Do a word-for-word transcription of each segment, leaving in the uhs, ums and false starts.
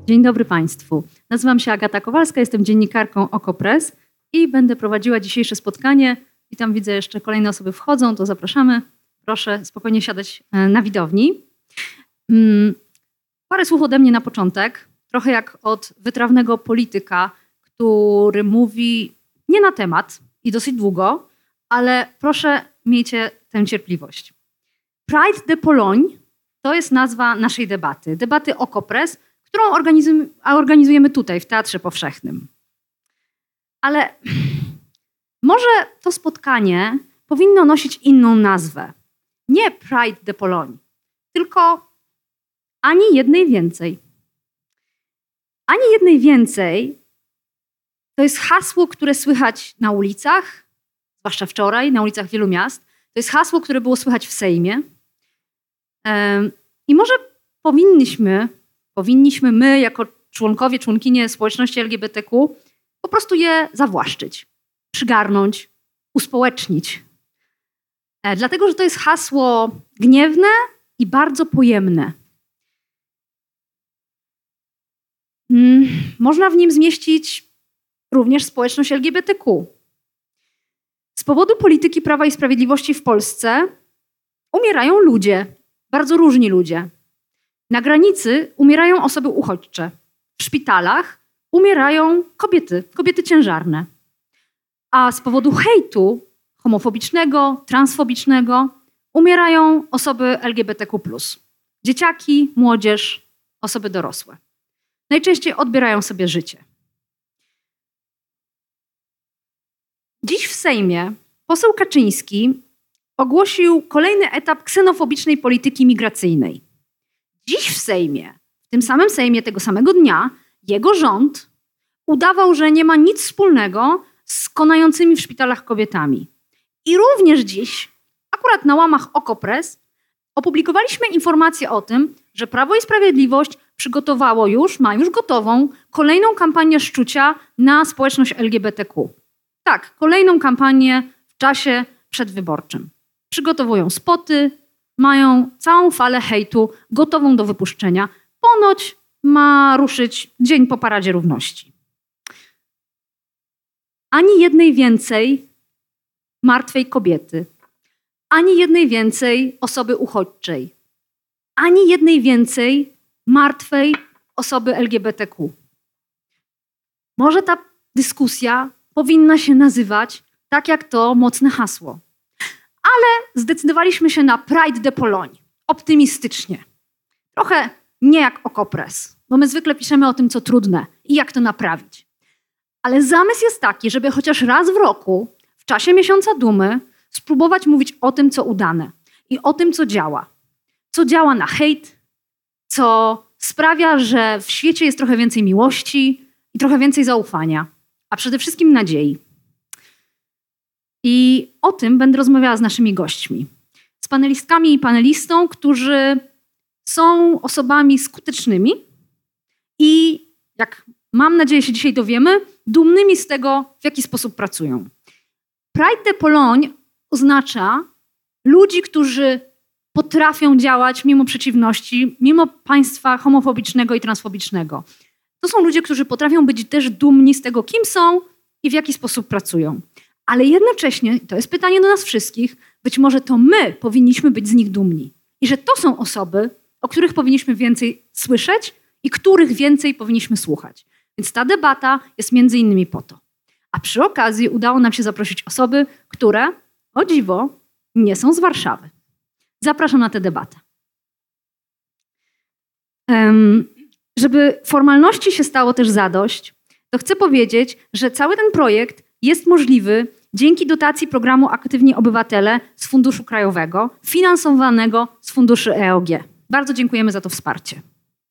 Dzień dobry Państwu. Nazywam się Agata Kowalska, jestem dziennikarką Okopres i będę prowadziła dzisiejsze spotkanie. I tam widzę, jeszcze kolejne osoby wchodzą, to zapraszamy. Proszę spokojnie siadać na widowni. Parę słów ode mnie na początek. Trochę jak od wytrawnego polityka, który mówi nie na temat i dosyć długo, ale proszę miejcie tę cierpliwość. Pride de Pologne to jest nazwa naszej debaty. Debaty Okopres, którą organizujemy tutaj w Teatrze Powszechnym. Ale może to spotkanie powinno nosić inną nazwę. Nie Pride de Pologne, tylko ani jednej więcej. Ani jednej więcej to jest hasło, które słychać na ulicach, zwłaszcza wczoraj, na ulicach wielu miast. To jest hasło, które było słychać w Sejmie. I może powinniśmy, powinniśmy my, jako członkowie, członkinie społeczności L G B T Q, po prostu je zawłaszczyć, przygarnąć, uspołecznić. Dlatego, że to jest hasło gniewne i bardzo pojemne. Można w nim zmieścić również społeczność L G B T Q. Z powodu polityki Prawa i Sprawiedliwości w Polsce umierają ludzie, bardzo różni ludzie. Na granicy umierają osoby uchodźcze. W szpitalach umierają kobiety, kobiety ciężarne. A z powodu hejtu homofobicznego, transfobicznego umierają osoby L G B T Q plus. Dzieciaki, młodzież, osoby dorosłe. Najczęściej odbierają sobie życie. Dziś w Sejmie poseł Kaczyński ogłosił kolejny etap ksenofobicznej polityki migracyjnej. Dziś w Sejmie, w tym samym Sejmie tego samego dnia, jego rząd udawał, że nie ma nic wspólnego z konającymi w szpitalach kobietami. I również dziś, akurat na łamach Okopres, opublikowaliśmy informację o tym, że Prawo i Sprawiedliwość przygotowało już, ma już gotową kolejną kampanię szczucia na społeczność L G B T Q. Tak, kolejną kampanię w czasie przedwyborczym. Przygotowują spoty, mają całą falę hejtu gotową do wypuszczenia. Ponoć ma ruszyć dzień po Paradzie Równości. Ani jednej więcej martwej kobiety, ani jednej więcej osoby uchodźczej, ani jednej więcej martwej osoby L G B T Q. Może ta dyskusja powinna się nazywać tak jak to mocne hasło. Ale zdecydowaliśmy się na Pride de Pologne. Optymistycznie. Trochę nie jak Okopres, bo my zwykle piszemy o tym, co trudne i jak to naprawić. Ale zamysł jest taki, żeby chociaż raz w roku, w czasie miesiąca dumy, spróbować mówić o tym, co udane i o tym, co działa. Co działa na hejt, co sprawia, że w świecie jest trochę więcej miłości i trochę więcej zaufania, a przede wszystkim nadziei. I o tym będę rozmawiała z naszymi gośćmi. Z panelistkami i panelistą, którzy są osobami skutecznymi i, jak mam nadzieję się dzisiaj dowiemy, dumnymi z tego, w jaki sposób pracują. Pride de Pologne oznacza ludzi, którzy potrafią działać mimo przeciwności, mimo państwa homofobicznego i transfobicznego. To są ludzie, którzy potrafią być też dumni z tego, kim są i w jaki sposób pracują. Ale jednocześnie, to jest pytanie do nas wszystkich, być może to my powinniśmy być z nich dumni. I że to są osoby, o których powinniśmy więcej słyszeć i których więcej powinniśmy słuchać. Więc ta debata jest między innymi po to. A przy okazji udało nam się zaprosić osoby, które, o dziwo, nie są z Warszawy. Zapraszam na tę debatę. Um, żeby formalności się stało też zadość, to chcę powiedzieć, że cały ten projekt jest możliwy dzięki dotacji programu Aktywni Obywatele z Funduszu Krajowego, finansowanego z funduszy E O G. Bardzo dziękujemy za to wsparcie.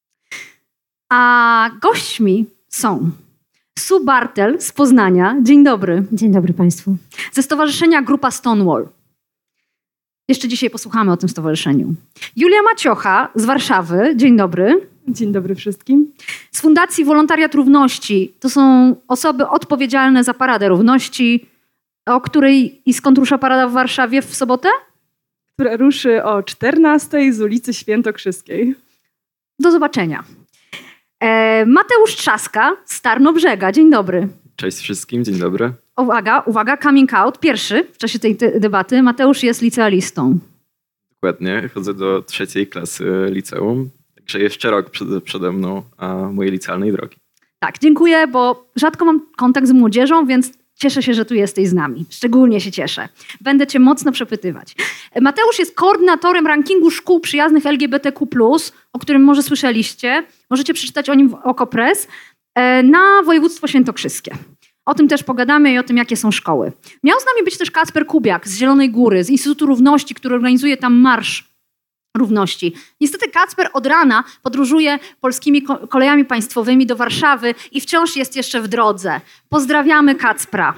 A gośćmi są Sue Bartel z Poznania. Dzień dobry. Dzień dobry Państwu. Ze Stowarzyszenia Grupa Stonewall. Jeszcze dzisiaj posłuchamy o tym stowarzyszeniu. Julia Maciocha z Warszawy. Dzień dobry. Dzień dobry wszystkim. Z Fundacji Wolontariat Równości. To są osoby odpowiedzialne za Paradę Równości. O której i skąd rusza parada w Warszawie w sobotę? Która ruszy o czternastej z ulicy Świętokrzyskiej. Do zobaczenia. E, Mateusz Trzaska z Tarnobrzega. Dzień dobry. Cześć wszystkim, dzień dobry. Uwaga, uwaga, coming out. Pierwszy w czasie tej te- debaty. Mateusz jest licealistą. Dokładnie, chodzę do trzeciej klasy liceum, także jeszcze rok przed, przede mną a mojej licealnej drogi. Tak, dziękuję, bo rzadko mam kontakt z młodzieżą, więc cieszę się, że tu jesteś z nami. Szczególnie się cieszę. Będę cię mocno przepytywać. Mateusz jest koordynatorem rankingu szkół przyjaznych L G B T Q plus, o którym może słyszeliście. Możecie przeczytać o nim w Okopres, na województwo świętokrzyskie. O tym też pogadamy i o tym, jakie są szkoły. Miał z nami być też Kacper Kubiak z Zielonej Góry, z Instytutu Równości, który organizuje tam Marsz Równości. Niestety Kacper od rana podróżuje polskimi kolejami państwowymi do Warszawy i wciąż jest jeszcze w drodze. Pozdrawiamy Kacpra.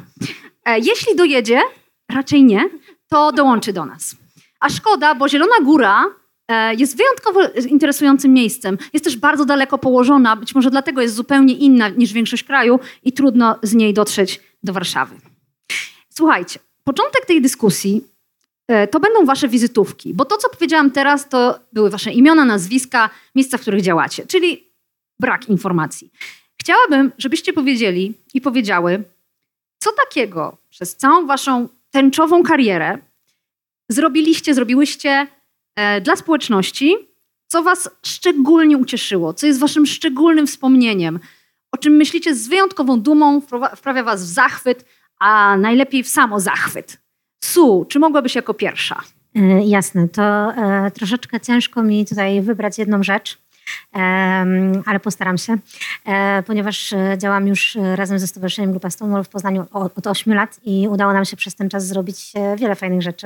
Jeśli dojedzie, raczej nie, to dołączy do nas. A szkoda, bo Zielona Góra jest wyjątkowo interesującym miejscem. Jest też bardzo daleko położona, być może dlatego jest zupełnie inna niż większość kraju i trudno z niej dotrzeć do Warszawy. Słuchajcie, początek tej dyskusji to będą wasze wizytówki, bo to, co powiedziałam teraz, to były wasze imiona, nazwiska, miejsca, w których działacie, czyli brak informacji. Chciałabym, żebyście powiedzieli i powiedziały, co takiego przez całą waszą tęczową karierę zrobiliście, zrobiłyście e, dla społeczności, co was szczególnie ucieszyło, co jest waszym szczególnym wspomnieniem, o czym myślicie z wyjątkową dumą, wprawia was w zachwyt, a najlepiej w samozachwyt. Su, czy mogłabyś jako pierwsza? E, jasne, to e, troszeczkę ciężko mi tutaj wybrać jedną rzecz, e, ale postaram się, e, ponieważ działam już razem ze Stowarzyszeniem Grupa Stonewall w Poznaniu od, od ośmiu lat i udało nam się przez ten czas zrobić wiele fajnych rzeczy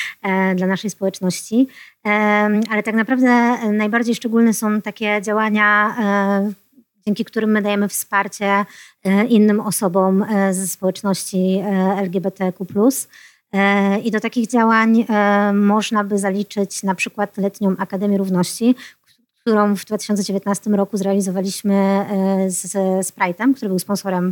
e, dla naszej społeczności, e, ale tak naprawdę najbardziej szczególne są takie działania, e, dzięki którym my dajemy wsparcie e, innym osobom e, ze społeczności e, L G B T Q plus. I do takich działań można by zaliczyć na przykład Letnią Akademię Równości, którą w dwa tysiące dziewiętnastym roku zrealizowaliśmy z Sprite'em, który był sponsorem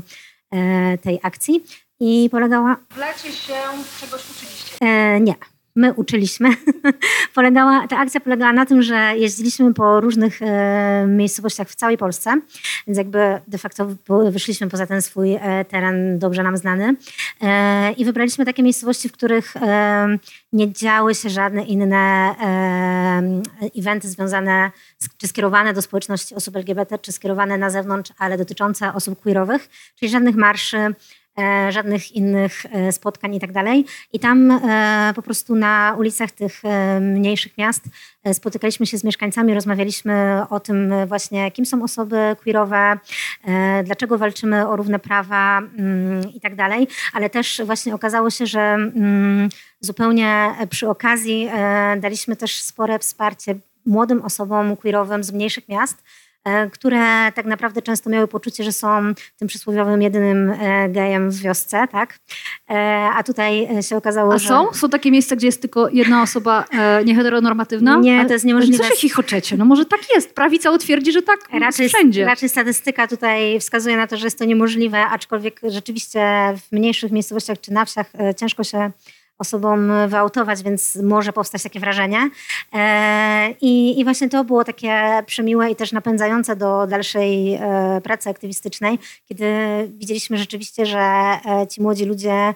tej akcji. I polegała... W lecie się czegoś uczyliście? E, nie. My uczyliśmy. Polegała, ta akcja polegała na tym, że jeździliśmy po różnych e, miejscowościach w całej Polsce, więc jakby de facto wyszliśmy poza ten swój e, teren dobrze nam znany e, i wybraliśmy takie miejscowości, w których e, nie działy się żadne inne e, eventy związane z, czy skierowane do społeczności osób L G B T, czy skierowane na zewnątrz, ale dotyczące osób queerowych, czyli żadnych marszy, E, żadnych innych e, spotkań i tak dalej. I tam e, po prostu na ulicach tych e, mniejszych miast e, spotykaliśmy się z mieszkańcami, rozmawialiśmy o tym właśnie, kim są osoby queerowe, e, dlaczego walczymy o równe prawa mm, i tak dalej. Ale też właśnie okazało się, że mm, zupełnie przy okazji e, daliśmy też spore wsparcie młodym osobom queerowym z mniejszych miast, które tak naprawdę często miały poczucie, że są tym przysłowiowym jedynym gejem w wiosce, tak? A tutaj się okazało, A że... są? Są takie miejsca, gdzie jest tylko jedna osoba e, nieheteronormatywna? Nie, ale to jest niemożliwe. Co się chichoczecie? No może tak jest. Prawica twierdzi, że tak raczej, wszędzie. Raczej statystyka tutaj wskazuje na to, że jest to niemożliwe, aczkolwiek rzeczywiście w mniejszych miejscowościach czy na wsiach ciężko się osobom wyautować, więc może powstać takie wrażenie. I, I właśnie to było takie przemiłe i też napędzające do dalszej pracy aktywistycznej, kiedy widzieliśmy rzeczywiście, że ci młodzi ludzie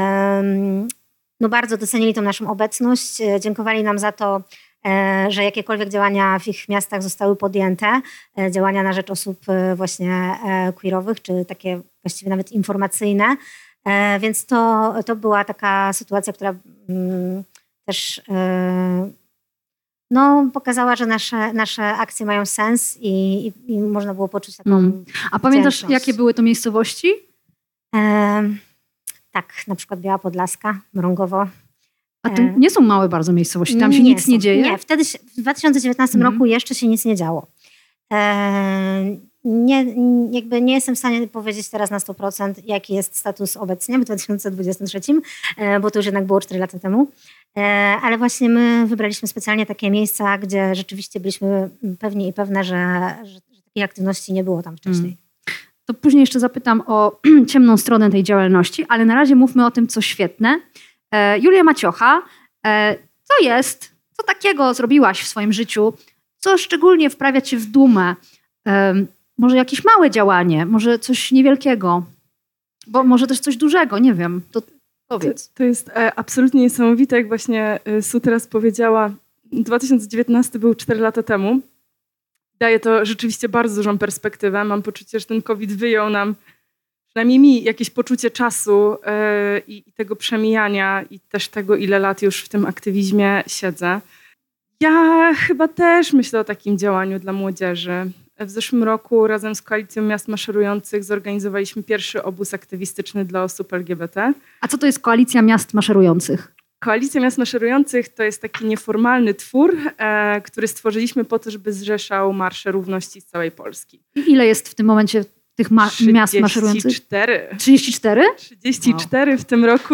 no bardzo docenili tą naszą obecność, dziękowali nam za to, że jakiekolwiek działania w ich miastach zostały podjęte, działania na rzecz osób właśnie queerowych, czy takie właściwie nawet informacyjne. Więc to, to była taka sytuacja, która mm, też yy, no, pokazała, że nasze, nasze akcje mają sens i, i, i można było poczuć taką mm. A pamiętasz, wdzięczność. jakie były to miejscowości? E, tak, na przykład Biała Podlaska, Mrągowo. A to nie są małe bardzo miejscowości, tam się nie nic są, nie dzieje? Nie, wtedy się, w dwa tysiące dziewiętnastym mm. roku jeszcze się nic nie działo. E, Nie, jakby nie jestem w stanie powiedzieć teraz na sto procent, jaki jest status obecnie w dwa tysiące dwudziestym trzecim, bo to już jednak było cztery lata temu. Ale właśnie my wybraliśmy specjalnie takie miejsca, gdzie rzeczywiście byliśmy pewni i pewne, że, że, że takiej aktywności nie było tam wcześniej. To później jeszcze zapytam o ciemną stronę tej działalności, ale na razie mówmy o tym, co świetne. Julia Maciocha, co jest, co takiego zrobiłaś w swoim życiu, co szczególnie wprawia cię w dumę? może jakieś małe działanie, może coś niewielkiego, bo może też coś dużego, nie wiem, to powiedz. To, to jest e, absolutnie niesamowite, jak właśnie e, Su teraz powiedziała. dwa tysiące dziewiętnasty był cztery lata temu. Daje to rzeczywiście bardzo dużą perspektywę. Mam poczucie, że ten COVID wyjął nam, przynajmniej mi, jakieś poczucie czasu e, i, i tego przemijania i też tego, ile lat już w tym aktywizmie siedzę. Ja chyba też myślę o takim działaniu dla młodzieży. W zeszłym roku razem z Koalicją Miast Maszerujących zorganizowaliśmy pierwszy obóz aktywistyczny dla osób L G B T. A co to jest Koalicja Miast Maszerujących? Koalicja Miast Maszerujących to jest taki nieformalny twór, e, który stworzyliśmy po to, żeby zrzeszał marsze równości z całej Polski. I ile jest w tym momencie tych ma- miast maszerujących? trzydzieści cztery. trzydzieści cztery? trzydzieści cztery wow. W tym roku.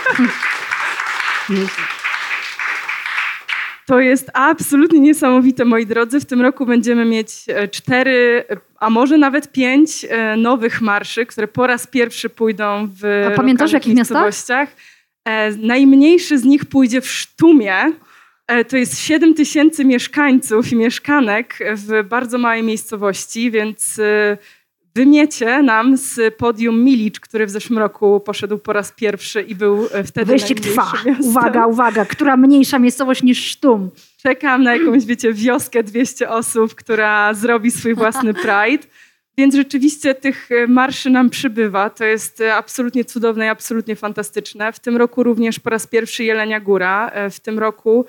To jest absolutnie niesamowite, moi drodzy. W tym roku będziemy mieć cztery, a może nawet pięć nowych marszy, które po raz pierwszy pójdą w a pamiętasz, w jakich miejscowościach. Miastach? Najmniejszy z nich pójdzie w Sztumie. To jest siedem tysięcy mieszkańców i mieszkanek w bardzo małej miejscowości, więc wymiecie nam z podium Milicz, który w zeszłym roku poszedł po raz pierwszy i był wtedy Wyścig trwa. Miastem. Uwaga, uwaga. Która mniejsza miejscowość niż Sztum? Czekam na jakąś, wiecie, wioskę dwieście osób, która zrobi swój własny Pride. Więc rzeczywiście tych marszy nam przybywa. To jest absolutnie cudowne i absolutnie fantastyczne. W tym roku również po raz pierwszy Jelenia Góra. W tym roku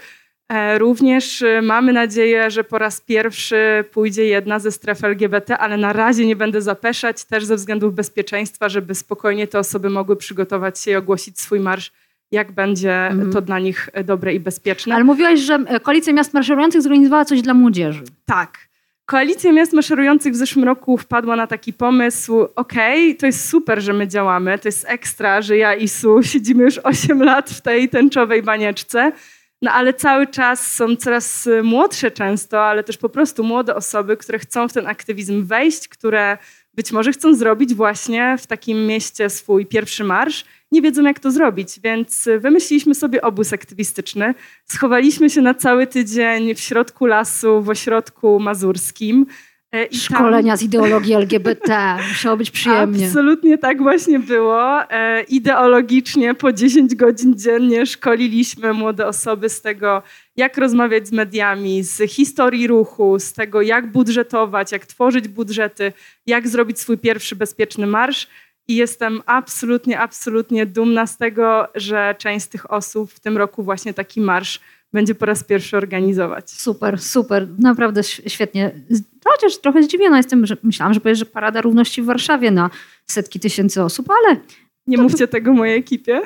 również mamy nadzieję, że po raz pierwszy pójdzie jedna ze stref L G B T, ale na razie nie będę zapeszać, też ze względów bezpieczeństwa, żeby spokojnie te osoby mogły przygotować się i ogłosić swój marsz, jak będzie mhm. to dla nich dobre i bezpieczne. Ale mówiłaś, że Koalicja Miast Maszerujących zorganizowała coś dla młodzieży. Tak. Koalicja Miast Maszerujących w zeszłym roku wpadła na taki pomysł, okej, okay, to jest super, że my działamy, to jest ekstra, że ja i Su siedzimy już osiem lat w tej tęczowej banieczce, no ale cały czas są coraz młodsze często, ale też po prostu młode osoby, które chcą w ten aktywizm wejść, które być może chcą zrobić właśnie w takim mieście swój pierwszy marsz, nie wiedzą jak to zrobić, więc wymyśliliśmy sobie obóz aktywistyczny, schowaliśmy się na cały tydzień w środku lasu, w ośrodku mazurskim. I szkolenia tam... z ideologii L G B T. Musiało być przyjemnie. Absolutnie tak właśnie było. E, ideologicznie po dziesięć godzin dziennie szkoliliśmy młode osoby z tego, jak rozmawiać z mediami, z historii ruchu, z tego, jak budżetować, jak tworzyć budżety, jak zrobić swój pierwszy bezpieczny marsz. I jestem absolutnie, absolutnie dumna z tego, że część z tych osób w tym roku właśnie taki marsz będzie po raz pierwszy organizować. Super, super. Naprawdę świetnie. Chociaż trochę zdziwiona jestem, że myślałam, że powiesz, że Parada Równości w Warszawie na setki tysięcy osób, ale... Nie to... mówcie tego mojej ekipie.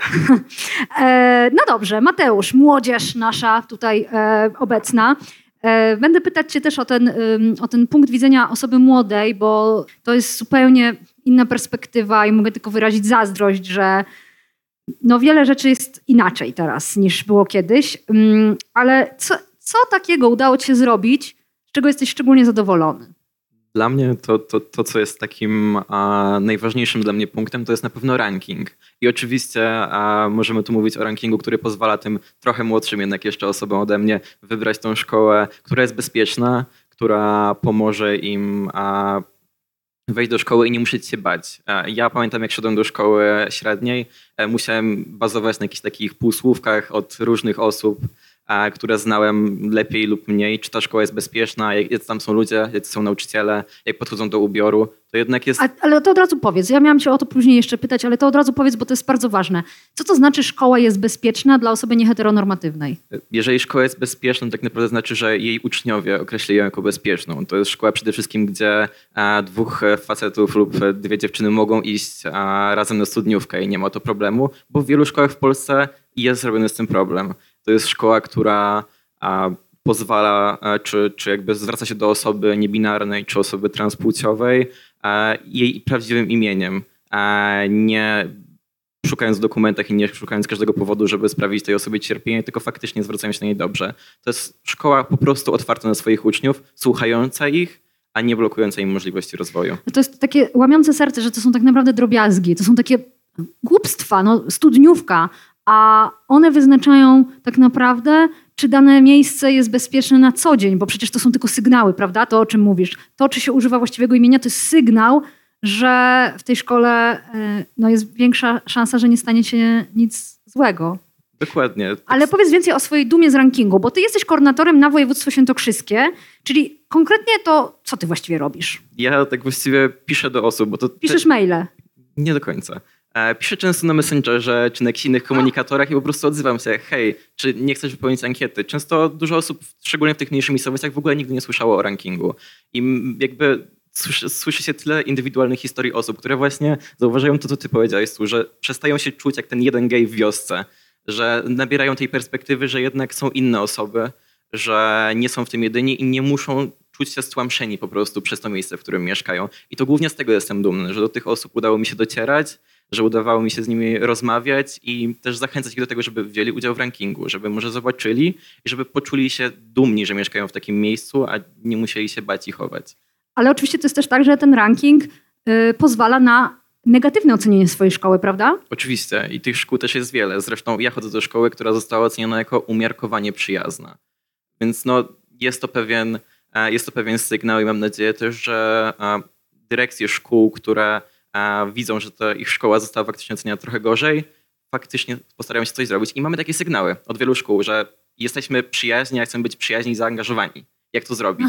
e, no dobrze, Mateusz, młodzież nasza tutaj e, obecna. E, będę pytać cię też o ten, o ten punkt widzenia osoby młodej, bo to jest zupełnie inna perspektywa i mogę tylko wyrazić zazdrość, że no wiele rzeczy jest inaczej teraz niż było kiedyś, ale co, co takiego udało ci się zrobić, z czego jesteś szczególnie zadowolony? Dla mnie to, to, to co jest takim a, najważniejszym dla mnie punktem, to jest na pewno ranking. I oczywiście a, możemy tu mówić o rankingu, który pozwala tym trochę młodszym jednak jeszcze osobom ode mnie wybrać tą szkołę, która jest bezpieczna, która pomoże im a, wejść do szkoły i nie musieć się bać. Ja pamiętam, jak szedłem do szkoły średniej, musiałem bazować na jakichś takich półsłówkach od różnych osób, które znałem lepiej lub mniej, czy ta szkoła jest bezpieczna, jak tam są ludzie, jak są nauczyciele, jak podchodzą do ubioru. To jednak jest... A, ale to od razu powiedz, ja miałam cię o to później jeszcze pytać, ale to od razu powiedz, bo to jest bardzo ważne. Co to znaczy szkoła jest bezpieczna dla osoby nieheteronormatywnej? Jeżeli szkoła jest bezpieczna, to tak naprawdę znaczy, że jej uczniowie określili ją jako bezpieczną. To jest szkoła przede wszystkim, gdzie a, dwóch facetów lub dwie dziewczyny mogą iść a, razem na studniówkę i nie ma to problemu, bo w wielu szkołach w Polsce jest zrobiony z tym problem. To jest szkoła, która a, pozwala, a, czy, czy jakby zwraca się do osoby niebinarnej, czy osoby transpłciowej a, jej prawdziwym imieniem, a nie szukając w dokumentach i nie szukając każdego powodu, żeby sprawić tej osobie cierpienie, tylko faktycznie zwracając się na niej dobrze. To jest szkoła po prostu otwarta na swoich uczniów, słuchająca ich, a nie blokująca im możliwości rozwoju. To jest takie łamiące serce, że to są tak naprawdę drobiazgi, to są takie głupstwa, no studniówka, a one wyznaczają tak naprawdę, czy dane miejsce jest bezpieczne na co dzień, bo przecież to są tylko sygnały, prawda? To, o czym mówisz. To, czy się używa właściwego imienia, to jest sygnał, że w tej szkole no, jest większa szansa, że nie stanie się nic złego. Dokładnie. Ale powiedz więcej o swojej dumie z rankingu, bo ty jesteś koordynatorem na województwo świętokrzyskie, czyli konkretnie to, co ty właściwie robisz? Ja tak właściwie piszę do osób, bo to... Piszesz te... maile? Nie do końca. Piszę często na Messengerze czy na jakichś innych komunikatorach i po prostu odzywam się, hej, czy nie chcesz wypełnić ankiety? Często dużo osób, szczególnie w tych mniejszych miejscowościach, w ogóle nigdy nie słyszało o rankingu. I jakby słyszy, słyszy się tyle indywidualnych historii osób, które właśnie zauważają to, co ty powiedziałeś, że przestają się czuć jak ten jeden gej w wiosce, że nabierają tej perspektywy, że jednak są inne osoby, że nie są w tym jedyni i nie muszą czuć się stłamszeni po prostu przez to miejsce, w którym mieszkają. I to głównie z tego jestem dumny, że do tych osób udało mi się docierać, że udawało mi się z nimi rozmawiać i też zachęcać ich do tego, żeby wzięli udział w rankingu, żeby może zobaczyli i żeby poczuli się dumni, że mieszkają w takim miejscu, a nie musieli się bać i chować. Ale oczywiście to jest też tak, że ten ranking y, pozwala na negatywne ocenienie swojej szkoły, prawda? Oczywiście i tych szkół też jest wiele. Zresztą ja chodzę do szkoły, która została oceniona jako umiarkowanie przyjazna. Więc no, jest to pewien, jest to pewien sygnał i mam nadzieję też, że dyrekcje szkół, które widzą, że ta ich szkoła została faktycznie oceniana trochę gorzej, faktycznie postarają się coś zrobić. I mamy takie sygnały od wielu szkół, że jesteśmy przyjaźni, a chcemy być przyjaźni i zaangażowani. Jak to zrobić?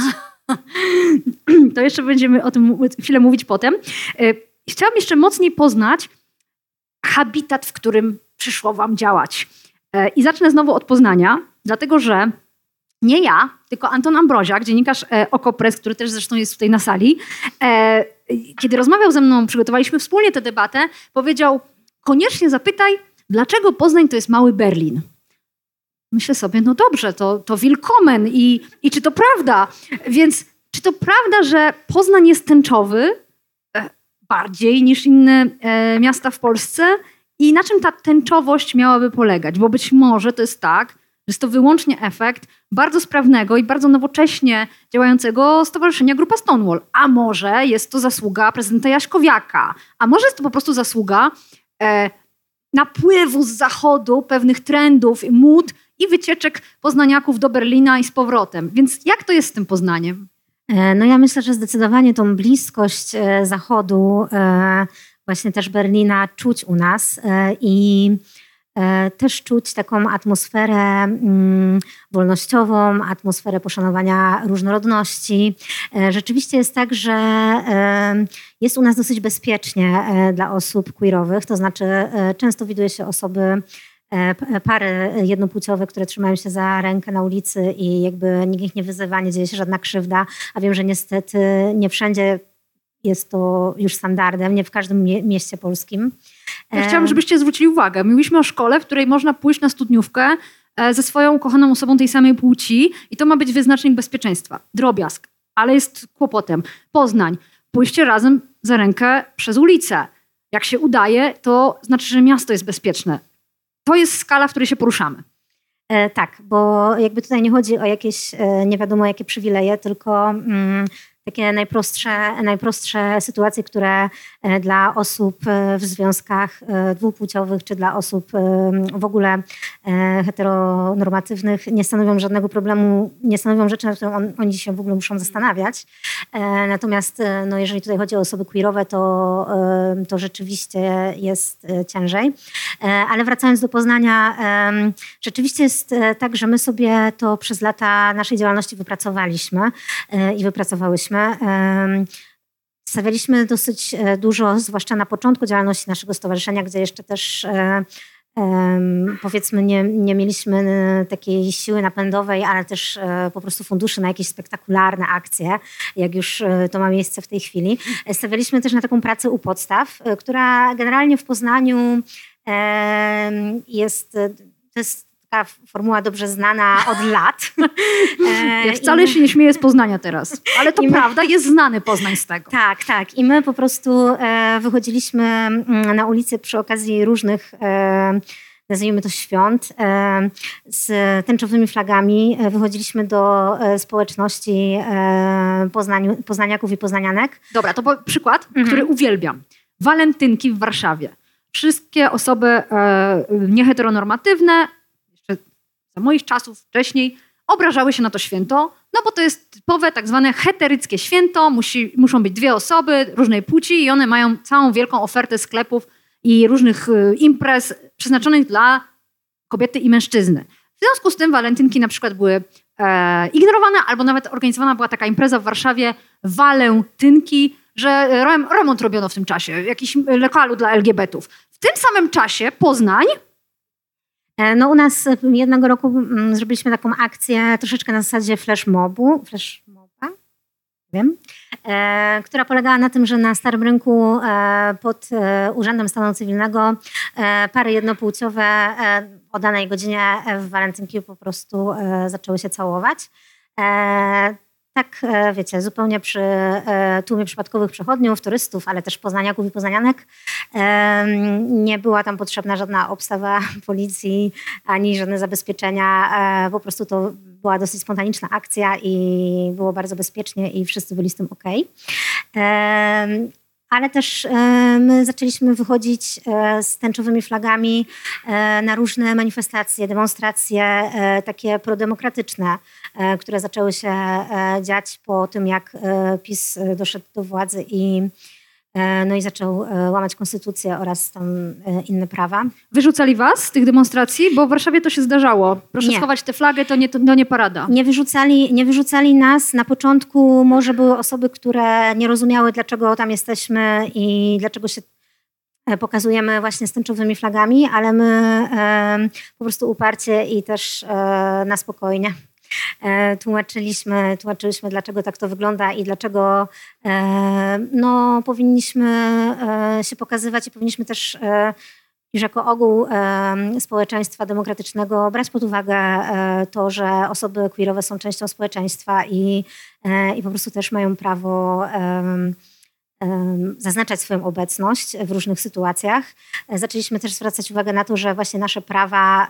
To jeszcze będziemy o tym chwilę mówić potem. Chciałam jeszcze mocniej poznać habitat, w którym przyszło wam działać. I zacznę znowu od Poznania, dlatego że nie ja, tylko Anton Ambroziak, dziennikarz Okopres, który też zresztą jest tutaj na sali, kiedy rozmawiał ze mną, przygotowaliśmy wspólnie tę debatę, powiedział, koniecznie zapytaj, dlaczego Poznań to jest mały Berlin? Myślę sobie, no dobrze, to, to willkommen i, i czy to prawda? Więc czy to prawda, że Poznań jest tęczowy e, bardziej niż inne e, miasta w Polsce? I na czym ta tęczowość miałaby polegać? Bo być może to jest tak, że jest to wyłącznie efekt bardzo sprawnego i bardzo nowocześnie działającego stowarzyszenia Grupa Stonewall. A może jest to zasługa prezydenta Jaśkowiaka, a może jest to po prostu zasługa e, napływu z zachodu pewnych trendów, mód i wycieczek poznaniaków do Berlina i z powrotem. Więc jak to jest z tym Poznaniem? No ja myślę, że zdecydowanie tą bliskość zachodu, właśnie też Berlina czuć u nas i też czuć taką atmosferę wolnościową, atmosferę poszanowania różnorodności. Rzeczywiście jest tak, że jest u nas dosyć bezpiecznie dla osób queerowych, to znaczy często widuje się osoby, pary jednopłciowe, które trzymają się za rękę na ulicy i jakby nikt ich nie wyzywa, nie dzieje się żadna krzywda, a wiem, że niestety nie wszędzie jest to już standardem, nie w każdym mie- mieście polskim. Ja chciałam, żebyście zwrócili uwagę. Mówiliśmy o szkole, w której można pójść na studniówkę ze swoją kochaną osobą tej samej płci i to ma być wyznacznik bezpieczeństwa. Drobiazg, ale jest kłopotem. Poznań. Pójście razem za rękę przez ulicę. Jak się udaje, to znaczy, że miasto jest bezpieczne. To jest skala, w której się poruszamy. E, tak, bo jakby tutaj nie chodzi o jakieś e, nie wiadomo jakie przywileje, tylko mm, takie najprostsze, najprostsze sytuacje, które e, dla osób e, w związkach e, dwupłciowych czy dla osób e, w ogóle e, heteronormatywnych nie stanowią żadnego problemu, nie stanowią rzeczy, nad którą on, oni się w ogóle muszą zastanawiać. E, natomiast e, no, jeżeli tutaj chodzi o osoby queerowe, to, e, to rzeczywiście jest e, ciężej. E, ale wracając do Poznania, e, rzeczywiście jest e, tak, że my sobie to przez lata naszej działalności wypracowaliśmy e, i wypracowałyśmy. Stawialiśmy dosyć dużo, zwłaszcza na początku działalności naszego stowarzyszenia, gdzie jeszcze też powiedzmy nie, nie mieliśmy takiej siły napędowej, ale też po prostu funduszy na jakieś spektakularne akcje, jak już to ma miejsce w tej chwili. Stawialiśmy też na taką pracę u podstaw, która generalnie w Poznaniu jest, to jest taka formuła dobrze znana od lat. Ja wcale się nie śmieję z Poznania teraz, ale to prawda, jest znany Poznań z tego. Tak, tak. I my po prostu wychodziliśmy na ulicy przy okazji różnych, nazwijmy to świąt, z tęczowymi flagami. Wychodziliśmy do społeczności Poznaniu, poznaniaków i poznanianek. Dobra, to przykład, mhm. który uwielbiam. Walentynki w Warszawie. Wszystkie osoby nieheteronormatywne, za moich czasów wcześniej obrażały się na to święto, no bo to jest typowe tak zwane heteryckie święto, musi, muszą być dwie osoby różnej płci i one mają całą wielką ofertę sklepów i różnych y, imprez przeznaczonych dla kobiety i mężczyzny. W związku z tym walentynki na przykład były e, ignorowane, albo nawet organizowana była taka impreza w Warszawie, walentynki, że rem, remont robiono w tym czasie, w jakimś lokalu dla el gie be tów. W tym samym czasie Poznań. No u nas jednego roku mm, zrobiliśmy taką akcję troszeczkę na zasadzie flash mobu, flash moba, nie wiem, e, która polegała na tym, że na Starym Rynku e, pod e, Urzędem Stanu Cywilnego e, pary jednopłciowe e, o danej godzinie w walentynki po prostu e, zaczęły się całować. E, Tak, e, wiecie, zupełnie przy e, tłumie przypadkowych przechodniów, turystów, ale też poznaniaków i poznanianek. E, nie była tam potrzebna żadna obstawa policji, ani żadne zabezpieczenia. E, po prostu to była dosyć spontaniczna akcja i było bardzo bezpiecznie i wszyscy byli z tym okej. E, ale też e, my zaczęliśmy wychodzić e, z tęczowymi flagami e, na różne manifestacje, demonstracje e, takie prodemokratyczne, e, które zaczęły się e, dziać po tym, jak e, PiS doszedł do władzy i, e, no i zaczął e, łamać konstytucję oraz tam e, inne prawa. Wyrzucali was z tych demonstracji? Bo w Warszawie to się zdarzało. Proszę Nie. schować tę flagę, to nie, to, to nie parada. Nie wyrzucali, nie wyrzucali nas. Na początku może były osoby, które nie rozumiały, dlaczego tam jesteśmy i dlaczego się pokazujemy właśnie z tęczowymi flagami, ale my e, po prostu uparcie i też e, na spokojnie e, tłumaczyliśmy, tłumaczyliśmy, dlaczego tak to wygląda i dlaczego e, no, powinniśmy e, się pokazywać i powinniśmy też e, już jako ogół e, społeczeństwa demokratycznego brać pod uwagę e, to, że osoby queerowe są częścią społeczeństwa i, e, i po prostu też mają prawo e, zaznaczać swoją obecność w różnych sytuacjach. Zaczęliśmy też zwracać uwagę na to, że właśnie nasze prawa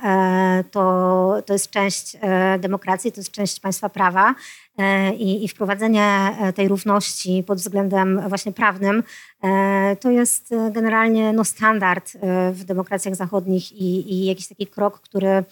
to, to jest część demokracji, to jest część państwa prawa i, i wprowadzenie tej równości pod względem właśnie prawnym to jest generalnie no, standard w demokracjach zachodnich i, i jakiś taki krok, który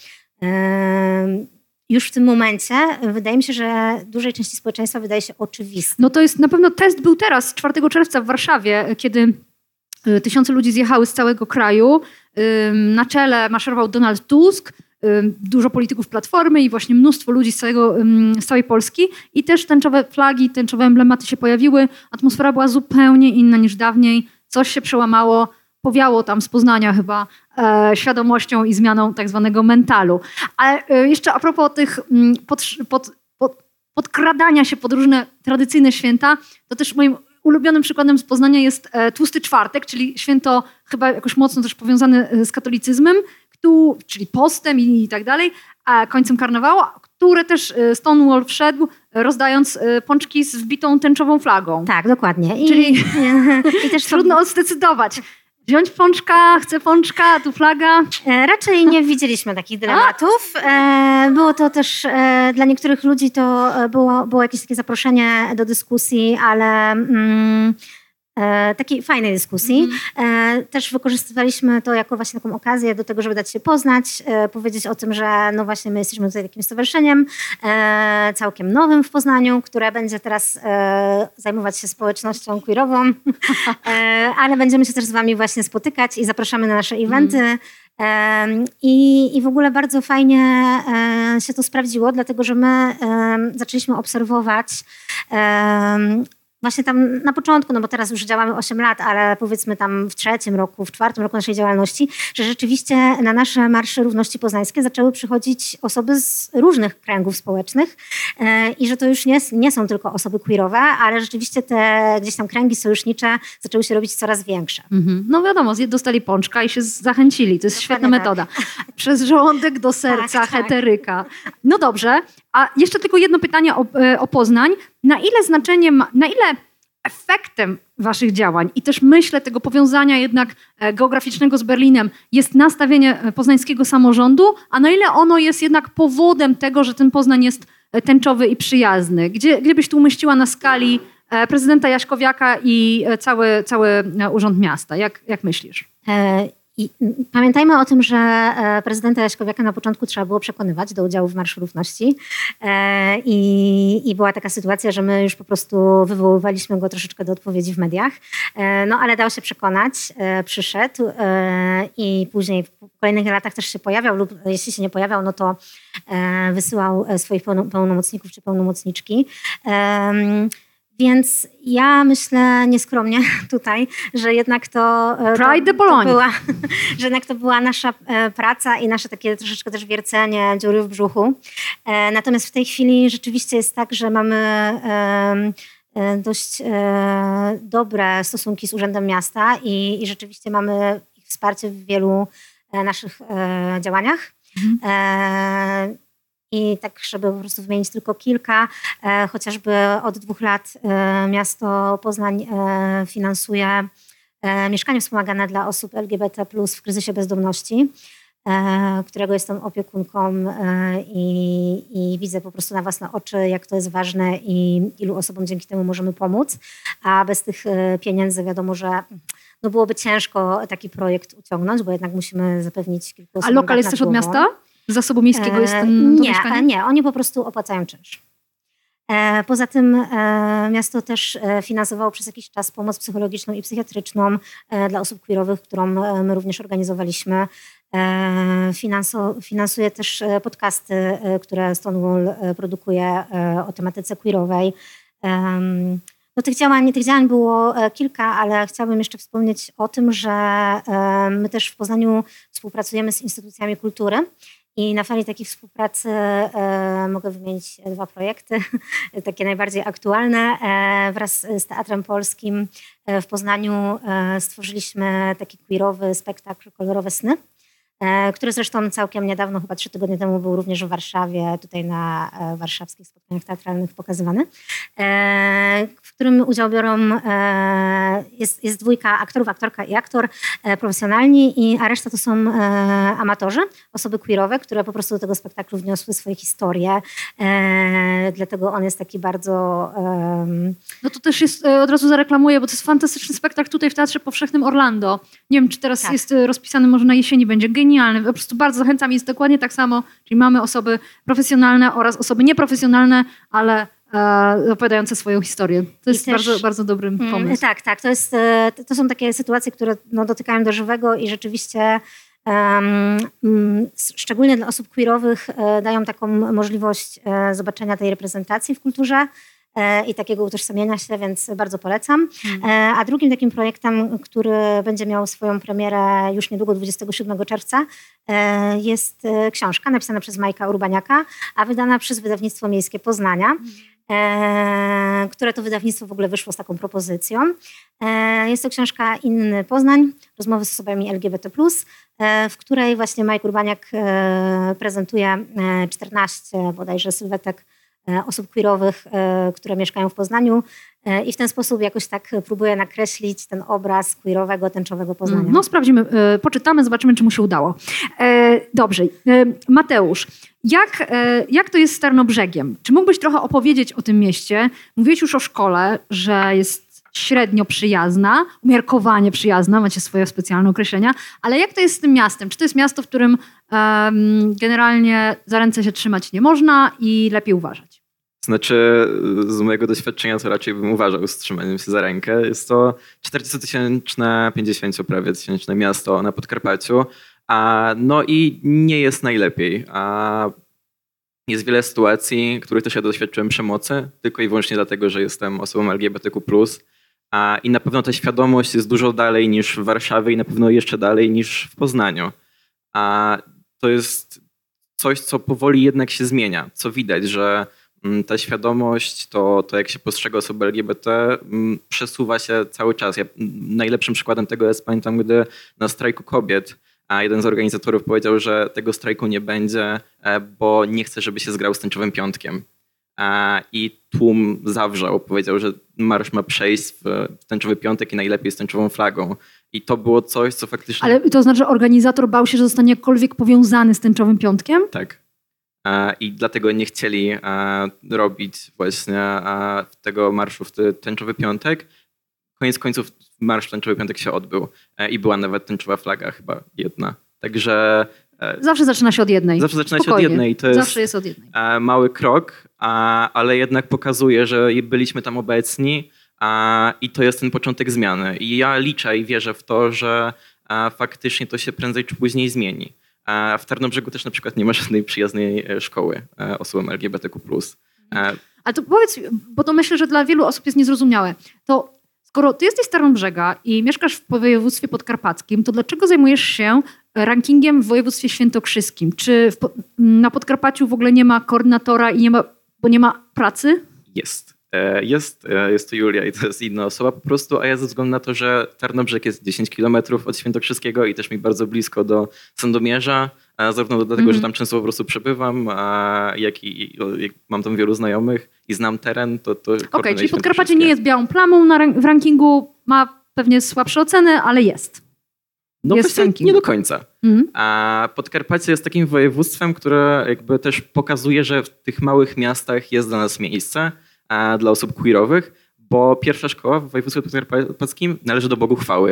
już w tym momencie wydaje mi się, że dużej części społeczeństwa wydaje się oczywisty. No to jest na pewno test był teraz, czwartego czerwca w Warszawie, kiedy tysiące ludzi zjechały z całego kraju. Na czele maszerował Donald Tusk, dużo polityków Platformy i właśnie mnóstwo ludzi z, całego, z całej Polski. I też tęczowe flagi, tęczowe emblematy się pojawiły. Atmosfera była zupełnie inna niż dawniej. Coś się przełamało. Powiało tam z Poznania chyba e, świadomością i zmianą tak zwanego mentalu. Ale e, jeszcze a propos tych m, pod, pod, pod, podkradania się pod różne tradycyjne święta, to też moim ulubionym przykładem z Poznania jest e, Tłusty Czwartek, czyli święto chyba jakoś mocno też powiązane z katolicyzmem, ktu, czyli postem i, i tak dalej, a końcem karnawału, które też Stonewall wszedł, rozdając pączki z wbitą tęczową flagą. Tak, dokładnie. I, czyli i też trudno zdecydować. Wziąć pączka, chcę pączka, a tu flaga. E, raczej nie widzieliśmy takich dylematów. E, było to też e, dla niektórych ludzi to było, było jakieś takie zaproszenie do dyskusji, ale mm, e, takiej fajnej dyskusji. Mm. E, też wykorzystywaliśmy to jako właśnie taką okazję do tego, żeby dać się poznać, e, powiedzieć o tym, że no właśnie my jesteśmy tutaj takim stowarzyszeniem e, całkiem nowym w Poznaniu, które będzie teraz e, zajmować się społecznością queerową, e, ale będziemy się też z wami właśnie spotykać i zapraszamy na nasze eventy. Mm. I, I w ogóle bardzo fajnie e, się to sprawdziło, dlatego że my e, zaczęliśmy obserwować e, właśnie tam na początku, no bo teraz już działamy osiem lat, ale powiedzmy tam w trzecim roku, w czwartym roku naszej działalności, że rzeczywiście na nasze marsze równości poznańskie zaczęły przychodzić osoby z różnych kręgów społecznych e, i że to już nie, nie są tylko osoby queerowe, ale rzeczywiście te gdzieś tam kręgi sojusznicze zaczęły się robić coraz większe. Mhm. No wiadomo, dostali pączka i się zachęcili. To jest Dokładnie świetna metoda. Tak. Przez żołądek do serca, tak, heteryka. Tak. No dobrze, a jeszcze tylko jedno pytanie o, o Poznań. Na ile znaczenie, ma, na ile efektem waszych działań i też myślę tego powiązania jednak geograficznego z Berlinem jest nastawienie poznańskiego samorządu, a na ile ono jest jednak powodem tego, że ten Poznań jest tęczowy i przyjazny? Gdzie, gdzie byś tu umieściła na skali prezydenta Jaśkowiaka i cały, cały Urząd Miasta? Jak, jak myślisz? I pamiętajmy o tym, że e, prezydenta Jaśkowiaka na początku trzeba było przekonywać do udziału w Marszu Równości e, i, i była taka sytuacja, że my już po prostu wywoływaliśmy go troszeczkę do odpowiedzi w mediach, e, no ale dał się przekonać, e, przyszedł e, i później w kolejnych latach też się pojawiał lub jeśli się nie pojawiał, no to e, wysyłał swoich pełnomocników czy pełnomocniczki. E, Więc ja myślę nieskromnie tutaj, że jednak to, Pride to, to, była, że jednak to była nasza praca i nasze takie troszeczkę też wiercenie dziury w brzuchu. Natomiast w tej chwili rzeczywiście jest tak, że mamy dość dobre stosunki z Urzędem Miasta i, i rzeczywiście mamy ich wsparcie w wielu naszych działaniach. Mhm. I tak, żeby po prostu wymienić tylko kilka, e, chociażby od dwóch lat e, miasto Poznań e, finansuje e, mieszkanie wspomagane dla osób L G B T plus w kryzysie bezdomności, e, którego jestem opiekunką e, i, i widzę po prostu na własne oczy, jak to jest ważne i ilu osobom dzięki temu możemy pomóc. A bez tych e, pieniędzy wiadomo, że no byłoby ciężko taki projekt uciągnąć, bo jednak musimy zapewnić kilku osobom. A lokal jest też od miasta? Z zasobu miejskiego jest ten, to nie, mieszkanie? Nie, oni po prostu opłacają czynsz. Poza tym miasto też finansowało przez jakiś czas pomoc psychologiczną i psychiatryczną dla osób queerowych, którą my również organizowaliśmy. Finansuje też podcasty, które Stonewall produkuje o tematyce queerowej. No, tych działań, tych działań było kilka, ale chciałabym jeszcze wspomnieć o tym, że my też w Poznaniu współpracujemy z instytucjami kultury. I na fali takiej współpracy e, mogę wymienić dwa projekty, takie najbardziej aktualne. E, wraz z Teatrem Polskim e, w Poznaniu e, stworzyliśmy taki queerowy spektakl Kolorowe Sny, e, który zresztą całkiem niedawno, chyba trzy tygodnie temu, był również w Warszawie, tutaj na e, warszawskich spotkaniach teatralnych pokazywany, e, w którym udział biorą, e, jest, jest dwójka aktorów, aktorka i aktor e, profesjonalni, i, a reszta to są e, amatorzy, osoby queerowe, które po prostu do tego spektaklu wniosły swoje historie. E, dlatego on jest taki bardzo... E, no to też jest, od razu zareklamuję, bo to jest fantastyczny spektakl tutaj w Teatrze Powszechnym Orlando. Nie wiem, czy teraz tak. jest rozpisany, może na jesieni będzie. Genialny. Po prostu bardzo zachęcam. Jest dokładnie tak samo. Czyli mamy osoby profesjonalne oraz osoby nieprofesjonalne, ale e, opowiadające swoją historię. To jest też bardzo, bardzo dobry pomysł. Tak, tak. To, jest, to są takie sytuacje, które no, dotykają do żywego i rzeczywiście um, szczególnie dla osób queerowych e, dają taką możliwość e, zobaczenia tej reprezentacji w kulturze i takiego utożsamienia się, więc bardzo polecam. Hmm. A drugim takim projektem, który będzie miał swoją premierę już niedługo, dwudziestego siódmego czerwca, jest książka napisana przez Majka Urbaniaka, a wydana przez Wydawnictwo Miejskie Poznania, hmm. które to wydawnictwo w ogóle wyszło z taką propozycją. Jest to książka Inny Poznań, rozmowy z osobami L G B T plus, w której właśnie Majk Urbaniak prezentuje czternaście bodajże sylwetek osób queerowych, które mieszkają w Poznaniu, i w ten sposób jakoś tak próbuję nakreślić ten obraz queerowego, tęczowego Poznania. No sprawdzimy, poczytamy, zobaczymy, czy mu się udało. Dobrze. Mateusz, jak, jak to jest z Tarnobrzegiem? Czy mógłbyś trochę opowiedzieć o tym mieście? Mówiłeś już o szkole, że jest średnio przyjazna, umiarkowanie przyjazna, macie swoje specjalne określenia, ale jak to jest z tym miastem? Czy to jest miasto, w którym um, generalnie za ręce się trzymać nie można i lepiej uważać? Znaczy, z mojego doświadczenia to raczej bym uważał z trzymaniem się za rękę. Jest to czterdziestotysięczne, pięćdziesięcio prawie tysięczne miasto na Podkarpaciu, a, no i nie jest najlepiej. A jest wiele sytuacji, których też ja doświadczyłem przemocy, tylko i wyłącznie dlatego, że jestem osobą L G B T Q plus. A, I na pewno ta świadomość jest dużo dalej niż w Warszawie i na pewno jeszcze dalej niż w Poznaniu. A to jest coś, co powoli jednak się zmienia, co widać, że ta świadomość, to, to jak się postrzega osoby L G B T, przesuwa się cały czas. Ja, najlepszym przykładem tego jest, pamiętam, gdy na strajku kobiet a jeden z organizatorów powiedział, że tego strajku nie będzie, bo nie chce, żeby się zgrał z tęczowym piątkiem. I tłum zawrzał, powiedział, że marsz ma przejść w tęczowy piątek i najlepiej z tęczową flagą. I to było coś, co faktycznie... Ale to znaczy, że organizator bał się, że zostanie jakkolwiek powiązany z tęczowym piątkiem? Tak. I dlatego nie chcieli robić właśnie tego marszu w tęczowy piątek. koniec końców Marsz Tęczowy Piątek się odbył e, i była nawet tęczowa flaga chyba jedna. Także... E, Zawsze zaczyna się od jednej. Zawsze zaczyna Spokojnie. się od jednej. To jest, Zawsze jest od jednej. E, mały krok, a, ale jednak pokazuje, że byliśmy tam obecni a, i to jest ten początek zmiany. I ja liczę i wierzę w to, że a, faktycznie to się prędzej czy później zmieni. A w Tarnobrzegu też na przykład nie ma żadnej przyjaznej szkoły e, osobom L G B T Q plus. E, Ale to powiedz, bo to myślę, że dla wielu osób jest niezrozumiałe. To skoro ty jesteś z Tarnobrzega i mieszkasz w województwie podkarpackim, to dlaczego zajmujesz się rankingiem w województwie świętokrzyskim? Czy w, na Podkarpaciu w ogóle nie ma koordynatora i nie ma, bo nie ma pracy? Jest. Jest, jest to Julia i to jest inna osoba po prostu, a ja ze względu na to, że Tarnobrzeg jest dziesięć kilometrów od Świętokrzyskiego i też mi bardzo blisko do Sandomierza, zarówno dlatego, mm-hmm. że tam często po prostu przebywam, a jak i jak mam tam wielu znajomych i znam teren, to... to Okej, okay, czyli Podkarpacie nie jest białą plamą na, w rankingu, ma pewnie słabsze oceny, ale jest. No jest właśnie nie do końca. Mm-hmm. A Podkarpacie jest takim województwem, które jakby też pokazuje, że w tych małych miastach jest dla nas miejsce, dla osób queerowych, bo pierwsza szkoła w województwie podkarpackim należy do Boguchwały.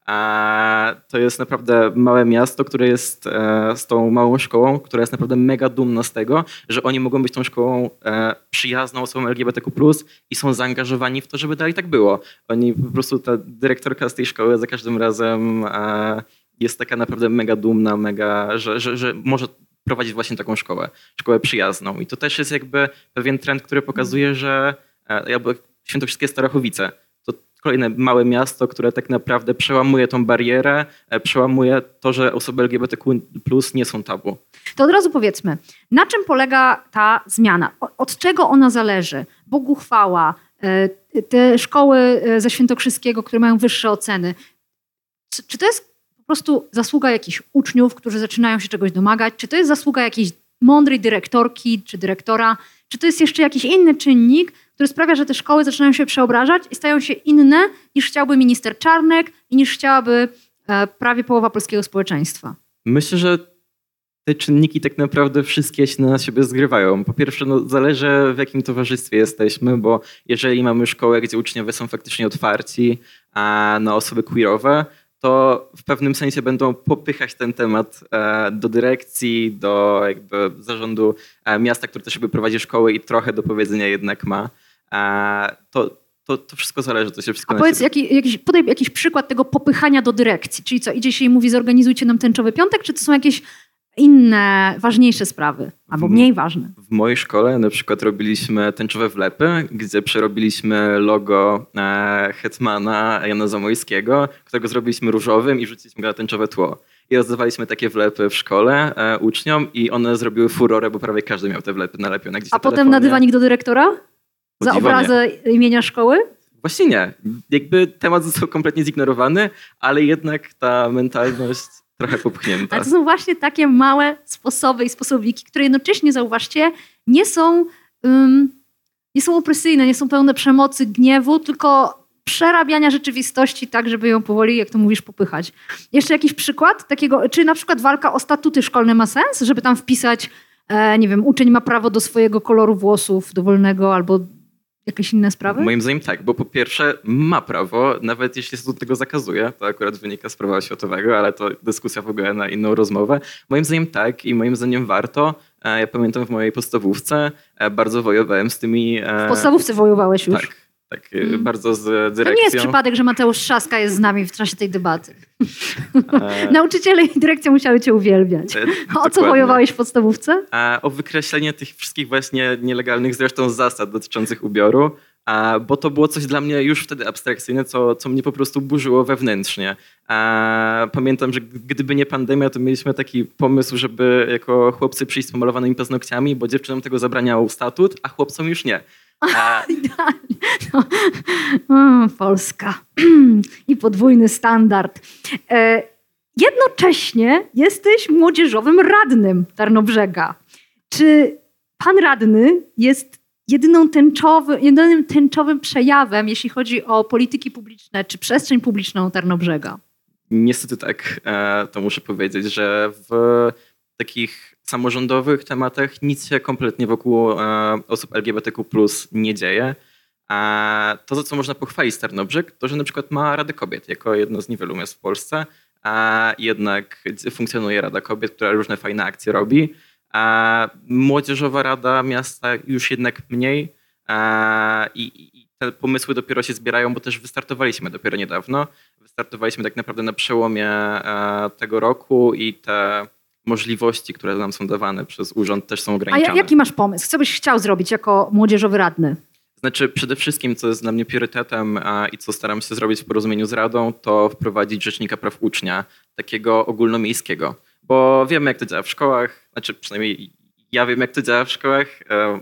To jest naprawdę małe miasto, które jest z tą małą szkołą, która jest naprawdę mega dumna z tego, że oni mogą być tą szkołą przyjazną osobom L G B T Q plus i są zaangażowani w to, żeby dalej tak było. Oni po prostu, ta dyrektorka z tej szkoły za każdym razem jest taka naprawdę mega dumna, mega, że, że, że może prowadzić właśnie taką szkołę, szkołę przyjazną. I to też jest jakby pewien trend, który pokazuje, że jakby Świętokrzyskie Starachowice to kolejne małe miasto, które tak naprawdę przełamuje tą barierę, przełamuje to, że osoby L G B T Q plus nie są tabu. To od razu powiedzmy, na czym polega ta zmiana? Od czego ona zależy? Boguchwała, te szkoły ze Świętokrzyskiego, które mają wyższe oceny. Czy to jest po prostu zasługa jakichś uczniów, którzy zaczynają się czegoś domagać? Czy to jest zasługa jakiejś mądrej dyrektorki czy dyrektora? Czy to jest jeszcze jakiś inny czynnik, który sprawia, że te szkoły zaczynają się przeobrażać i stają się inne niż chciałby minister Czarnek i niż chciałaby prawie połowa polskiego społeczeństwa? Myślę, że te czynniki tak naprawdę wszystkie się na siebie zgrywają. Po pierwsze, no, zależy w jakim towarzystwie jesteśmy, bo jeżeli mamy szkołę, gdzie uczniowie są faktycznie otwarci a na osoby queerowe, to w pewnym sensie będą popychać ten temat do dyrekcji, do jakby zarządu miasta, który też jakby prowadzi szkoły i trochę do powiedzenia jednak ma. To, to, to wszystko zależy, to się wszystko... A powiedz, jaki, jakiś, podaj jakiś przykład tego popychania do dyrekcji. Czyli co, idzie się i mówi zorganizujcie nam tęczowy piątek, czy to są jakieś inne, ważniejsze sprawy, albo mniej ważne? W mojej szkole na przykład robiliśmy tęczowe wlepy, gdzie przerobiliśmy logo e, hetmana Jana Zamojskiego, którego zrobiliśmy różowym i wrzuciliśmy go na tęczowe tło. I rozdawaliśmy takie wlepy w szkole e, uczniom i one zrobiły furorę, bo prawie każdy miał te wlepy nalepione gdzieś na A potem telefonie. na dywanik do dyrektora? Za Dziwo obrazę nie. imienia szkoły? Właśnie nie. Jakby temat został kompletnie zignorowany, ale jednak ta mentalność trochę popchnięta. Ale to są właśnie takie małe sposoby i sposobiki, które jednocześnie, zauważcie, nie są, um, nie są opresyjne, nie są pełne przemocy, gniewu, tylko przerabiania rzeczywistości tak, żeby ją powoli, jak to mówisz, popychać. Jeszcze jakiś przykład takiego, czy na przykład walka o statuty szkolne ma sens, żeby tam wpisać, e, nie wiem, uczeń ma prawo do swojego koloru włosów dowolnego albo jakieś inne sprawy? Moim zdaniem tak, bo po pierwsze ma prawo, nawet jeśli statut tego zakazuje, to akurat wynika z prawa oświatowego, ale to dyskusja w ogóle na inną rozmowę. Moim zdaniem tak i moim zdaniem warto. Ja pamiętam w mojej podstawówce bardzo wojowałem z tymi... W podstawówce wojowałeś już? Tak. Tak, hmm. bardzo z dyrekcją. To nie jest przypadek, że Mateusz Trzaska jest z nami w czasie tej debaty. E... Nauczyciele i dyrekcja musiały cię uwielbiać. E, o co wojowałeś w podstawówce? E, o wykreślenie tych wszystkich właśnie nielegalnych zresztą zasad dotyczących ubioru, e, bo to było coś dla mnie już wtedy abstrakcyjne, co, co mnie po prostu burzyło wewnętrznie. E, pamiętam, że gdyby nie pandemia, to mieliśmy taki pomysł, żeby jako chłopcy przyjść z pomalowanymi paznokciami, bo dziewczynom tego zabraniał statut, a chłopcom już nie. A... No. O, Polska i podwójny standard. E, jednocześnie jesteś młodzieżowym radnym Tarnobrzega. Czy pan radny jest jedyną tęczowy, jedynym tęczowym przejawem, jeśli chodzi o polityki publiczne czy przestrzeń publiczną Tarnobrzega? Niestety tak, e, to muszę powiedzieć, że w takich samorządowych tematach nic się kompletnie wokół e, osób L G B T Q plus nie dzieje. A to, za co można pochwalić Tarnobrzeg, to, że na przykład ma Radę Kobiet jako jedno z niewielu miast w Polsce, a jednak funkcjonuje Rada Kobiet, która różne fajne akcje robi. A Młodzieżowa Rada Miasta już jednak mniej a, i, i te pomysły dopiero się zbierają, bo też wystartowaliśmy dopiero niedawno. Wystartowaliśmy tak naprawdę na przełomie a, tego roku i te możliwości, które nam są dawane przez urząd, też są ograniczone. A jaki masz pomysł? Co byś chciał zrobić jako młodzieżowy radny? Znaczy przede wszystkim, co jest dla mnie priorytetem a, i co staram się zrobić w porozumieniu z Radą, to wprowadzić Rzecznika Praw Ucznia, takiego ogólnomiejskiego. Bo wiemy, jak to działa w szkołach, znaczy przynajmniej ja wiem, jak to działa w szkołach, e,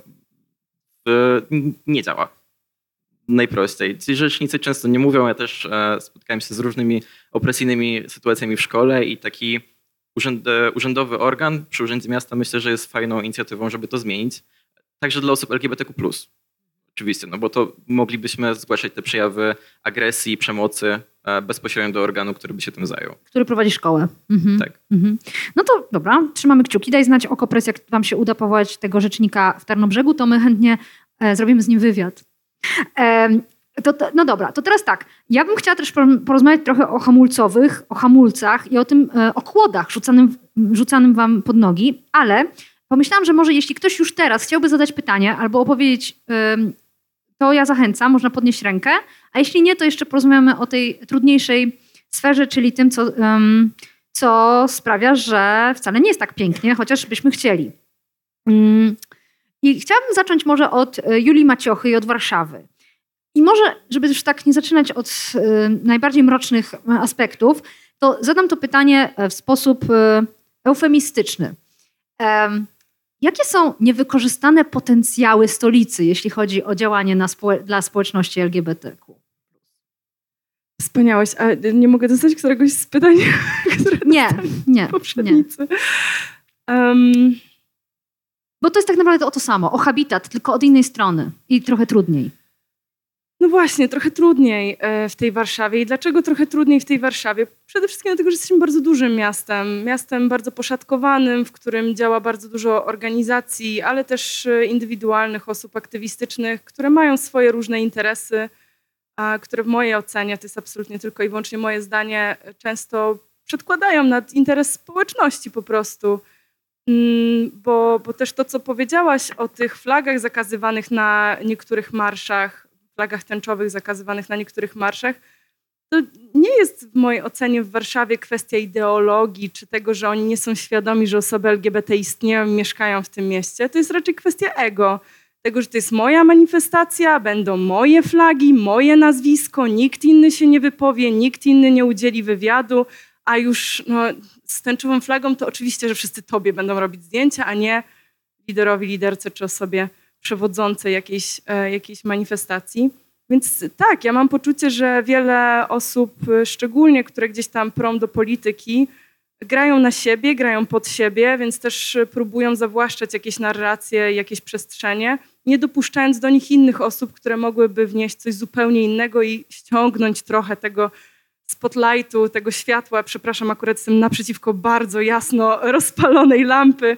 e, nie działa. Najprościej. Ci rzecznicy często nie mówią, ja też e, spotkałem się z różnymi opresyjnymi sytuacjami w szkole i taki urząd, urzędowy organ przy Urzędzie Miasta myślę, że jest fajną inicjatywą, żeby to zmienić. Także dla osób L G B T Q plus. Oczywiście, no bo to moglibyśmy zgłaszać te przejawy agresji, przemocy e, bezpośrednio do organu, który by się tym zajął. Który prowadzi szkołę. Mhm. Tak. Mhm. No to dobra, trzymamy kciuki. Daj znać Okopres, jak wam się uda powołać tego rzecznika w Tarnobrzegu, to my chętnie e, zrobimy z nim wywiad. E, to, to, no dobra, to teraz tak. Ja bym chciała też porozmawiać trochę o hamulcowych, o hamulcach i o tym, e, o kłodach rzucanym, rzucanym wam pod nogi, ale pomyślałam, że może jeśli ktoś już teraz chciałby zadać pytanie albo opowiedzieć, e, to ja zachęcam, można podnieść rękę, a jeśli nie, to jeszcze porozmawiamy o tej trudniejszej sferze, czyli tym, co, um, co sprawia, że wcale nie jest tak pięknie, chociaż byśmy chcieli. Um, I chciałabym zacząć może od Julii Maciochy i od Warszawy. I może, żeby już tak nie zaczynać od um, najbardziej mrocznych aspektów, to zadam to pytanie w sposób um, eufemistyczny. Um, Jakie są niewykorzystane potencjały stolicy, jeśli chodzi o działanie na spo- dla społeczności L G B T Q? Wspaniałaś, a nie mogę dostać któregoś z pytań, które Nie, nie, poprzednicy. Um, Bo to jest tak naprawdę o to samo, o habitat, tylko od innej strony i trochę trudniej. No właśnie, trochę trudniej w tej Warszawie. I dlaczego trochę trudniej w tej Warszawie? Przede wszystkim dlatego, że jesteśmy bardzo dużym miastem. Miastem bardzo poszatkowanym, w którym działa bardzo dużo organizacji, ale też indywidualnych osób aktywistycznych, które mają swoje różne interesy, a które w mojej ocenie, to jest absolutnie tylko i wyłącznie moje zdanie, często przedkładają nad interes społeczności po prostu. Bo, bo też to, co powiedziałaś o tych flagach zakazywanych na niektórych marszach, flagach tęczowych zakazywanych na niektórych marszach, to nie jest w mojej ocenie w Warszawie kwestia ideologii, czy tego, że oni nie są świadomi, że osoby L G B T istnieją i mieszkają w tym mieście. To jest raczej kwestia ego. Tego, że to jest moja manifestacja, będą moje flagi, moje nazwisko, nikt inny się nie wypowie, nikt inny nie udzieli wywiadu, a już no, z tęczową flagą to oczywiście, że wszyscy tobie będą robić zdjęcia, a nie liderowi, liderce czy osobie przewodzącej jakiejś, jakiejś manifestacji. Więc tak, ja mam poczucie, że wiele osób, szczególnie które gdzieś tam prą do polityki, grają na siebie, grają pod siebie, więc też próbują zawłaszczać jakieś narracje, jakieś przestrzenie, nie dopuszczając do nich innych osób, które mogłyby wnieść coś zupełnie innego i ściągnąć trochę tego spotlightu, tego światła. Przepraszam, akurat jestem naprzeciwko bardzo jasno rozpalonej lampy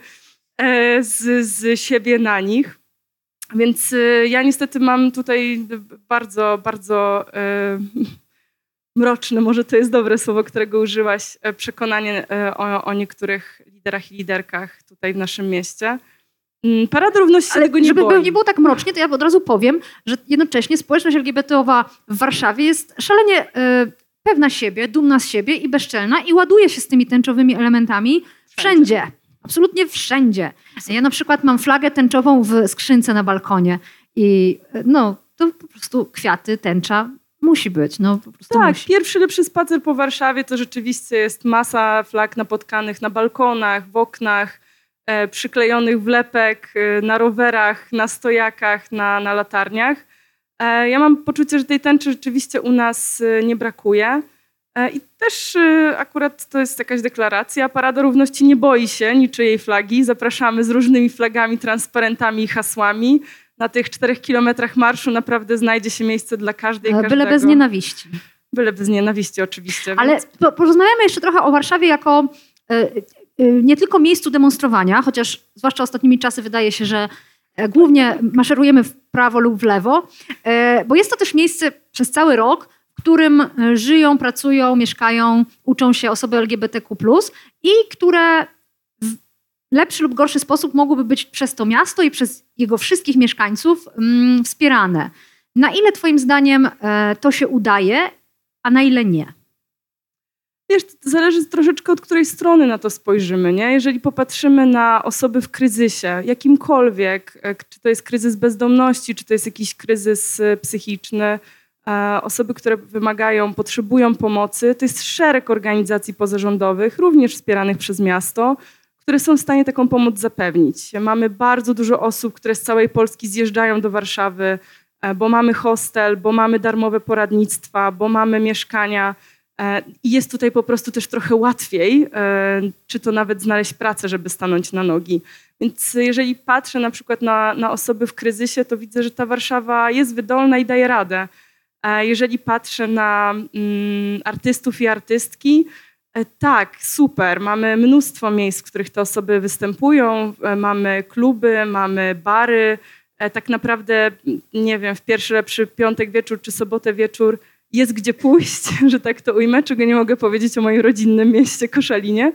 z, z siebie na nich. Więc ja niestety mam tutaj bardzo, bardzo e, mroczne, może to jest dobre słowo, którego użyłaś, przekonanie o, o niektórych liderach i liderkach tutaj w naszym mieście. Parada Równości się Ale tego nie żeby boi. nie było tak mrocznie, to ja od razu powiem, że jednocześnie społeczność L G B T-owa w Warszawie jest szalenie e, pewna siebie, dumna z siebie i bezczelna i ładuje się z tymi tęczowymi elementami wszędzie. Absolutnie wszędzie. Ja na przykład mam flagę tęczową w skrzynce na balkonie i no, to po prostu kwiaty, tęcza musi być. No, po prostu tak, musi. Pierwszy lepszy spacer po Warszawie to rzeczywiście jest masa flag napotkanych na balkonach, w oknach, e, przyklejonych wlepek, e, na rowerach, na stojakach, na, na latarniach. E, ja mam poczucie, że tej tęczy rzeczywiście u nas e, nie brakuje. I też akurat to jest jakaś deklaracja. Parada Równości nie boi się niczyjej flagi. Zapraszamy z różnymi flagami, transparentami i hasłami. Na tych czterech kilometrach marszu naprawdę znajdzie się miejsce dla każdej i każdego. Byle bez nienawiści. Byle bez nienawiści oczywiście. Ale więc... porozmawiamy jeszcze trochę o Warszawie jako y, y, nie tylko miejscu demonstrowania, chociaż zwłaszcza ostatnimi czasy wydaje się, że głównie maszerujemy w prawo lub w lewo. bo jest to też miejsce przez cały rok, w którym żyją, pracują, mieszkają, uczą się osoby L G B T Q plus i które w lepszy lub gorszy sposób mogłyby być przez to miasto i przez jego wszystkich mieszkańców mm, wspierane. Na ile twoim zdaniem e, to się udaje, a na ile nie? Wiesz, to zależy troszeczkę od której strony na to spojrzymy, nie? Jeżeli popatrzymy na osoby w kryzysie, jakimkolwiek, czy to jest kryzys bezdomności, czy to jest jakiś kryzys psychiczny, osoby, które wymagają, potrzebują pomocy, to jest szereg organizacji pozarządowych, również wspieranych przez miasto, które są w stanie taką pomoc zapewnić. Mamy bardzo dużo osób, które z całej Polski zjeżdżają do Warszawy, bo mamy hostel, bo mamy darmowe poradnictwa, bo mamy mieszkania. I jest tutaj po prostu też trochę łatwiej, czy to nawet znaleźć pracę, żeby stanąć na nogi. Więc jeżeli patrzę na przykład na, na osoby w kryzysie, to widzę, że ta Warszawa jest wydolna i daje radę. Jeżeli patrzę na mm, artystów i artystki, tak, super. Mamy mnóstwo miejsc, w których te osoby występują. Mamy kluby, mamy bary. Tak naprawdę, nie wiem, w pierwszy lepszy piątek wieczór czy sobotę wieczór jest gdzie pójść, że tak to ujmę, czego nie mogę powiedzieć o moim rodzinnym mieście Koszalinie.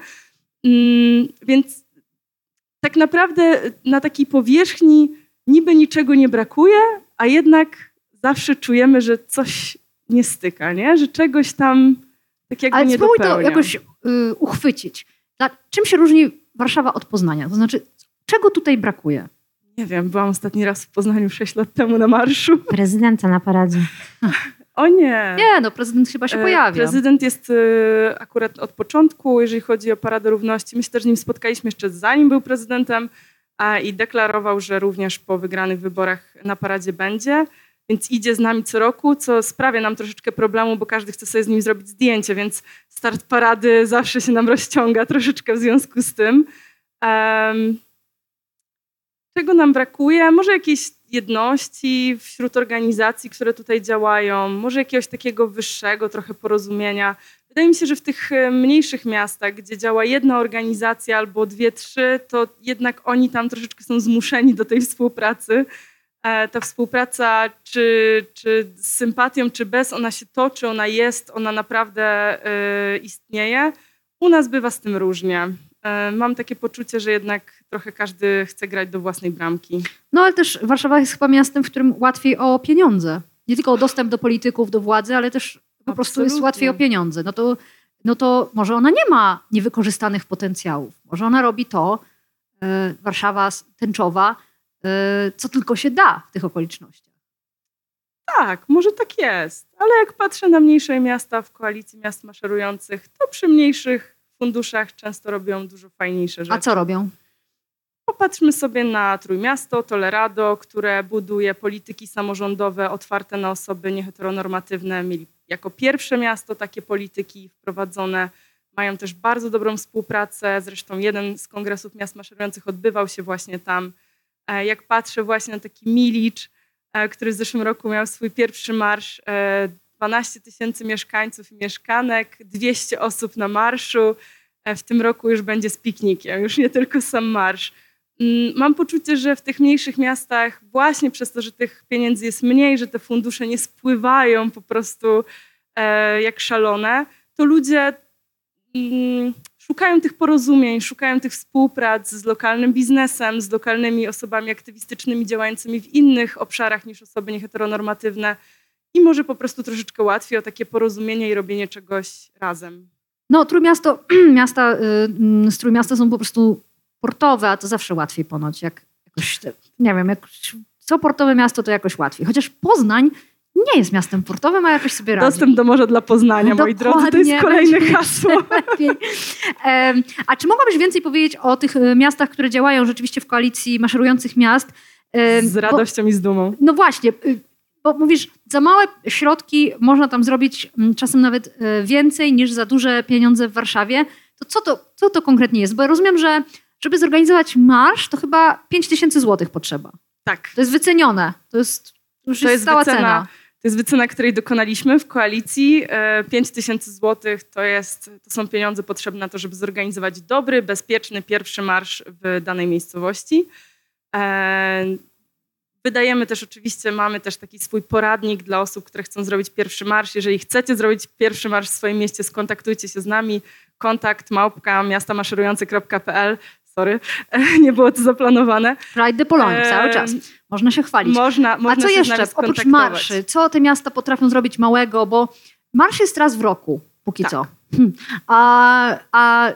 Mm, więc tak naprawdę na takiej powierzchni niby niczego nie brakuje, a jednak zawsze czujemy, że coś nie styka, nie? Że czegoś tam tak jakby Ale nie spróbuj dopełnia. to jakoś y, uchwycić. Dla, czym się różni Warszawa od Poznania? To znaczy, czego tutaj brakuje? Nie wiem, byłam ostatni raz w Poznaniu sześć lat temu na marszu. Prezydenta na paradzie. O nie! Nie, no prezydent chyba się E, pojawia. Prezydent jest e, akurat od początku, jeżeli chodzi o Paradę Równości. My się też z nim spotkaliśmy jeszcze zanim był prezydentem a, i deklarował, że również po wygranych wyborach na paradzie będzie. Więc idzie z nami co roku, co sprawia nam troszeczkę problemu, bo każdy chce sobie z nim zrobić zdjęcie, więc start parady zawsze się nam rozciąga troszeczkę w związku z tym. Um, czego nam brakuje? Może jakiejś jedności wśród organizacji, które tutaj działają, może jakiegoś takiego wyższego trochę porozumienia. Wydaje mi się, że w tych mniejszych miastach, gdzie działa jedna organizacja albo dwie, trzy, to jednak oni tam troszeczkę są zmuszeni do tej współpracy. Ta współpraca, czy, czy z sympatią, czy bez, ona się toczy, ona jest, ona naprawdę y, istnieje. U nas bywa z tym różnie. Y, mam takie poczucie, że jednak trochę każdy chce grać do własnej bramki. No ale też Warszawa jest chyba miastem, w którym łatwiej o pieniądze. Nie tylko o dostęp do polityków, do władzy, ale też po prostu jest Absolutnie. łatwiej o pieniądze. No to, no to może ona nie ma niewykorzystanych potencjałów. Może ona robi to, y, Warszawa tęczowa, y, co tylko się da w tych okolicznościach. Tak, może tak jest. Ale jak patrzę na mniejsze miasta w koalicji miast maszerujących, to przy mniejszych funduszach często robią dużo fajniejsze rzeczy. A co robią? Popatrzmy sobie na Trójmiasto, Tolerado, które buduje polityki samorządowe otwarte na osoby nieheteronormatywne. Mieli jako pierwsze miasto takie polityki wprowadzone. Mają też bardzo dobrą współpracę. Zresztą jeden z kongresów miast maszerujących odbywał się właśnie tam. Jak patrzę właśnie na taki Milicz, który w zeszłym roku miał swój pierwszy marsz, dwanaście tysięcy mieszkańców i mieszkanek, dwieście osób na marszu. W tym roku już będzie z piknikiem, już nie tylko sam marsz. Mam poczucie, że w tych mniejszych miastach właśnie przez to, że tych pieniędzy jest mniej, że te fundusze nie spływają po prostu e, jak szalone, to ludzie mm, szukają tych porozumień, szukają tych współprac z lokalnym biznesem, z lokalnymi osobami aktywistycznymi działającymi w innych obszarach niż osoby nieheteronormatywne i może po prostu troszeczkę łatwiej o takie porozumienie i robienie czegoś razem. No Trójmiasto, miasta, y, z Trójmiasta są po prostu portowe, a to zawsze łatwiej ponoć. Jak jakoś, nie wiem, jak, co portowe miasto, to jakoś łatwiej. Chociaż Poznań nie jest miastem portowym, a jakoś sobie radzi. Dostęp do morza dla Poznania, moi drodzy, to jest kolejne hasło. um, a czy mogłabyś więcej powiedzieć o tych miastach, które działają rzeczywiście w koalicji maszerujących miast? Um, z radością bo, i z dumą. No właśnie, bo mówisz, za małe środki można tam zrobić czasem nawet więcej niż za duże pieniądze w Warszawie. To co to, co to konkretnie jest? Bo ja rozumiem, że żeby zorganizować marsz, to chyba pięć tysięcy złotych potrzeba. Tak. To jest wycenione. To jest już to jest jest stała wycena, cena. To jest wycena, której dokonaliśmy w koalicji. pięć tysięcy złotych to, jest, to są pieniądze potrzebne na to, żeby zorganizować dobry, bezpieczny pierwszy marsz w danej miejscowości. Wydajemy też oczywiście, mamy też taki swój poradnik dla osób, które chcą zrobić pierwszy marsz. Jeżeli chcecie zrobić pierwszy marsz w swoim mieście, skontaktujcie się z nami. Kontakt małpka miastamaszerujące kropka p l. Sorry, nie było to zaplanowane. Pride de Pologne, Ehm, cały czas. Można się chwalić. Można, można A co się z jeszcze, nami oprócz skontaktować. marszy, co te miasta potrafią zrobić małego, bo marsz jest raz w roku, póki Tak. co. Hm. A, a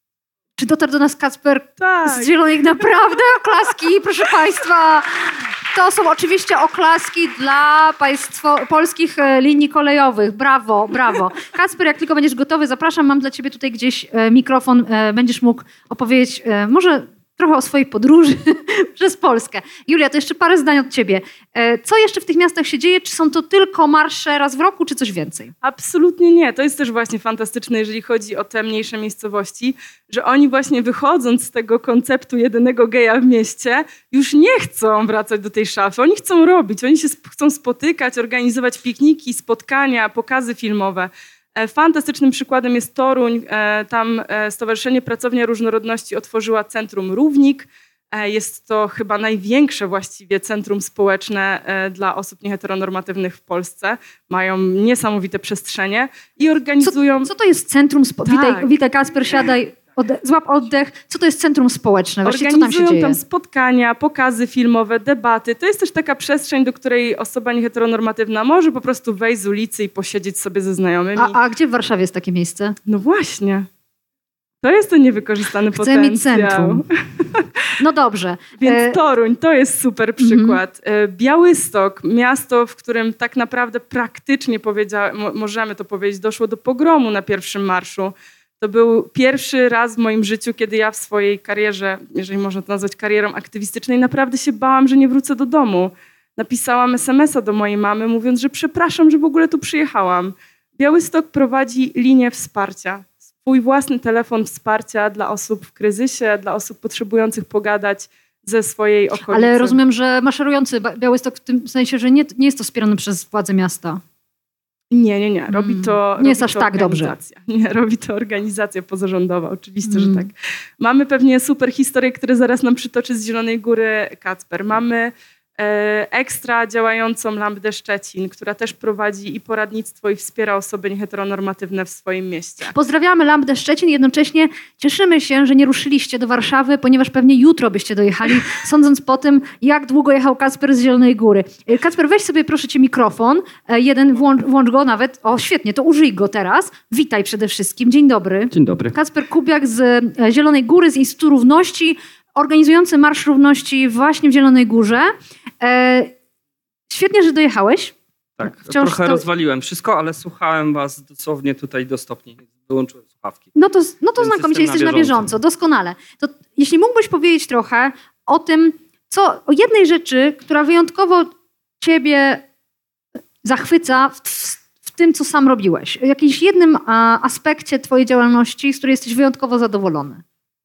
czy dotarł do nas Kacper Tak. z Zielonych? Naprawdę oklaski, proszę Państwa. To są oczywiście oklaski dla państwo, polskich e, linii kolejowych. Brawo, brawo. Kacper, jak tylko będziesz gotowy, zapraszam. Mam dla ciebie tutaj gdzieś e, mikrofon. E, będziesz mógł opowiedzieć e, może trochę o swojej podróży przez Polskę. Julia, to jeszcze parę zdań od ciebie. E, co jeszcze w tych miastach się dzieje? Czy są to tylko marsze raz w roku, czy coś więcej? Absolutnie nie. To jest też właśnie fantastyczne, jeżeli chodzi o te mniejsze miejscowości, że oni właśnie wychodząc z tego konceptu jedynego geja w mieście, już nie chcą wracać do tej szafy. Oni chcą robić, oni się sp- chcą spotykać, organizować pikniki, spotkania, pokazy filmowe. E, Fantastycznym przykładem jest Toruń. E, Tam e, Stowarzyszenie Pracownia Różnorodności otworzyła Centrum Równik. E, Jest to chyba największe właściwie centrum społeczne e, dla osób nieheteronormatywnych w Polsce. Mają niesamowite przestrzenie i organizują... Co to jest centrum... Spo- Tak. Witaj, witaj, Kacper, siadaj, ode- złap oddech. Co to jest centrum społeczne? Właściwie co tam się Organizują dzieje? tam spotkania, pokazy filmowe, debaty. To jest też taka przestrzeń, do której osoba nieheteronormatywna może po prostu wejść z ulicy i posiedzieć sobie ze znajomymi. A, a gdzie w Warszawie jest takie miejsce? No właśnie. To jest ten niewykorzystany Chcę potencjał. mieć centrum. No dobrze. Więc E, Toruń to jest super przykład. E, Białystok, miasto, w którym tak naprawdę praktycznie powiedzia- mo- możemy to powiedzieć, doszło do pogromu na pierwszym marszu. To był pierwszy raz w moim życiu, kiedy ja w swojej karierze, jeżeli można to nazwać karierą aktywistycznej, naprawdę się bałam, że nie wrócę do domu. Napisałam es em es a do mojej mamy, mówiąc, że przepraszam, że w ogóle tu przyjechałam. Białystok prowadzi linię wsparcia. Swój własny telefon wsparcia dla osób w kryzysie, dla osób potrzebujących pogadać ze swojej okolicy. Ale rozumiem, że maszerujący Ba- Białystok w tym sensie, że nie, nie jest to wspierane przez władze miasta. Nie, nie, nie. Robi to Mm. Nie jest robi aż to tak dobrze. organizacja. Nie, robi to organizacja pozarządowa. Oczywiście, że Mm. tak. Mamy pewnie super historię, które zaraz nam przytoczy z Zielonej Góry Kacper. Mamy e, ekstra działającą Lambdę Szczecin, która też prowadzi i poradnictwo, i wspiera osoby nieheteronormatywne w swoim mieście. Pozdrawiamy Lambdę Szczecin. Jednocześnie cieszymy się, że nie ruszyliście do Warszawy, ponieważ pewnie jutro byście dojechali, sądząc po tym, jak długo jechał Kacper z Zielonej Góry. E, Kacper, weź sobie proszę cię mikrofon. E, Jeden, włącz, włącz go nawet. O, świetnie, to użyj go teraz. Witaj przede wszystkim. Dzień dobry. Dzień dobry. Kacper Kubiak z e, Zielonej Góry, z Instytutu Równości, organizujący Marsz Równości właśnie w Zielonej Górze. E, świetnie, że dojechałeś. Tak, Wciąż trochę to- rozwaliłem wszystko, ale słuchałem was dosłownie tutaj do stopni. Wyłączyłem słuchawki. No to, no to Więc znakomicie, jestem jesteś na na bieżąco. bieżąco. Doskonale. To jeśli mógłbyś powiedzieć trochę o tym, co, o jednej rzeczy, która wyjątkowo ciebie zachwyca w, w tym, co sam robiłeś. O jakimś jednym a, aspekcie twojej działalności, z której jesteś wyjątkowo zadowolony.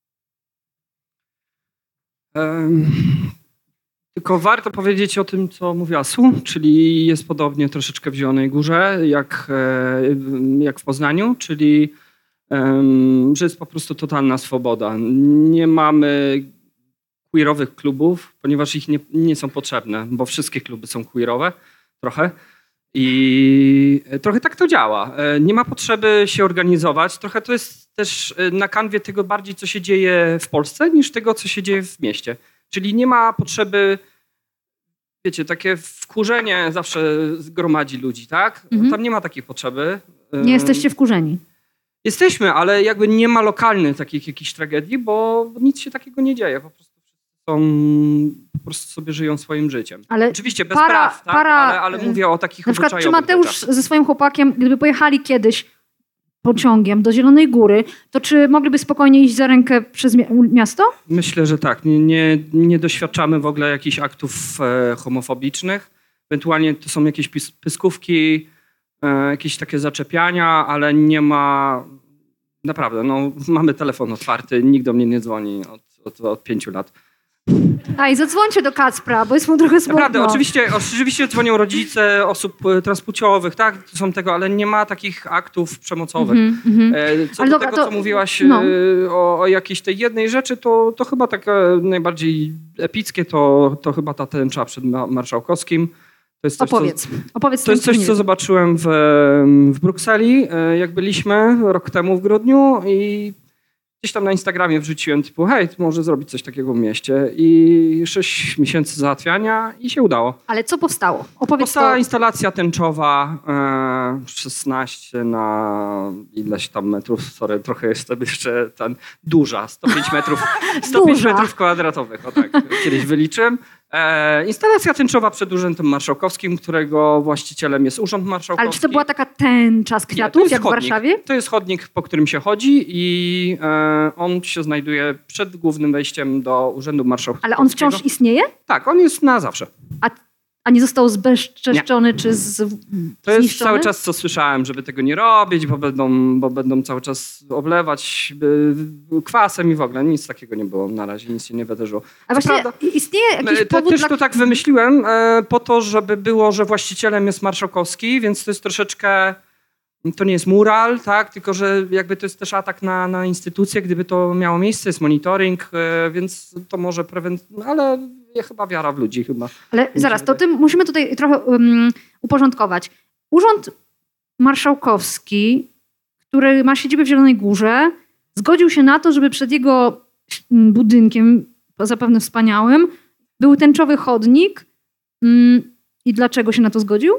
Em, tylko warto powiedzieć o tym, co mówiła Su, czyli jest podobnie troszeczkę w Zielonej Górze, jak, e, jak w Poznaniu, czyli em, że jest po prostu totalna swoboda. Nie mamy queerowych klubów, ponieważ ich nie, nie są potrzebne, bo wszystkie kluby są queerowe trochę. I trochę tak to działa. E, Nie ma potrzeby się organizować. Trochę to jest też e, na kanwie tego bardziej, co się dzieje w Polsce, niż tego, co się dzieje w mieście. Czyli nie ma potrzeby, wiecie, takie wkurzenie zawsze zgromadzi ludzi, tak? Mhm. Tam nie ma takiej potrzeby. E, Nie jesteście wkurzeni. Jesteśmy, ale jakby nie ma lokalnych takich jakichś tragedii, bo nic się takiego nie dzieje. Po prostu są, po prostu sobie żyją swoim życiem. Ale Oczywiście bez para- praw, tak? para- ale, ale mówię o takich na przykład, czy obyczajowych Mateusz rzeczach. ze swoim chłopakiem, gdyby pojechali kiedyś pociągiem do Zielonej Góry, to czy mogliby spokojnie iść za rękę przez mi- miasto? Myślę, że tak. Nie, nie, nie doświadczamy w ogóle jakichś aktów e, homofobicznych. Ewentualnie to są jakieś pis, pyskówki, e, jakieś takie zaczepiania, ale nie ma... Naprawdę, no, mamy telefon otwarty, nikt do mnie nie dzwoni od, od, od pięciu lat. A i zadzwońcie do Kacpra, bo jest mu trochę smutno. Naprawdę, oczywiście, oczywiście dzwonią rodzice osób e, transpłciowych, tak, to są tego, ale nie ma takich aktów przemocowych. Mhm, mhm. E, Co Ale do dobra, tego, to- co mówiłaś no. e, o, o jakiejś tej jednej rzeczy, to, to chyba takie najbardziej epickie, to, to chyba ta tęcza przed ma- Marszałkowskim. To jest coś, co, Opowiedz. Opowiedz to jest tym, coś, nie co wiem. zobaczyłem w, w Brukseli, e, jak byliśmy rok temu w grudniu i gdzieś tam na Instagramie wrzuciłem typu, hej, może zrobić coś takiego w mieście i sześć miesięcy załatwiania i się udało. Ale co powstało? Opowiedz Powstała to. instalacja tęczowa e, szesnaście na ileś tam metrów, sorry, trochę jestem jeszcze ten, duża, sto pięć metrów, sto pięć Duża. metrów kwadratowych, o tak, kiedyś wyliczyłem. E, instalacja tęczowa przed Urzędem Marszałkowskim, którego właścicielem jest Urząd Marszałkowski. Ale czy to była taka tęcza z Nie, to kwiatów, jest jak w chodnik. Warszawie? To jest chodnik, po którym się chodzi i e, on się znajduje przed głównym wejściem do Urzędu Marszałkowskiego. Ale on wciąż istnieje? Tak, on jest na zawsze. A, a nie został zbezczeszczony czy z, To jest zniszczony? cały czas, co słyszałem, żeby tego nie robić, bo będą, bo będą cały czas oblewać y, kwasem i w ogóle. Nic takiego nie było na razie, nic się nie wydarzyło. A właśnie prawda. istnieje jakiś E, te- powód Też dla... to tak wymyśliłem e, po to, żeby było, że właścicielem jest Marszałkowski, więc to jest troszeczkę, to nie jest mural, tak, tylko że jakby to jest też atak na, na instytucje, gdyby to miało miejsce, jest monitoring, e, więc to może prewent... ale ja chyba wiara w ludzi chyba. Ale mi się zaraz, to wydaje. tym musimy tutaj trochę um, uporządkować. Urząd Marszałkowski, który ma siedzibę w Zielonej Górze, zgodził się na to, żeby przed jego mm, budynkiem, zapewne wspaniałym, był tęczowy chodnik. Mm, I dlaczego się na to zgodził?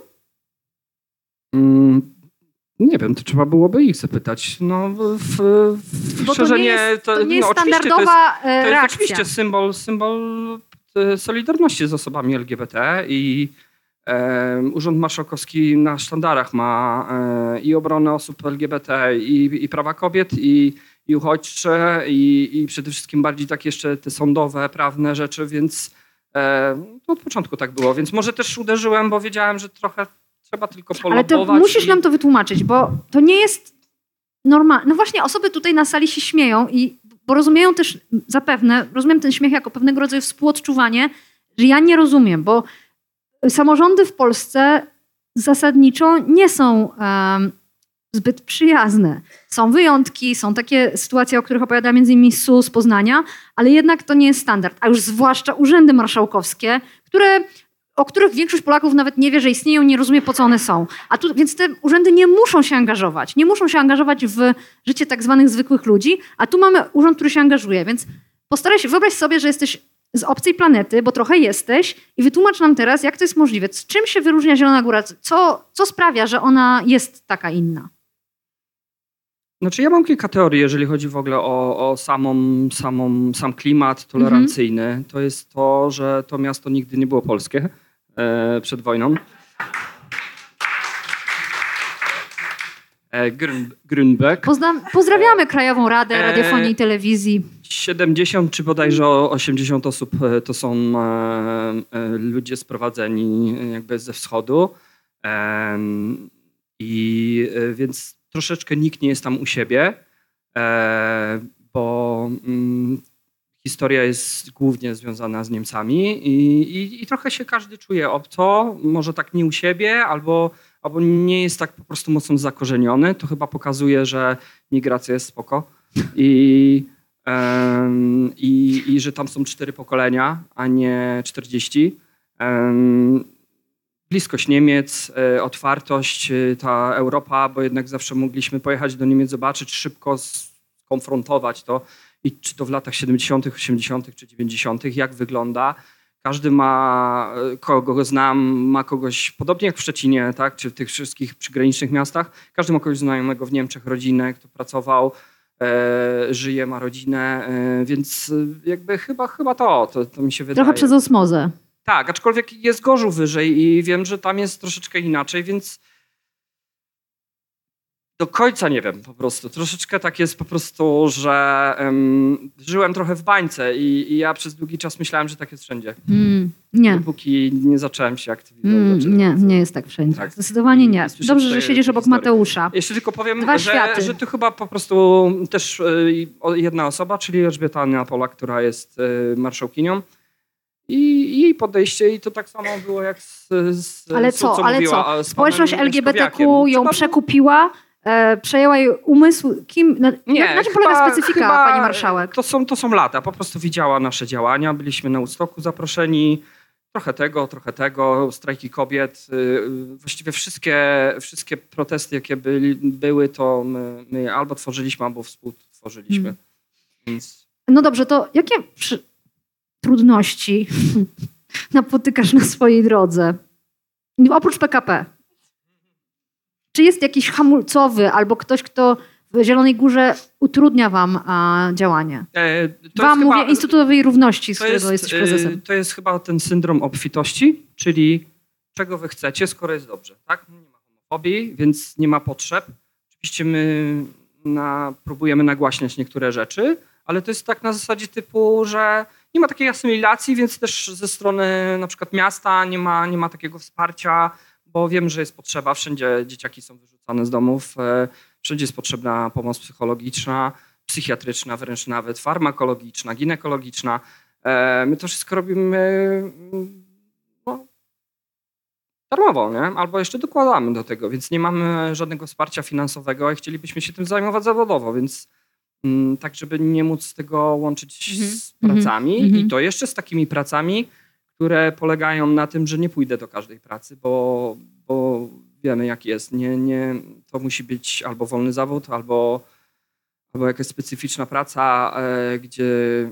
Mm, nie wiem, to trzeba byłoby ich zapytać. No, w, w, Bo to szczerze nie jest, to nie jest no, oczywiście standardowa to jest, e, to jest reakcja. oczywiście symbol, symbol e, solidarności z osobami L G B T i e, Urząd Marszałkowski na sztandarach ma e, i obronę osób L G B T, i, i prawa kobiet, i, i uchodźcze, i, i przede wszystkim bardziej takie jeszcze te sądowe, prawne rzeczy, więc e, to od początku tak było. Więc może też uderzyłem, bo wiedziałem, że trochę trzeba tylko Ale polobować. to musisz i... nam to wytłumaczyć, bo to nie jest normalne. No właśnie, osoby tutaj na sali się śmieją, i, bo rozumieją też zapewne, rozumiem ten śmiech jako pewnego rodzaju współodczuwanie, że ja nie rozumiem, bo samorządy w Polsce zasadniczo nie są um, zbyt przyjazne. Są wyjątki, są takie sytuacje, o których opowiada między innymi S U z Poznania, ale jednak to nie jest standard. A już zwłaszcza urzędy marszałkowskie, które, o których większość Polaków nawet nie wie, że istnieją, nie rozumie, po co one są. A tu, więc te urzędy nie muszą się angażować. Nie muszą się angażować w życie tak zwanych zwykłych ludzi, a tu mamy urząd, który się angażuje. Więc postaraj się, wyobraź sobie, że jesteś z obcej planety, bo trochę jesteś, i wytłumacz nam teraz, jak to jest możliwe. Z czym się wyróżnia Zielona Góra? Co, co sprawia, że ona jest taka inna? Znaczy ja mam kilka teorii, jeżeli chodzi w ogóle o, o samą, samą, sam klimat tolerancyjny. Mhm. To jest to, że to miasto nigdy nie było polskie e, przed wojną. E, Grün, Grünberg. Pozna, pozdrawiamy Krajową Radę E, Radiofonii i Telewizji. siedemdziesiąt czy bodajże osiemdziesiąt osób e, to są e, e, ludzie sprowadzeni jakby ze wschodu. E, I e, więc troszeczkę nikt nie jest tam u siebie, e, bo mm, historia jest głównie związana z Niemcami i, i, i trochę się każdy czuje obco, może tak nie u siebie, albo, albo nie jest tak po prostu mocno zakorzeniony. To chyba pokazuje, że migracja jest spoko i, em, i, i że tam są cztery pokolenia, a nie czterdzieści. Em, bliskość Niemiec, e, otwartość, e, ta Europa, bo jednak zawsze mogliśmy pojechać do Niemiec, zobaczyć, szybko skonfrontować to, i czy to w latach siedemdziesiątych, osiemdziesiątych czy dziewięćdziesiątych, jak wygląda. Każdy ma, e, kogo znam, ma kogoś, podobnie jak w Szczecinie, tak, czy w tych wszystkich przygranicznych miastach, każdy ma kogoś znajomego w Niemczech, rodzinę, kto pracował, e, żyje, ma rodzinę, e, więc e, jakby chyba, chyba to, to, to mi się wydaje. Trochę przez osmozę. Tak, aczkolwiek jest Gorzów wyżej i wiem, że tam jest troszeczkę inaczej, więc Do końca nie wiem po prostu. Troszeczkę tak jest po prostu, że um, żyłem trochę w bańce i, i ja przez długi czas myślałem, że tak jest wszędzie. Mm, nie. Dopóki nie zacząłem się aktywizować. Mm, nie, nie jest tak wszędzie. Tak. Zdecydowanie nie. Słyszę Dobrze, że tutaj siedzisz obok historię. Mateusza. Jeszcze tylko powiem, Dwa że, światy. że to chyba po prostu też y, jedna osoba, czyli Elżbieta Anna-Pola, która jest y, marszałkinią. I, I jej podejście i to tak samo było jak z, z Ale z- co, co ale mówiła, co? a, z Społeczność panem L G B T Q Jaśkowiakiem. ją Trzeba- przekupiła, e, przejęła jej umysł. Kim, na, Nie, na, na czym chyba- polega specyfika, chyba pani marszałek? To są, to są lata. Po prostu widziała nasze działania. Byliśmy na Woodstocku zaproszeni. Trochę tego, trochę tego. Strajki kobiet. Yy, Właściwie wszystkie, wszystkie protesty, jakie byli, były, to my, my albo tworzyliśmy, albo współtworzyliśmy. Hmm. Więc No dobrze, to jakie przy... trudności napotykasz na swojej drodze? Oprócz P K P. Czy jest jakiś hamulcowy albo ktoś, kto w Zielonej Górze utrudnia wam a, działanie? e, to Wam jest mówię chyba- Instytutowej Równości, z To którego jest, jesteś prezesem. y, to jest chyba ten syndrom obfitości, czyli czego wy chcecie, skoro jest dobrze. Tak? Nie ma homofobii, więc nie ma potrzeb. Oczywiście my na, próbujemy nagłaśniać niektóre rzeczy, ale to jest tak na zasadzie typu, że nie ma takiej asymilacji, więc też ze strony na przykład miasta nie ma, nie ma takiego wsparcia, bo wiem, że jest potrzeba. Wszędzie dzieciaki są wyrzucane z domów, e, wszędzie jest potrzebna pomoc psychologiczna, psychiatryczna, wręcz nawet farmakologiczna, ginekologiczna. E, My to wszystko robimy mm, no, darmowo, nie? Albo jeszcze dokładamy do tego, więc nie mamy żadnego wsparcia finansowego i chcielibyśmy się tym zajmować zawodowo, więc mm, tak, żeby nie móc tego łączyć Mhm. z pracami Mhm. i to jeszcze z takimi pracami, które polegają na tym, że nie pójdę do każdej pracy, bo, bo wiemy jak jest. Nie, nie, to musi być albo wolny zawód, albo, albo jakaś specyficzna praca, e, gdzie,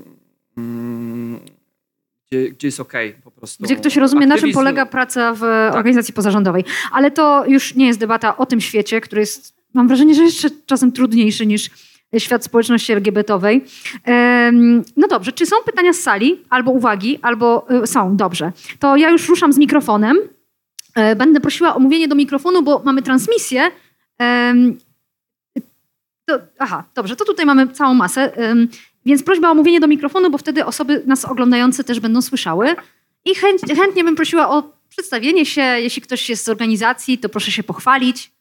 mm, gdzie, gdzie jest okej po prostu. Gdzie ktoś rozumie, na czym Aktywizm- polega praca w organizacji pozarządowej. Ale to już nie jest debata o tym świecie, który jest, mam wrażenie, że jeszcze czasem trudniejszy niż świat społeczności L G B T owej. Em, No dobrze, czy są pytania z sali, albo uwagi, albo y, są, dobrze. To ja już ruszam z mikrofonem. E, Będę prosiła o mówienie do mikrofonu, bo mamy transmisję. Em, To, aha, dobrze, to tutaj mamy całą masę. Em, Więc prośba o mówienie do mikrofonu, bo wtedy osoby nas oglądające też będą słyszały. I chęć, chętnie bym prosiła o przedstawienie się. Jeśli ktoś jest z organizacji, to proszę się pochwalić.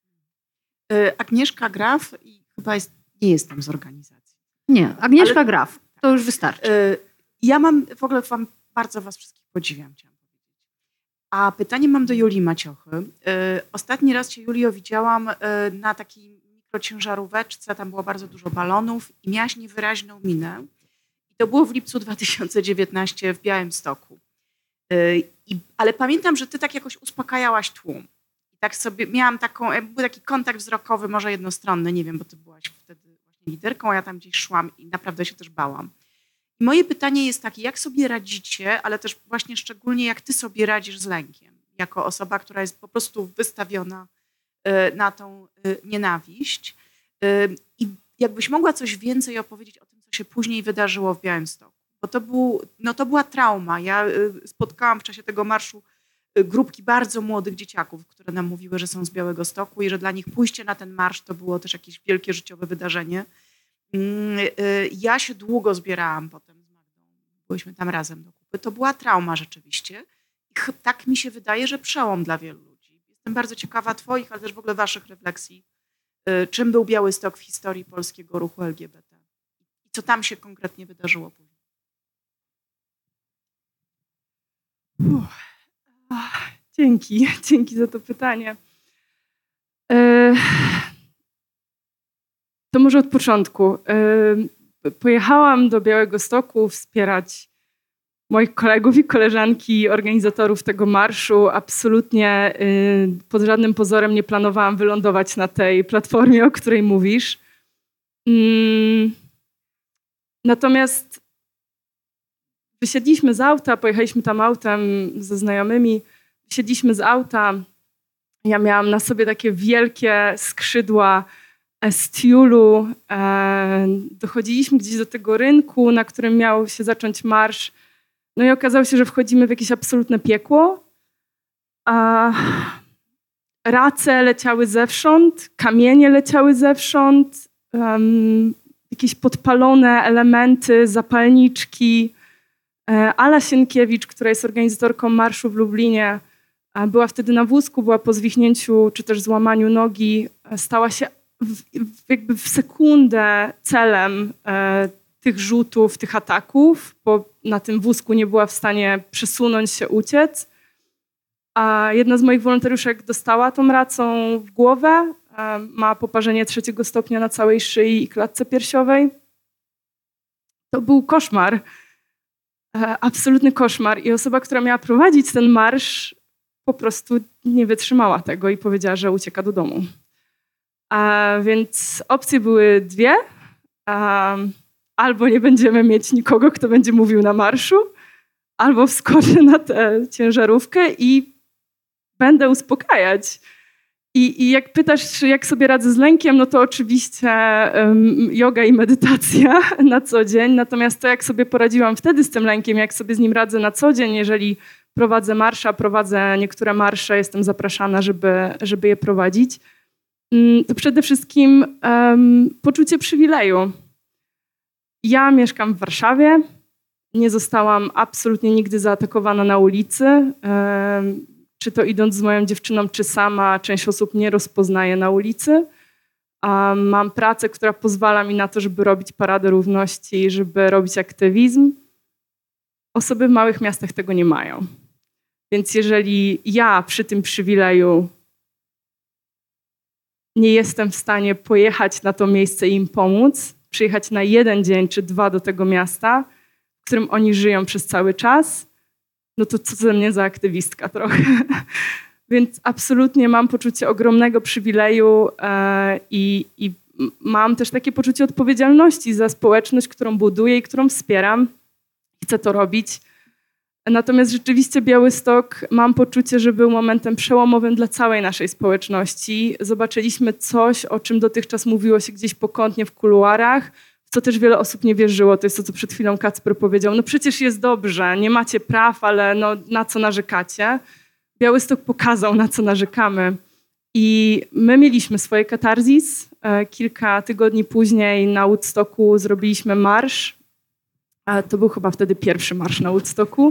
Y, Agnieszka Graf i chyba jest, nie jestem z organizacji. Nie, Agnieszka Ale- Graf. To już wystarczy. Y, Ja mam, w ogóle wam, bardzo was wszystkich podziwiam, chciałam powiedzieć. A pytanie mam do Julii Maciochy. Y, Ostatni raz cię, Julio, widziałam y, na takiej mikrociężaróweczce, tam było bardzo dużo balonów i miałaś niewyraźną minę. I to było w lipcu dwa tysiące dziewiętnastego w Białymstoku. Y, i, ale pamiętam, że ty tak jakoś uspokajałaś tłum. I tak sobie miałam taką, jakby był taki kontakt wzrokowy, może jednostronny, nie wiem, bo ty byłaś wtedy właśnie liderką, a ja tam gdzieś szłam i naprawdę się też bałam. I moje pytanie jest takie, jak sobie radzicie, ale też właśnie szczególnie jak ty sobie radzisz z lękiem, jako osoba, która jest po prostu wystawiona y, na tą y, nienawiść. Y, I jakbyś mogła coś więcej opowiedzieć o tym, co się później wydarzyło w Białymstoku. Bo to, był, no to była trauma. Ja y, spotkałam w czasie tego marszu y, grupki bardzo młodych dzieciaków, które nam mówiły, że są z Białegostoku i że dla nich pójście na ten marsz to było też jakieś wielkie życiowe wydarzenie. Ja się długo zbierałam potem z Magdą. Byłyśmy tam razem do kupy. To była trauma rzeczywiście. I ch- tak mi się wydaje, że przełom dla wielu ludzi. Jestem bardzo ciekawa twoich, ale też w ogóle waszych refleksji. y, Czym był Białystok w historii polskiego ruchu L G B T? I co tam się konkretnie wydarzyło później? Uff. Ach, Dzięki, dzięki za to pytanie. E, To może od początku. E, Pojechałam do Białegostoku wspierać moich kolegów i koleżanki, organizatorów tego marszu. Absolutnie e, pod żadnym pozorem nie planowałam wylądować na tej platformie, o której mówisz. Mm, Natomiast wysiedliśmy z auta, pojechaliśmy tam autem ze znajomymi, wysiedliśmy z auta. Ja miałam na sobie takie wielkie skrzydła z tiulu. E, dochodziliśmy gdzieś do tego rynku, na którym miał się zacząć marsz. No i okazało się, że wchodzimy w jakieś absolutne piekło. A race leciały zewsząd, kamienie leciały zewsząd, um, jakieś podpalone elementy, zapalniczki. Ala Sienkiewicz, która jest organizatorką marszu w Lublinie, była wtedy na wózku, była po zwichnięciu czy też złamaniu nogi, stała się w, jakby w sekundę celem e, tych rzutów, tych ataków, bo na tym wózku nie była w stanie przesunąć się, uciec. A jedna z moich wolontariuszek dostała tą racą w głowę, e, ma poparzenie trzeciego stopnia na całej szyi i klatce piersiowej. To był koszmar, e, absolutny koszmar. I osoba, która miała prowadzić ten marsz, po prostu nie wytrzymała tego i powiedziała, że ucieka do domu. A więc opcje były dwie. A, albo nie będziemy mieć nikogo, kto będzie mówił na marszu, albo wskoczę na tę ciężarówkę i będę uspokajać. I, i jak pytasz, jak sobie radzę z lękiem, no to oczywiście um, yoga i medytacja na co dzień. Natomiast to, jak sobie poradziłam wtedy z tym lękiem, jak sobie z nim radzę na co dzień, jeżeli prowadzę marsza, prowadzę niektóre marsze, jestem zapraszana, żeby, żeby je prowadzić, to przede wszystkim um, poczucie przywileju. Ja mieszkam w Warszawie, nie zostałam absolutnie nigdy zaatakowana na ulicy. Um, czy to idąc z moją dziewczyną, czy sama, część osób nie rozpoznaje na ulicy. Um, mam pracę, która pozwala mi na to, żeby robić Paradę Równości, żeby robić aktywizm. Osoby w małych miastach tego nie mają. Więc jeżeli ja przy tym przywileju nie jestem w stanie pojechać na to miejsce i im pomóc, przyjechać na jeden dzień czy dwa do tego miasta, w którym oni żyją przez cały czas, no to co ze mnie za aktywistka trochę. Więc absolutnie mam poczucie ogromnego przywileju e, i, i mam też takie poczucie odpowiedzialności za społeczność, którą buduję i którą wspieram. Chcę to robić. Natomiast rzeczywiście Białystok, mam poczucie, że był momentem przełomowym dla całej naszej społeczności. Zobaczyliśmy coś, o czym dotychczas mówiło się gdzieś pokątnie w kuluarach, w co też wiele osób nie wierzyło. To jest to, co przed chwilą Kacper powiedział. No przecież jest dobrze, nie macie praw, ale no, na co narzekacie? Białystok pokazał, na co narzekamy. I my mieliśmy swoje katarzis. Kilka tygodni później na Woodstocku zrobiliśmy marsz. To był chyba wtedy pierwszy marsz na Woodstocku.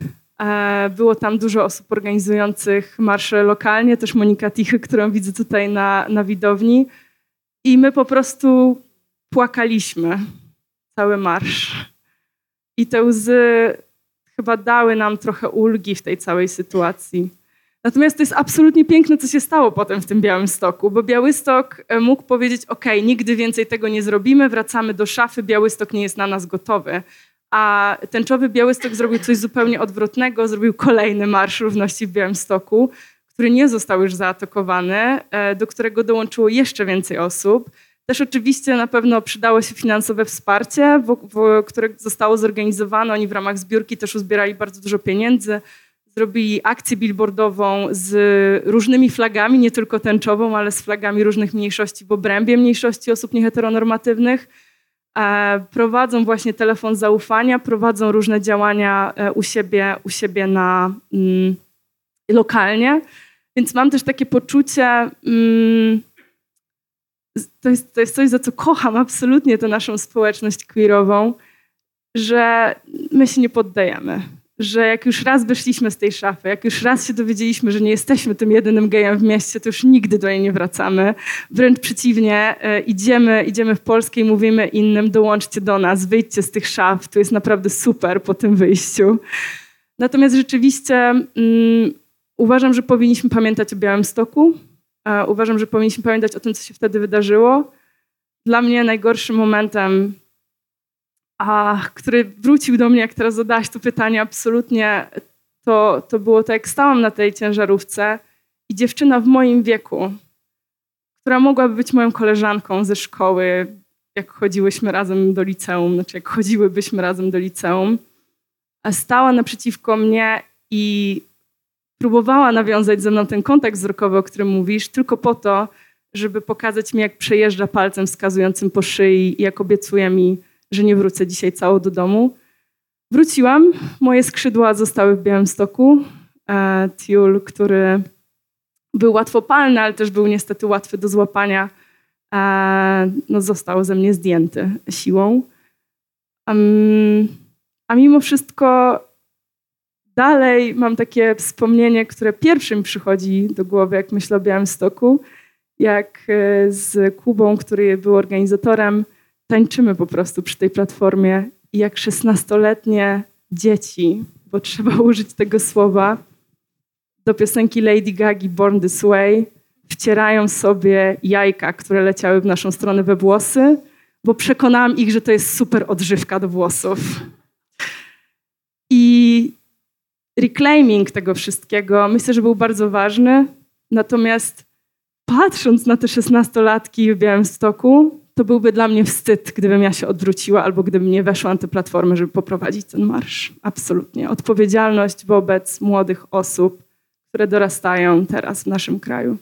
Było tam dużo osób organizujących marsze lokalnie, też Monika Tichy, którą widzę tutaj na, na widowni. I my po prostu płakaliśmy cały marsz. I te łzy chyba dały nam trochę ulgi w tej całej sytuacji. Natomiast to jest absolutnie piękne, co się stało potem w tym Białymstoku, bo Białystok mógł powiedzieć, ok, nigdy więcej tego nie zrobimy, wracamy do szafy, Białystok nie jest na nas gotowy. A tęczowy Białystok zrobił coś zupełnie odwrotnego, zrobił kolejny Marsz Równości w Białymstoku, który nie został już zaatakowany, do którego dołączyło jeszcze więcej osób. Też oczywiście na pewno przydało się finansowe wsparcie, w, w, które zostało zorganizowane. Oni w ramach zbiórki też uzbierali bardzo dużo pieniędzy. Zrobili akcję billboardową z różnymi flagami, nie tylko tęczową, ale z flagami różnych mniejszości w obrębie mniejszości osób nieheteronormatywnych. Prowadzą właśnie telefon zaufania, prowadzą różne działania u siebie, u siebie na, mm, lokalnie. Więc mam też takie poczucie, mm, to jest, to jest coś, za co kocham absolutnie tę naszą społeczność queerową, że my się nie poddajemy. Że jak już raz wyszliśmy z tej szafy, jak już raz się dowiedzieliśmy, że nie jesteśmy tym jedynym gejem w mieście, to już nigdy do niej nie wracamy. Wręcz przeciwnie, idziemy, idziemy w Polskę i mówimy innym, dołączcie do nas, wyjdźcie z tych szaf, to jest naprawdę super po tym wyjściu. Natomiast rzeczywiście um, uważam, że powinniśmy pamiętać o Białymstoku. Uh, uważam, że powinniśmy pamiętać o tym, co się wtedy wydarzyło. Dla mnie najgorszym momentem, a, który wrócił do mnie, jak teraz zadałaś to pytanie, absolutnie, to, to było to, jak stałam na tej ciężarówce i dziewczyna w moim wieku, która mogłaby być moją koleżanką ze szkoły, jak chodziłyśmy razem do liceum, znaczy jak chodziłybyśmy razem do liceum, stała naprzeciwko mnie i próbowała nawiązać ze mną ten kontakt wzrokowy, o którym mówisz, tylko po to, żeby pokazać mi, jak przejeżdża palcem wskazującym po szyi i jak obiecuje mi, że nie wrócę dzisiaj cało do domu. Wróciłam, moje skrzydła zostały w Białymstoku. Tiul, który był łatwopalny, ale też był niestety łatwy do złapania, no został ze mnie zdjęty siłą. A mimo wszystko dalej mam takie wspomnienie, które pierwszym przychodzi do głowy, jak myślę o Białymstoku, jak z Kubą, który był organizatorem, tańczymy po prostu przy tej platformie i jak szesnastoletnie dzieci, bo trzeba użyć tego słowa, do piosenki Lady Gagi Born This Way wcierają sobie jajka, które leciały w naszą stronę we włosy, bo przekonałam ich, że to jest super odżywka do włosów. I reclaiming tego wszystkiego myślę, że był bardzo ważny, natomiast patrząc na te szesnastolatki w Białymstoku, to byłby dla mnie wstyd, gdybym ja się odwróciła albo gdybym nie weszła na tę platformę, żeby poprowadzić ten marsz. Absolutnie. Odpowiedzialność wobec młodych osób, które dorastają teraz w naszym kraju.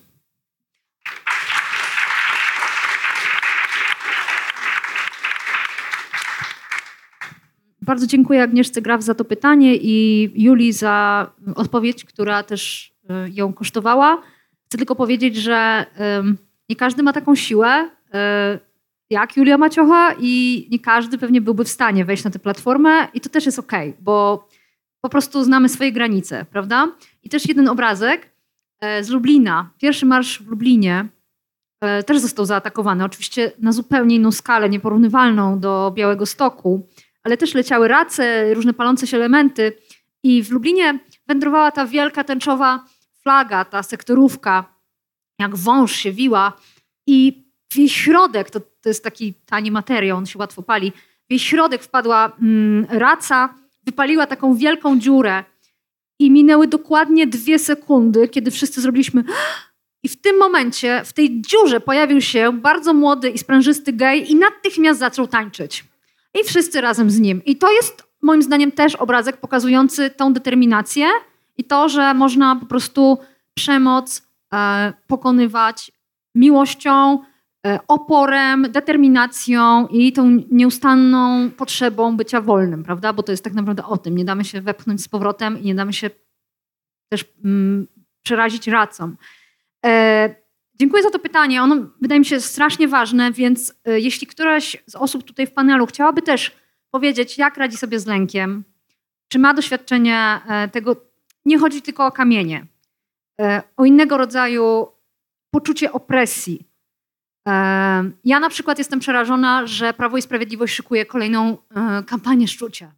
Bardzo dziękuję Agnieszce Graf za to pytanie i Julii za odpowiedź, która też ją kosztowała. Chcę tylko powiedzieć, że nie każdy ma taką siłę jak Julia Maciocha i nie każdy pewnie byłby w stanie wejść na tę platformę i to też jest okej, bo po prostu znamy swoje granice, prawda? I też jeden obrazek z Lublina. Pierwszy marsz w Lublinie też został zaatakowany. Oczywiście na zupełnie inną skalę, nieporównywalną do Białegostoku, ale też leciały race, różne palące się elementy i w Lublinie wędrowała ta wielka tęczowa flaga, ta sektorówka, jak wąż się wiła i w jej środek, to, to jest taki tani materiał, on się łatwo pali, w jej środek wpadła mm, raca, wypaliła taką wielką dziurę i minęły dokładnie dwie sekundy, kiedy wszyscy zrobiliśmy i w tym momencie, w tej dziurze pojawił się bardzo młody i sprężysty gej i natychmiast zaczął tańczyć. I wszyscy razem z nim. I to jest moim zdaniem też obrazek pokazujący tą determinację i to, że można po prostu przemoc e, pokonywać miłością, e, oporem, determinacją i tą nieustanną potrzebą bycia wolnym, prawda? Bo to jest tak naprawdę o tym. Nie damy się wepchnąć z powrotem i nie damy się też mm, przerazić racą. E, Dziękuję za to pytanie. Ono wydaje mi się strasznie ważne, więc y, jeśli któraś z osób tutaj w panelu chciałaby też powiedzieć, jak radzi sobie z lękiem, czy ma doświadczenie y, tego, nie chodzi tylko o kamienie, y, o innego rodzaju poczucie opresji. Y, ja na przykład jestem przerażona, że Prawo i Sprawiedliwość szykuje kolejną y, kampanię szczucia.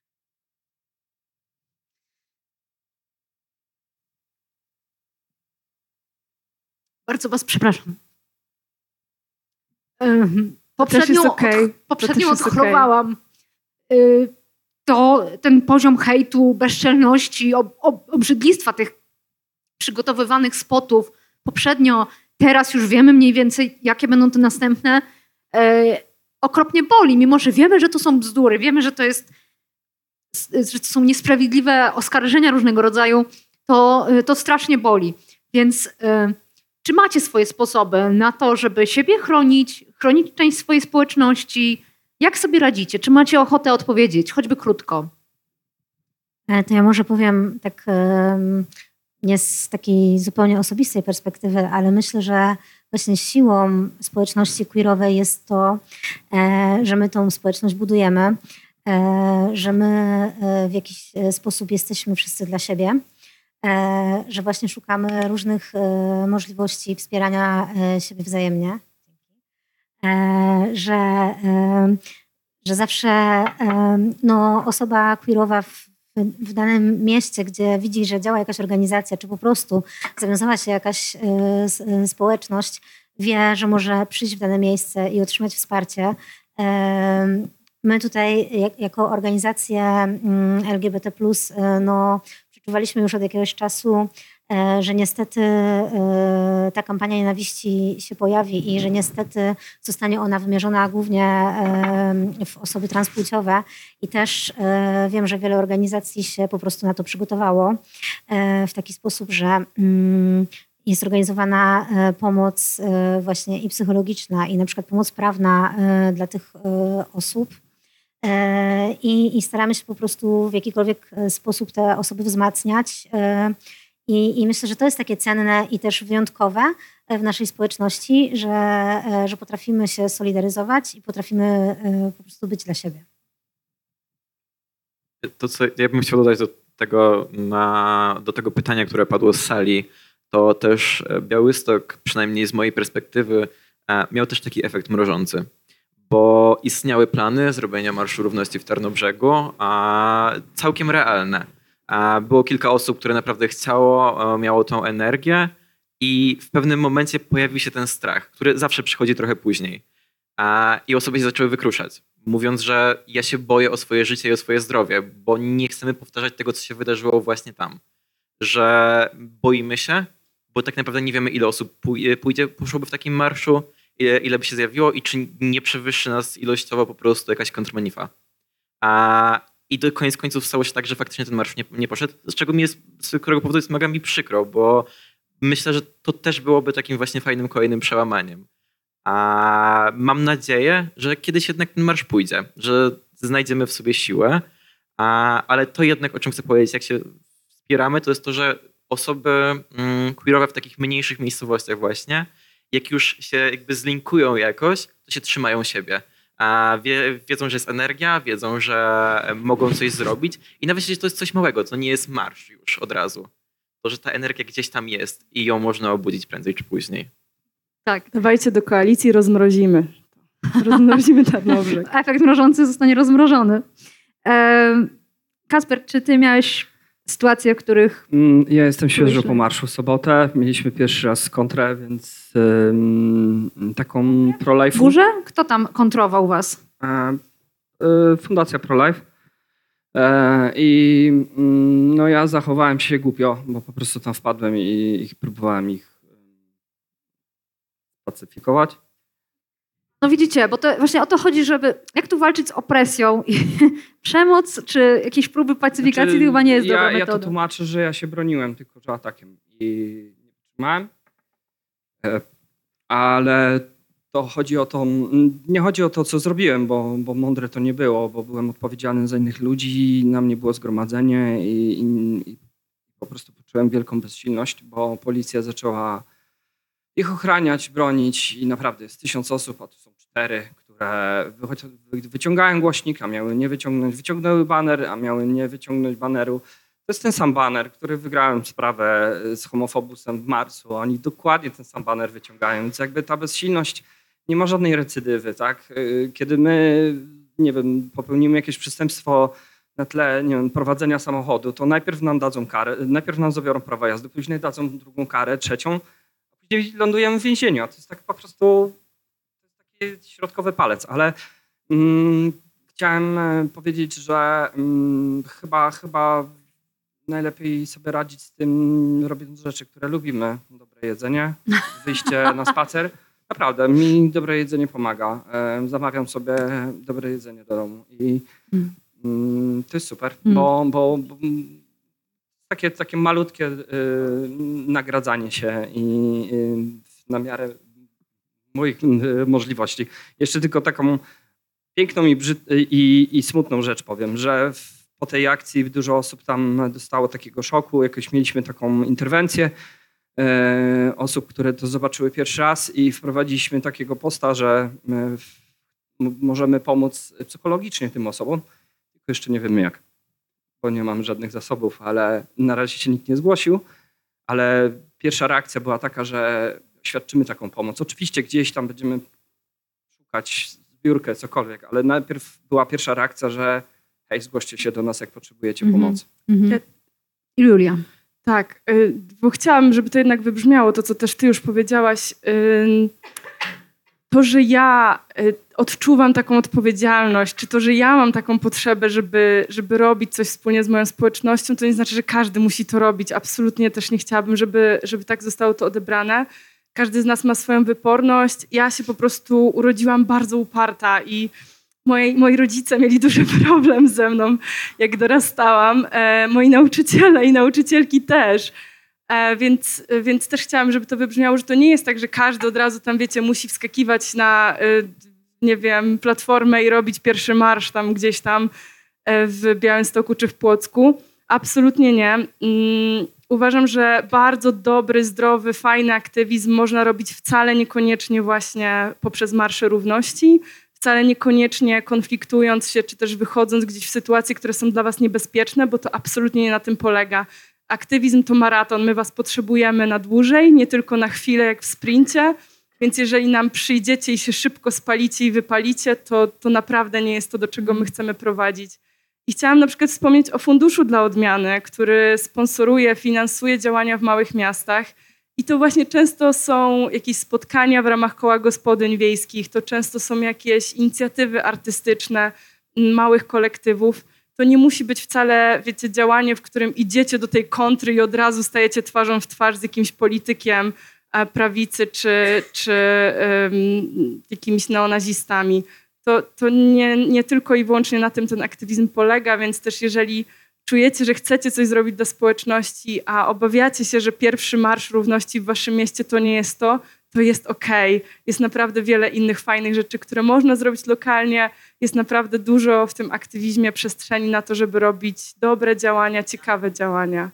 Bardzo was przepraszam. Poprzednio, okay. od, poprzednio odchorowałam okay. to ten poziom hejtu, bezczelności, ob, ob, obrzydlistwa tych przygotowywanych spotów. Poprzednio, teraz już wiemy mniej więcej, jakie będą te następne. E, okropnie boli, mimo że wiemy, że to są bzdury, wiemy, że to jest, że to są niesprawiedliwe oskarżenia różnego rodzaju, to, to strasznie boli. Więc e, czy macie swoje sposoby na to, żeby siebie chronić, chronić część swojej społeczności? Jak sobie radzicie? Czy macie ochotę odpowiedzieć, choćby krótko? To ja może powiem tak nie z takiej zupełnie osobistej perspektywy, ale myślę, że właśnie siłą społeczności queerowej jest to, że my tą społeczność budujemy, że my w jakiś sposób jesteśmy wszyscy dla siebie, że właśnie szukamy różnych możliwości wspierania siebie wzajemnie, że, że zawsze no, osoba queerowa w, w danym mieście, gdzie widzi, że działa jakaś organizacja, czy po prostu zawiązała się jakaś społeczność, wie, że może przyjść w dane miejsce i otrzymać wsparcie. My tutaj jako organizacja L G B T plus, no, przeczuwaliśmy już od jakiegoś czasu, że niestety ta kampania nienawiści się pojawi i że niestety zostanie ona wymierzona głównie w osoby transpłciowe. I też wiem, że wiele organizacji się po prostu na to przygotowało w taki sposób, że jest organizowana pomoc właśnie i psychologiczna, i na przykład pomoc prawna dla tych osób. I, I staramy się po prostu w jakikolwiek sposób te osoby wzmacniać. I, I myślę, że to jest takie cenne i też wyjątkowe w naszej społeczności, że, że potrafimy się solidaryzować i potrafimy po prostu być dla siebie. To, co ja bym chciał dodać do tego, na, do tego pytania, które padło z sali, to też Białystok, przynajmniej z mojej perspektywy, miał też taki efekt mrożący. Bo istniały plany zrobienia Marszu Równości w Tarnobrzegu, a całkiem realne. A było kilka osób, które naprawdę chciało, miało tą energię i w pewnym momencie pojawił się ten strach, który zawsze przychodzi trochę później. A, I osoby się zaczęły wykruszać, mówiąc, że ja się boję o swoje życie i o swoje zdrowie, bo nie chcemy powtarzać tego, co się wydarzyło właśnie tam. Że boimy się, bo tak naprawdę nie wiemy, ile osób pójdzie, poszłoby w takim marszu, ile, ile by się zjawiło i czy nie przewyższy nas ilościowo po prostu jakaś kontrmanifa. A, I do koniec końców stało się tak, że faktycznie ten marsz nie, nie poszedł, z czego mi jest, z którego powodu jest mega mi przykro, bo myślę, że to też byłoby takim właśnie fajnym kolejnym przełamaniem. A mam nadzieję, że kiedyś jednak ten marsz pójdzie, że znajdziemy w sobie siłę, a, ale to jednak, o czym chcę powiedzieć, jak się wspieramy, to jest to, że osoby mm, queerowe w takich mniejszych miejscowościach właśnie, jak już się jakby zlinkują jakoś, to się trzymają siebie. A wie, wiedzą, że jest energia, wiedzą, że mogą coś zrobić i nawet jeśli to jest coś małego, to nie jest marsz już od razu. To, że ta energia gdzieś tam jest i ją można obudzić prędzej czy później. Tak. Dawajcie do koalicji, rozmrozimy. Rozmrozimy Tarnobrzeg. Efekt mrożący zostanie rozmrożony. Kacper, czy ty miałeś sytuacje, w których... Ja jestem świeżo po marszu w sobotę. Mieliśmy pierwszy raz kontrę, więc um, taką pro-life. Burzę? Kto tam kontrował was? E, e, Fundacja Pro-Life. E, I mm, no ja zachowałem się głupio, bo po prostu tam wpadłem i, i próbowałem ich pacyfikować. No widzicie, bo to właśnie o to chodzi, żeby jak tu walczyć z opresją i przemoc, czy jakieś próby pacyfikacji, znaczy, to chyba nie jest ja, dobra ja metoda. Ja to tłumaczę, że ja się broniłem tylko że atakiem i nie wytrzymałem. E, ale to chodzi o to, nie chodzi o to, co zrobiłem, bo, bo mądre to nie było, bo byłem odpowiedzialny za innych ludzi, na mnie było zgromadzenie i, i, i po prostu poczułem wielką bezsilność, bo policja zaczęła ich ochraniać, bronić i naprawdę jest tysiąc osób, a tu są cztery, które wyciągają głośnik, a miały nie wyciągnąć, wyciągnęły baner, a miały nie wyciągnąć baneru. To jest ten sam baner, który wygrałem sprawę z homofobusem w marcu. Oni dokładnie ten sam baner wyciągają, więc jakby ta bezsilność nie ma żadnej recydywy, tak? Kiedy my, nie wiem, popełnimy jakieś przestępstwo na tle, nie wiem, prowadzenia samochodu, to najpierw nam dadzą karę, najpierw nam zabiorą prawo jazdy, później dadzą drugą karę, trzecią, lądujemy w więzieniu. To jest tak po prostu to jest taki środkowy palec, ale mm, chciałem powiedzieć, że mm, chyba, chyba najlepiej sobie radzić z tym, robiąc rzeczy, które lubimy. Dobre jedzenie, wyjście na spacer. Naprawdę, mi dobre jedzenie pomaga. Zamawiam sobie dobre jedzenie do domu i mm, to jest super, mm. bo, bo, bo Takie, takie malutkie y, nagradzanie się i y, na miarę moich y, możliwości. Jeszcze tylko taką piękną i, brzyd- i, i smutną rzecz powiem, że w, po tej akcji dużo osób tam dostało takiego szoku, jakoś mieliśmy taką interwencję y, osób, które to zobaczyły pierwszy raz i wprowadziliśmy takiego posta, że my w, m- możemy pomóc psychologicznie tym osobom, tylko jeszcze nie wiemy jak. Bo nie mam żadnych zasobów, ale na razie się nikt nie zgłosił. Ale pierwsza reakcja była taka, że świadczymy taką pomoc. Oczywiście gdzieś tam będziemy szukać zbiórkę, cokolwiek, ale najpierw była pierwsza reakcja, że hej, zgłoście się do nas, jak potrzebujecie mm-hmm. pomocy. Mm-hmm. Julia. Tak, bo chciałam, żeby to jednak wybrzmiało, to co też ty już powiedziałaś. To, że ja odczuwam taką odpowiedzialność, czy to, że ja mam taką potrzebę, żeby, żeby robić coś wspólnie z moją społecznością, to nie znaczy, że każdy musi to robić. Absolutnie też nie chciałabym, żeby, żeby tak zostało to odebrane. Każdy z nas ma swoją wyporność. Ja się po prostu urodziłam bardzo uparta i moi, moi rodzice mieli duży problem ze mną, jak dorastałam. E, moi nauczyciele i nauczycielki też. E, więc, więc też chciałam, żeby to wybrzmiało, że to nie jest tak, że każdy od razu tam, wiecie, musi wskakiwać na, y, nie wiem, platformę i robić pierwszy marsz tam gdzieś tam y, w Białymstoku czy w Płocku, Absolutnie nie. Mm, uważam, że bardzo dobry, zdrowy, fajny aktywizm można robić wcale niekoniecznie właśnie poprzez Marsze Równości, wcale niekoniecznie konfliktując się, czy też wychodząc gdzieś w sytuacje, które są dla was niebezpieczne, bo to absolutnie nie na tym polega. Aktywizm to maraton, my was potrzebujemy na dłużej, nie tylko na chwilę jak w sprincie, więc jeżeli nam przyjdziecie i się szybko spalicie i wypalicie, to, to naprawdę nie jest to, do czego my chcemy prowadzić. I chciałam na przykład wspomnieć o Funduszu dla Odmiany, który sponsoruje, finansuje działania w małych miastach. I to właśnie często są jakieś spotkania w ramach koła gospodyń wiejskich, to często są jakieś inicjatywy artystyczne małych kolektywów. To nie musi być wcale, wiecie, działanie, w którym idziecie do tej kontry i od razu stajecie twarzą w twarz z jakimś politykiem prawicy czy, czy um, jakimiś neonazistami. To, to nie, nie tylko i wyłącznie na tym ten aktywizm polega, więc też jeżeli czujecie, że chcecie coś zrobić dla społeczności, a obawiacie się, że pierwszy Marsz Równości w waszym mieście to nie jest to, to jest okej. Okay. Jest naprawdę wiele innych fajnych rzeczy, które można zrobić lokalnie. Jest naprawdę dużo w tym aktywizmie przestrzeni na to, żeby robić dobre działania, ciekawe działania.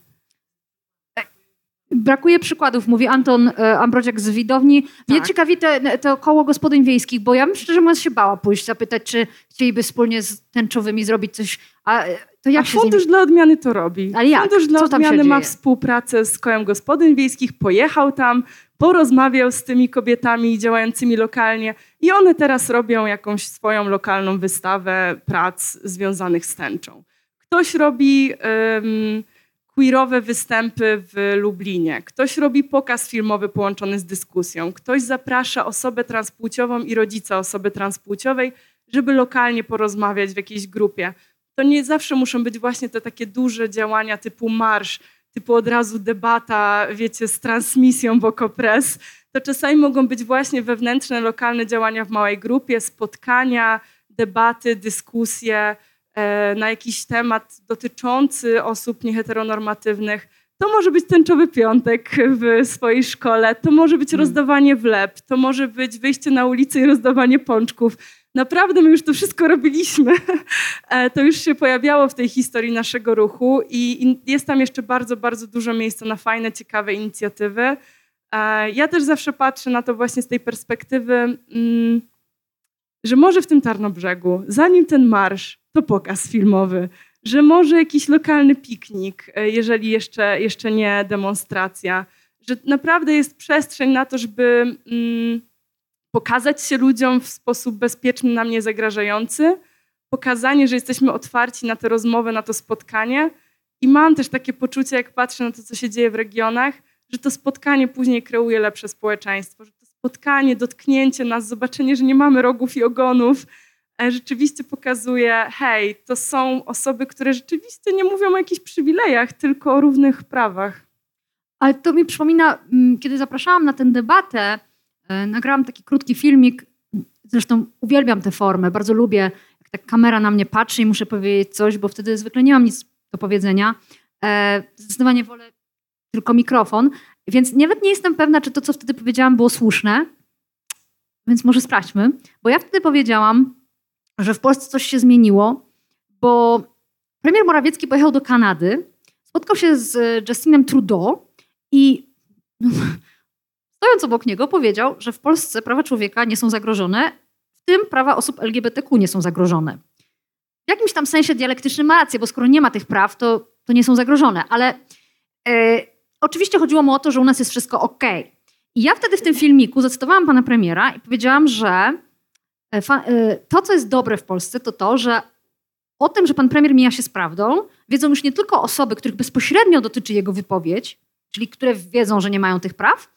Brakuje przykładów, mówi Anton e, Ambrodziak z Widowni. Mnie Tak. ciekawi te, to koło gospodyń wiejskich, bo ja bym szczerze mówiąc się bała pójść, zapytać, czy chcieliby wspólnie z tęczowymi zrobić coś. A, to jak A się z Fundusz nimi... dla Odmiany to robi. Ale jak? Fundusz dla Co tam się Odmiany ma dzieje? współpracę z Kołem Gospodyń Wiejskich, pojechał tam, porozmawiał z tymi kobietami działającymi lokalnie i one teraz robią jakąś swoją lokalną wystawę prac związanych z tęczą. Ktoś robi um, queerowe występy w Lublinie, ktoś robi pokaz filmowy połączony z dyskusją, ktoś zaprasza osobę transpłciową i rodzica osoby transpłciowej, żeby lokalnie porozmawiać w jakiejś grupie. To nie zawsze muszą być właśnie te takie duże działania typu marsz, typu od razu debata, wiecie, z transmisją w Okopres. To czasami mogą być właśnie wewnętrzne, lokalne działania w małej grupie, spotkania, debaty, dyskusje e, na jakiś temat dotyczący osób nieheteronormatywnych. To może być tęczowy piątek w swojej szkole, to może być rozdawanie wleb, to może być wyjście na ulicę i rozdawanie pączków. Naprawdę my już to wszystko robiliśmy. To już się pojawiało w tej historii naszego ruchu i jest tam jeszcze bardzo, bardzo dużo miejsca na fajne, ciekawe inicjatywy. Ja też zawsze patrzę na to właśnie z tej perspektywy, że może w tym Tarnobrzegu, zanim ten marsz, to pokaz filmowy, że może jakiś lokalny piknik, jeżeli jeszcze, jeszcze nie demonstracja, że naprawdę jest przestrzeń na to, żeby pokazać się ludziom w sposób bezpieczny, nam nie zagrażający, pokazanie, że jesteśmy otwarci na tę rozmowę, na to spotkanie i mam też takie poczucie, jak patrzę na to, co się dzieje w regionach, że to spotkanie później kreuje lepsze społeczeństwo, że to spotkanie, dotknięcie nas, zobaczenie, że nie mamy rogów i ogonów, rzeczywiście pokazuje, hej, to są osoby, które rzeczywiście nie mówią o jakichś przywilejach, tylko o równych prawach. Ale to mi przypomina, kiedy zapraszałam na tę debatę, nagrałam taki krótki filmik, zresztą uwielbiam tę formę, bardzo lubię, jak ta kamera na mnie patrzy i muszę powiedzieć coś, bo wtedy zwykle nie mam nic do powiedzenia. Zdecydowanie wolę tylko mikrofon, więc nawet nie jestem pewna, czy to, co wtedy powiedziałam, było słuszne, więc może sprawdźmy, bo ja wtedy powiedziałam, że w Polsce coś się zmieniło, bo premier Morawiecki pojechał do Kanady, spotkał się z Justinem Trudeau i no, stojąc obok niego powiedział, że w Polsce prawa człowieka nie są zagrożone, w tym prawa osób L G B T Q nie są zagrożone. W jakimś tam sensie dialektycznym ma rację, bo skoro nie ma tych praw, to, to nie są zagrożone, ale e, oczywiście chodziło mu o to, że u nas jest wszystko okej. Okay. I ja wtedy w tym filmiku zacytowałam pana premiera i powiedziałam, że to, co jest dobre w Polsce, to to, że o tym, że pan premier mija się z prawdą, wiedzą już nie tylko osoby, których bezpośrednio dotyczy jego wypowiedź, czyli które wiedzą, że nie mają tych praw,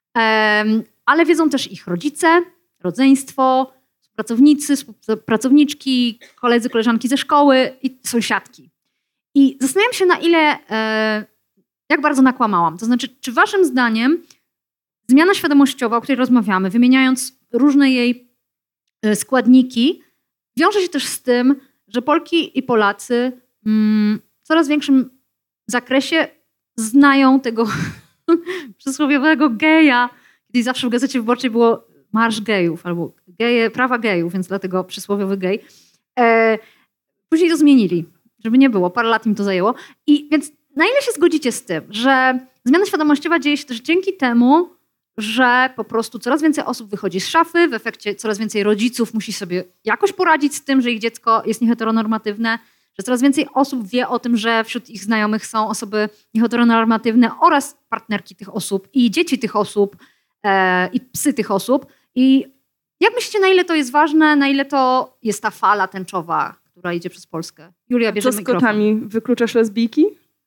ale wiedzą też ich rodzice, rodzeństwo, pracownicy, pracowniczki, koledzy, koleżanki ze szkoły i sąsiadki. I zastanawiam się, na ile, jak bardzo nakłamałam. To znaczy, czy waszym zdaniem zmiana świadomościowa, o której rozmawiamy, wymieniając różne jej składniki, wiąże się też z tym, że Polki i Polacy mm, w coraz większym zakresie znają tego przysłowiowego geja. Kiedyś zawsze w Gazecie Wyborczej było marsz gejów albo geje, prawa gejów, więc dlatego przysłowiowy gej. E, później to zmienili. żeby nie było, parę lat im to zajęło. I więc na ile się zgodzicie z tym, że zmiana świadomościowa dzieje się też dzięki temu, że po prostu coraz więcej osób wychodzi z szafy, w efekcie coraz więcej rodziców musi sobie jakoś poradzić z tym, że ich dziecko jest nieheteronormatywne, że coraz więcej osób wie o tym, że wśród ich znajomych są osoby nieheteronormatywne oraz partnerki tych osób i dzieci tych osób e, i psy tych osób. I jak myślicie, na ile to jest ważne, na ile to jest ta fala tęczowa, która idzie przez Polskę? Julia, bierze Co z mikrofon. kotami? Wykluczasz lesbijki?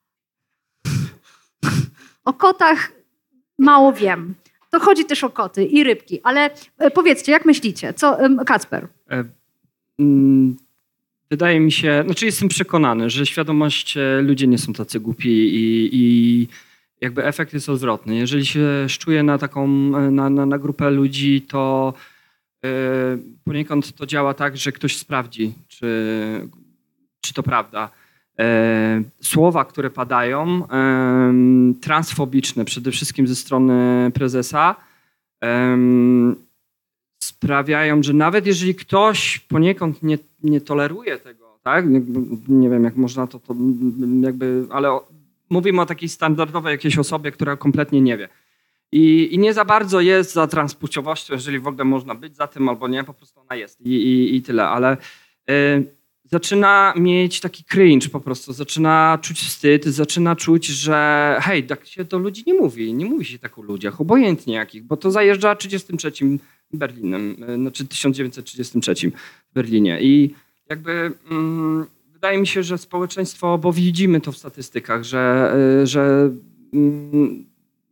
O kotach mało wiem. To chodzi też o koty i rybki, ale e, powiedzcie, jak myślicie? Co, em, Kacper? E, mm, Wydaje mi się, znaczy jestem przekonany, że świadomość, e, ludzie nie są tacy głupi i, i jakby efekt jest odwrotny. Jeżeli się szczuje na taką, e, na, na, na grupę ludzi, to e, poniekąd to działa tak, że ktoś sprawdzi, czy, czy to prawda. E, słowa, które padają, e, transfobiczne przede wszystkim ze strony prezesa, e, sprawiają, że nawet jeżeli ktoś poniekąd nie, nie toleruje tego, tak? Nie wiem, jak można to, to jakby, ale o, mówimy o takiej standardowej jakiejś osobie, która kompletnie nie wie. I, i nie za bardzo jest za transpłciowością, jeżeli w ogóle można być za tym albo nie, po prostu ona jest i, i, i tyle, ale y, zaczyna mieć taki cringe po prostu, zaczyna czuć wstyd, zaczyna czuć, że hej, tak się do ludzi nie mówi, nie mówi się tak o ludziach, obojętnie jakich, bo to zajeżdża trzydziestym trzecim Berlinem, znaczy tysiąc dziewięćset trzydziestym trzecim w Berlinie i jakby mm, wydaje mi się, że społeczeństwo, bo widzimy to w statystykach, że, że mm,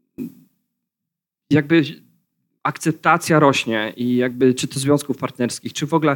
jakby akceptacja rośnie i jakby czy to związków partnerskich, czy w ogóle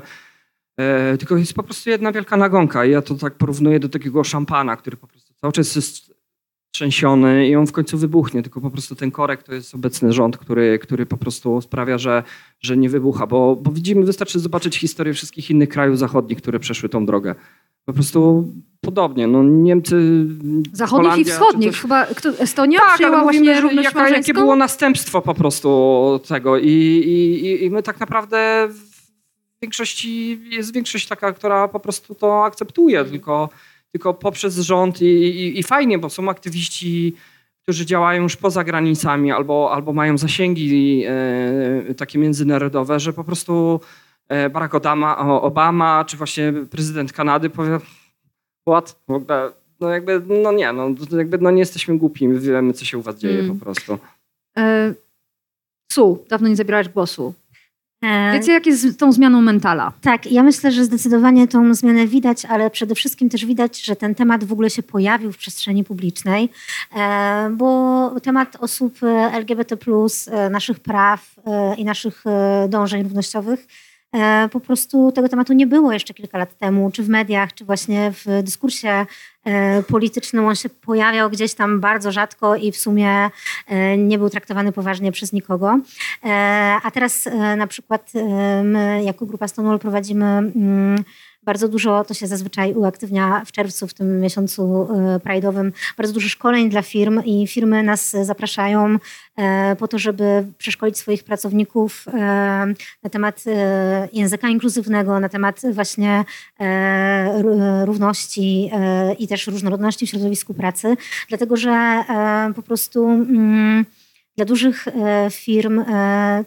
e, tylko jest po prostu jedna wielka nagonka i ja to tak porównuję do takiego szampana, który po prostu cały czas jest trzęsiony i on w końcu wybuchnie, tylko po prostu ten korek to jest obecny rząd, który, który po prostu sprawia, że, że nie wybucha, bo, bo widzimy, wystarczy zobaczyć historię wszystkich innych krajów zachodnich, które przeszły tą drogę. Po prostu podobnie, no Niemcy, Zachodnich Holandia, i wschodnich. czy coś. Chyba kto, Estonia Tak, przyjęła ale właśnie mówimy, że równość jaka, małżeńską? jakie było następstwo po prostu tego i, i, i my tak naprawdę w większości, jest większość taka, która po prostu to akceptuje, tylko tylko poprzez rząd i, i, i fajnie, bo są aktywiści, którzy działają już poza granicami albo, albo mają zasięgi e, takie międzynarodowe, że po prostu e, Barack Obama, Obama czy właśnie prezydent Kanady powie what? W ogóle, no jakby, no nie, no, jakby, no nie jesteśmy głupi, my wiemy, co się u was dzieje Mm. po prostu. E, Su, dawno nie zabierałaś głosu. E, Wiecie, jak jest z tą zmianą mentala? Tak, ja myślę, że zdecydowanie tą zmianę widać, ale przede wszystkim też widać, że ten temat w ogóle się pojawił w przestrzeni publicznej, e, bo temat osób L G B T plus, e, naszych praw e, i naszych e, dążeń równościowych, e, po prostu tego tematu nie było jeszcze kilka lat temu, czy w mediach, czy właśnie w dyskursie e, politycznym. On się pojawiał gdzieś tam bardzo rzadko i w sumie e, nie był traktowany poważnie przez nikogo. E, a teraz e, na przykład e, my jako grupa Stonewall prowadzimy mm, bardzo dużo, to się zazwyczaj uaktywnia w czerwcu, w tym miesiącu e, pride'owym, bardzo dużo szkoleń dla firm i firmy nas zapraszają e, po to, żeby przeszkolić swoich pracowników e, na temat e, języka inkluzywnego, na temat właśnie e, r- równości e, i też różnorodności w środowisku pracy, dlatego że e, po prostu mm, dla dużych e, firm e,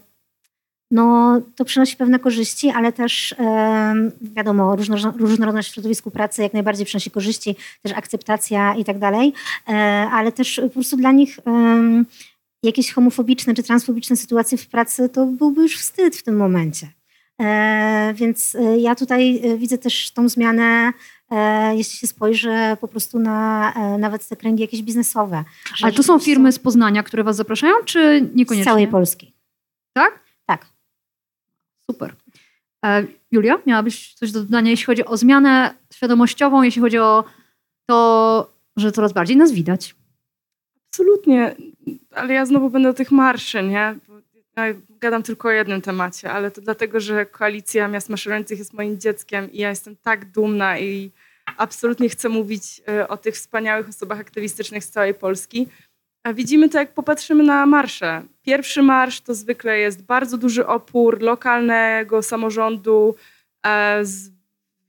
no, to przynosi pewne korzyści, ale też e, wiadomo, różno, różnorodność w środowisku pracy jak najbardziej przynosi korzyści, też akceptacja i tak dalej, e, ale też po prostu dla nich e, jakieś homofobiczne czy transfobiczne sytuacje w pracy to byłby już wstyd w tym momencie. E, więc e, ja tutaj widzę też tą zmianę, e, jeśli się spojrzy po prostu na e, nawet te kręgi jakieś biznesowe. Ale to są firmy z Poznania, które was zapraszają, czy niekoniecznie? Z całej Polski. Tak? Tak. Super. E, Julia, miałabyś coś do dodania, jeśli chodzi o zmianę świadomościową, jeśli chodzi o to, że coraz bardziej nas widać? Absolutnie, ale ja znowu będę do tych marszy, nie? Bo ja gadam tylko o jednym temacie, ale to dlatego, że Koalicja Miast Maszerujących jest moim dzieckiem i ja jestem tak dumna i absolutnie chcę mówić o tych wspaniałych osobach aktywistycznych z całej Polski. A widzimy to, jak popatrzymy na marsze. Pierwszy marsz to zwykle jest bardzo duży opór lokalnego samorządu, z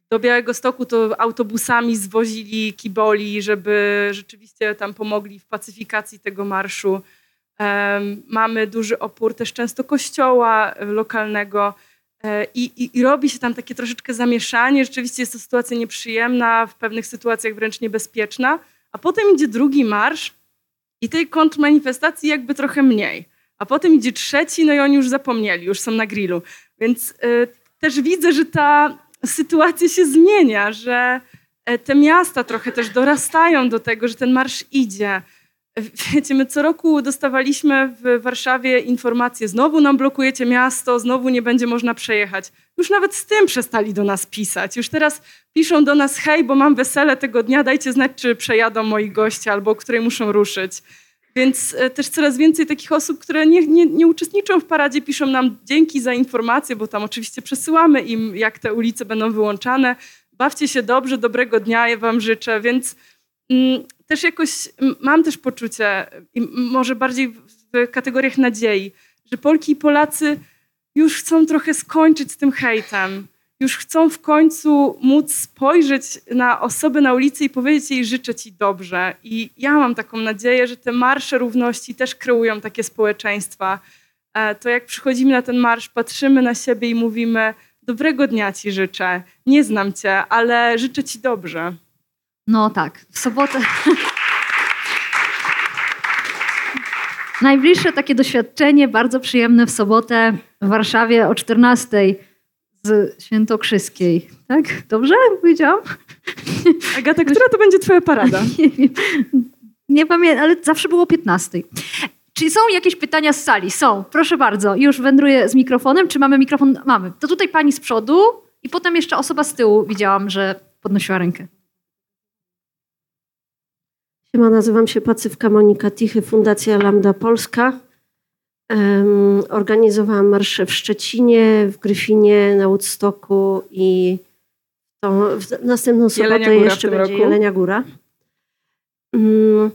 do Białegostoku to autobusami zwozili kiboli, żeby rzeczywiście tam pomogli w pacyfikacji tego marszu. Um, mamy duży opór też często kościoła lokalnego e, i, i robi się tam takie troszeczkę zamieszanie. Rzeczywiście jest to sytuacja nieprzyjemna, w pewnych sytuacjach wręcz niebezpieczna. A potem idzie drugi marsz i tej kontrmanifestacji jakby trochę mniej. A potem idzie trzeci, no i oni już zapomnieli, już są na grillu. Więc y, też widzę, że ta sytuacja się zmienia, że te miasta trochę też dorastają do tego, że ten marsz idzie. Wiecie, my co roku dostawaliśmy w Warszawie informacje, znowu nam blokujecie miasto, znowu nie będzie można przejechać. Już nawet z tym przestali do nas pisać. Już teraz piszą do nas, hej, bo mam wesele tego dnia, dajcie znać, czy przejadą moi goście albo o której muszą ruszyć. Więc też coraz więcej takich osób, które nie, nie, nie uczestniczą w paradzie, piszą nam dzięki za informacje, bo tam oczywiście przesyłamy im, jak te ulice będą wyłączane. Bawcie się dobrze, dobrego dnia, ja wam życzę. Więc mm, też jakoś mam też poczucie, może bardziej w kategoriach nadziei, że Polki i Polacy już chcą trochę skończyć z tym hejtem. Już chcą w końcu móc spojrzeć na osobę na ulicy i powiedzieć jej, życzę ci dobrze. I ja mam taką nadzieję, że te marsze równości też kreują takie społeczeństwa. To jak przychodzimy na ten marsz, patrzymy na siebie i mówimy, dobrego dnia ci życzę, nie znam cię, ale życzę ci dobrze. No tak, w sobotę... Najbliższe takie doświadczenie, bardzo przyjemne w sobotę w Warszawie o czternastej z Świętokrzyskiej. Tak? Dobrze powiedziałam? Agata, która to będzie twoja parada? Nie wiem. Nie pamiętam, ale zawsze było o piętnastej. Czy są jakieś pytania z sali? Są. Proszę bardzo. Już wędruję z mikrofonem. Czy mamy mikrofon? Mamy. To tutaj pani z przodu i potem jeszcze osoba z tyłu widziałam, że podnosiła rękę. Siema, nazywam się Pacywka Monika Tichy, Fundacja Lambda Polska. Um, organizowałam marsze w Szczecinie, w Gryfinie, na Woodstocku i to w następną sobotę jeszcze będzie roku. Jelenia Góra. Um,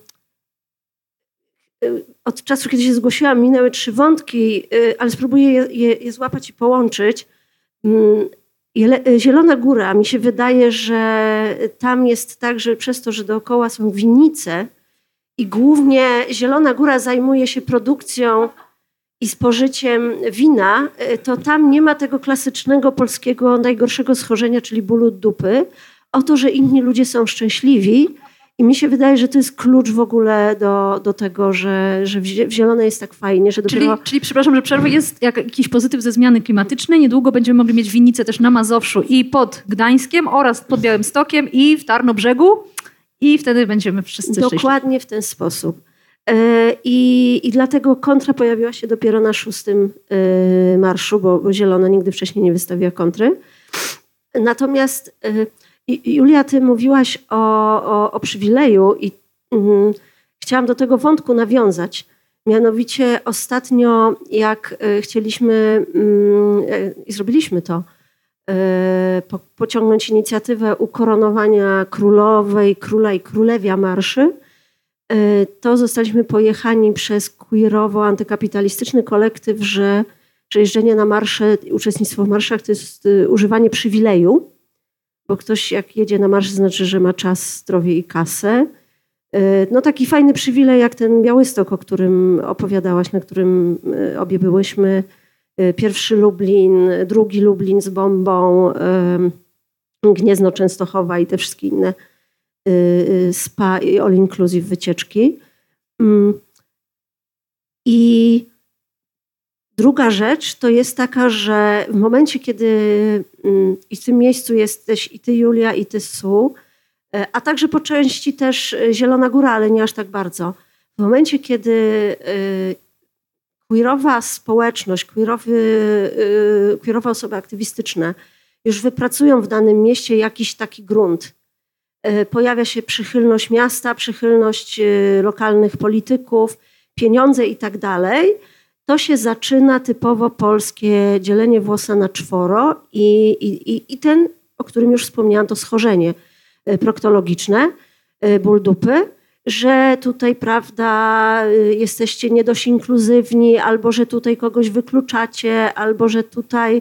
od czasu, kiedy się zgłosiłam, minęły trzy wątki, ale spróbuję je, je, je złapać i połączyć. Um, Zielona Góra, mi się wydaje, że tam jest tak, że przez to, że dookoła są winnice i głównie Zielona Góra zajmuje się produkcją i spożyciem wina, to tam nie ma tego klasycznego polskiego najgorszego schorzenia, czyli bólu dupy, o to, że inni ludzie są szczęśliwi. I mi się wydaje, że to jest klucz w ogóle do, do tego, że, że w Zielonej jest tak fajnie, że dopiero... Czyli, czyli przepraszam, że przerwę, jest jak jakiś pozytyw ze zmiany klimatycznej. Niedługo będziemy mogli mieć winnice też na Mazowszu i pod Gdańskiem oraz pod Białymstokiem i w Tarnobrzegu i wtedy będziemy wszyscy szczęśliwi. Dokładnie w ten sposób. I, I dlatego kontra pojawiła się dopiero na szóstym marszu, bo, bo Zielona nigdy wcześniej nie wystawiła kontry. Natomiast... Julia, ty mówiłaś o, o, o przywileju i mm, chciałam do tego wątku nawiązać. Mianowicie ostatnio, jak y, chcieliśmy i y, zrobiliśmy to, y, po, pociągnąć inicjatywę ukoronowania królowej, króla i królewia marszy, y, to zostaliśmy pojechani przez queerowo-antykapitalistyczny kolektyw, że, że jeżdżenie na marsze, uczestnictwo w marszach to jest y, używanie przywileju. Bo ktoś jak jedzie na marsz, znaczy, że ma czas, zdrowie i kasę. No taki fajny przywilej jak ten Białystok, o którym opowiadałaś, na którym obie byłyśmy. Pierwszy Lublin, drugi Lublin z bombą, Gniezno Częstochowa i te wszystkie inne spa i all inclusive wycieczki. I druga rzecz to jest taka, że w momencie, kiedy i w tym miejscu jesteś i ty, Julia, i ty, Su, a także po części też Zielona Góra, ale nie aż tak bardzo. W momencie, kiedy queerowa społeczność, queerowy, queerowe osoby aktywistyczne już wypracują w danym mieście jakiś taki grunt, pojawia się przychylność miasta, przychylność lokalnych polityków, pieniądze i tak dalej, to się zaczyna typowo polskie dzielenie włosa na czworo i, i, i ten, o którym już wspomniałam, to schorzenie proktologiczne, ból dupy, że tutaj, prawda, jesteście nie dość inkluzywni, albo że tutaj kogoś wykluczacie, albo że tutaj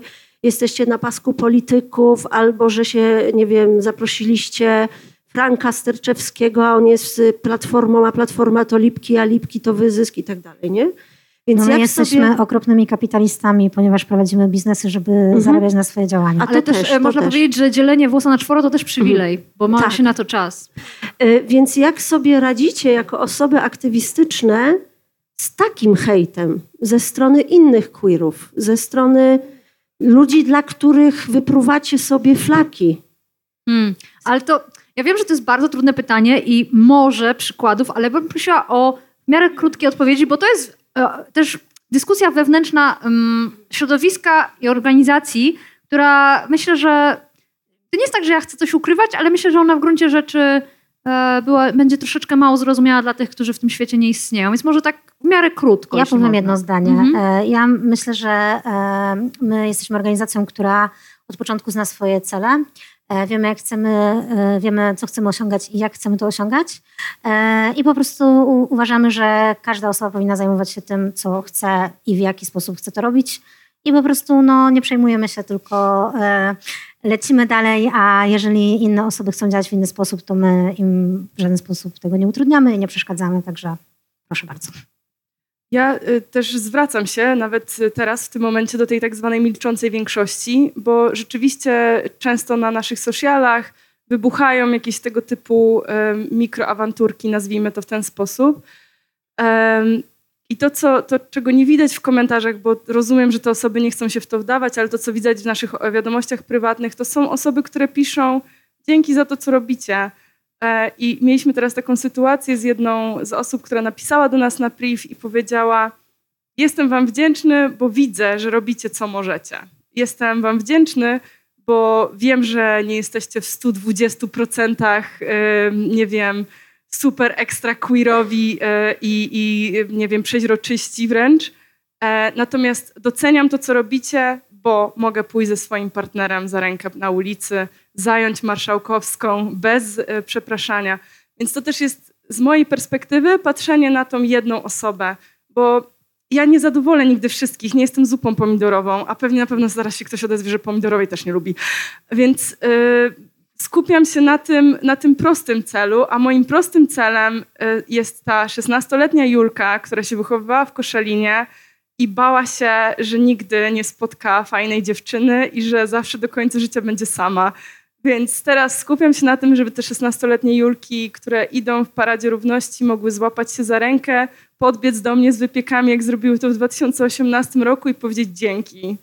jesteście na pasku polityków, albo że się, nie wiem, zaprosiliście Franka Sterczewskiego, a on jest z Platformą, a Platforma to Lipki, a Lipki to Wyzysk i tak dalej, nie? Więc no my jak jesteśmy sobie... okropnymi kapitalistami, ponieważ prowadzimy biznesy, żeby mhm. zarabiać na swoje działania. A to Ale też, też to można też. powiedzieć, że dzielenie włosa na czworo to też przywilej, mhm. bo ma tak. się na to czas. Y, Więc jak sobie radzicie jako osoby aktywistyczne z takim hejtem ze strony innych queerów, ze strony ludzi, dla których wypruwacie sobie flaki? Hmm. Ale to, ja wiem, że to jest bardzo trudne pytanie i może przykładów, ale bym prosiła o w miarę krótkie odpowiedzi, bo to jest e, też dyskusja wewnętrzna um, środowiska i organizacji, która myślę, że to nie jest tak, że ja chcę coś ukrywać, ale myślę, że ona w gruncie rzeczy e, była, będzie troszeczkę mało zrozumiała dla tych, którzy w tym świecie nie istnieją. Więc może tak w miarę krótko. Ja powiem można. jedno zdanie. Mhm. Ja myślę, że my jesteśmy organizacją, która od początku zna swoje cele. Wiemy, jak chcemy, wiemy, co chcemy osiągać i jak chcemy to osiągać. I po prostu uważamy, że każda osoba powinna zajmować się tym, co chce i w jaki sposób chce to robić. I po prostu no, nie przejmujemy się, tylko lecimy dalej, a jeżeli inne osoby chcą działać w inny sposób, to my im w żaden sposób tego nie utrudniamy i nie przeszkadzamy. Także proszę bardzo. Ja y, też zwracam się nawet teraz w tym momencie do tej tak zwanej milczącej większości, bo rzeczywiście często na naszych socialach wybuchają jakieś tego typu y, mikroawanturki, nazwijmy to w ten sposób. Y, I to, co, to, czego nie widać w komentarzach, bo rozumiem, że te osoby nie chcą się w to wdawać, ale to, co widać w naszych wiadomościach prywatnych, to są osoby, które piszą dzięki za to, co robicie. I mieliśmy teraz taką sytuację z jedną z osób, która napisała do nas na priv i powiedziała: jestem wam wdzięczny, bo widzę, że robicie co możecie. Jestem wam wdzięczny, bo wiem, że nie jesteście w stu dwudziestu procentach, nie wiem, super ekstra queerowi i, i nie wiem, przeźroczyści wręcz. Natomiast doceniam to, co robicie, bo mogę pójść ze swoim partnerem za rękę na ulicy, zająć Marszałkowską bez y, przepraszania. Więc to też jest z mojej perspektywy patrzenie na tą jedną osobę, bo ja nie zadowolę nigdy wszystkich, nie jestem zupą pomidorową, a pewnie na pewno zaraz się ktoś odezwie, że pomidorowej też nie lubi. Więc y, skupiam się na tym, na tym prostym celu, a moim prostym celem y, jest ta szesnastoletnia Julka, która się wychowywała w Koszalinie i bała się, że nigdy nie spotka fajnej dziewczyny i że zawsze do końca życia będzie sama. Więc teraz skupiam się na tym, żeby te szesnastoletnie Julki, które idą w Paradzie Równości, mogły złapać się za rękę, podbiec do mnie z wypiekami, jak zrobiły to w dwa tysiące osiemnastym roku i powiedzieć dzięki.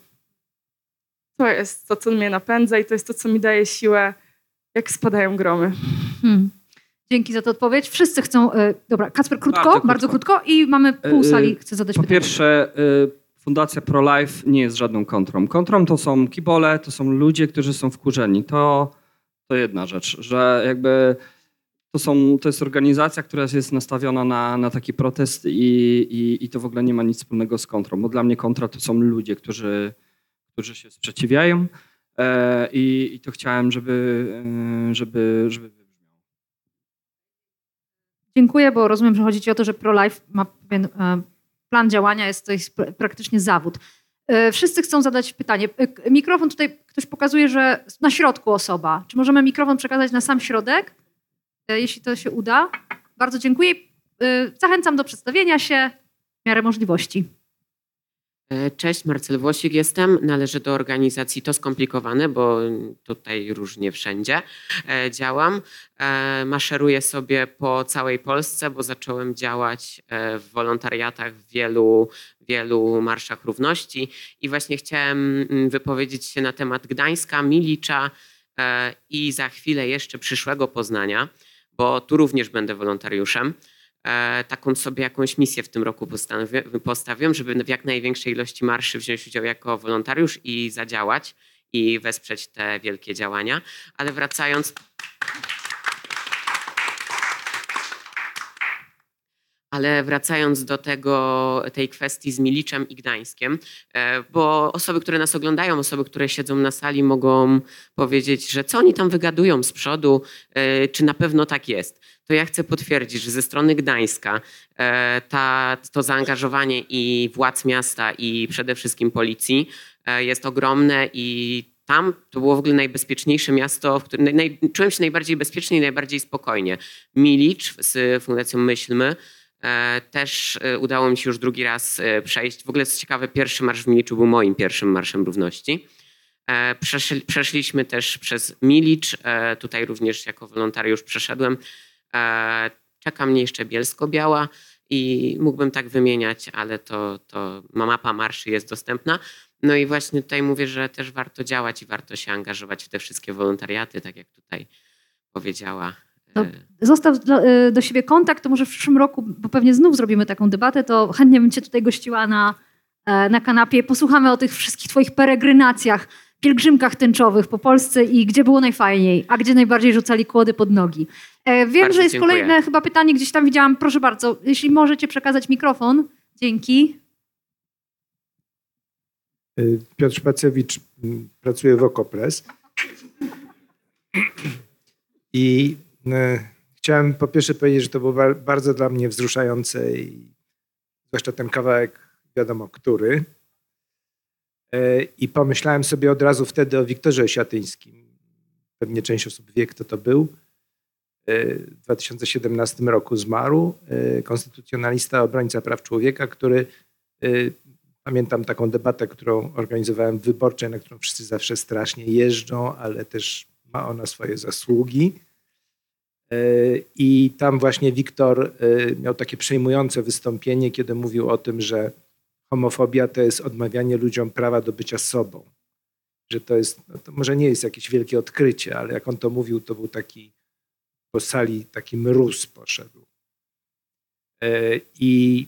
To jest to, co mnie napędza i to jest to, co mi daje siłę, jak spadają gromy. Hmm. Dzięki za tę odpowiedź. Wszyscy chcą... Y, dobra, Kacper, krótko, bardzo, bardzo krótko. krótko i mamy pół sali, chce zadać po pytanie. Po pierwsze, Fundacja Pro-Life nie jest żadną kontrą. Kontrą to są kibole, to są ludzie, którzy są wkurzeni. To, to jedna rzecz, że jakby to, są, to jest organizacja, która jest nastawiona na, na taki protest i, i, i to w ogóle nie ma nic wspólnego z kontrą, bo dla mnie kontra to są ludzie, którzy, którzy się sprzeciwiają e, i, i to chciałem, żeby, żeby, żeby Dziękuję, bo rozumiem, że chodzi ci o to, że ProLife ma pewien e, plan działania, jest to jest praktycznie zawód. E, wszyscy chcą zadać pytanie. E, mikrofon tutaj ktoś pokazuje, że na środku osoba. Czy możemy mikrofon przekazać na sam środek? E, jeśli to się uda. Bardzo dziękuję. E, zachęcam do przedstawienia się w miarę możliwości. Cześć, Marcel Włosik jestem. Należę do organizacji To Skomplikowane, bo tutaj różnie wszędzie działam. Maszeruję sobie po całej Polsce, bo zacząłem działać w wolontariatach w wielu, wielu marszach równości i właśnie chciałem wypowiedzieć się na temat Gdańska, Milicza i za chwilę jeszcze przyszłego Poznania, bo tu również będę wolontariuszem. Taką sobie jakąś misję w tym roku postawiłem, żeby w jak największej ilości marszy wziąć udział jako wolontariusz i zadziałać i wesprzeć te wielkie działania. Ale wracając, Ale wracając do tego, tej kwestii z Miliczem i Gdańskiem, bo osoby, które nas oglądają, osoby, które siedzą na sali, mogą powiedzieć, że co oni tam wygadują z przodu, czy na pewno tak jest. To ja chcę potwierdzić, że ze strony Gdańska ta, to zaangażowanie i władz miasta i przede wszystkim policji jest ogromne i tam to było w ogóle najbezpieczniejsze miasto, w którym naj, czułem się najbardziej bezpiecznie i najbardziej spokojnie. Milicz z Fundacją Myślmy też udało mi się już drugi raz przejść. W ogóle jest ciekawe, pierwszy marsz w Miliczu był moim pierwszym marszem równości. Przeszli, przeszliśmy też przez Milicz, tutaj również jako wolontariusz przeszedłem. Czeka mnie jeszcze Bielsko-Biała i mógłbym tak wymieniać, ale to, to mapa marszy jest dostępna. No i właśnie tutaj mówię, że też warto działać i warto się angażować w te wszystkie wolontariaty, tak jak tutaj powiedziała. To zostaw do, do siebie kontakt, to może w przyszłym roku, bo pewnie znów zrobimy taką debatę, to chętnie bym cię tutaj gościła na, na kanapie. Posłuchamy o tych wszystkich twoich peregrinacjach, pielgrzymkach tęczowych po Polsce i gdzie było najfajniej, a gdzie najbardziej rzucali kłody pod nogi. Wiem, Bardzo że jest dziękuję. kolejne chyba pytanie, gdzieś tam widziałam. Proszę bardzo, jeśli możecie przekazać mikrofon. Dzięki. Piotr Szpacewicz pracuje w Okopres. I e, chciałem po pierwsze powiedzieć, że to było bardzo dla mnie wzruszające i zwłaszcza ten kawałek, wiadomo który. E, I pomyślałem sobie od razu wtedy o Wiktorze Osiatyńskim. Pewnie część osób wie, kto to był. E, w dwa tysiące siedemnastym roku zmarł. E, konstytucjonalista, obrońca praw człowieka, który e, pamiętam taką debatę, którą organizowałem w Wyborczej, na którą wszyscy zawsze strasznie jeżdżą, ale też ma ona swoje zasługi. I tam właśnie Wiktor miał takie przejmujące wystąpienie, kiedy mówił o tym, że homofobia to jest odmawianie ludziom prawa do bycia sobą. Że to jest, no to może nie jest jakieś wielkie odkrycie, ale jak on to mówił, to był taki, po sali taki mróz poszedł. I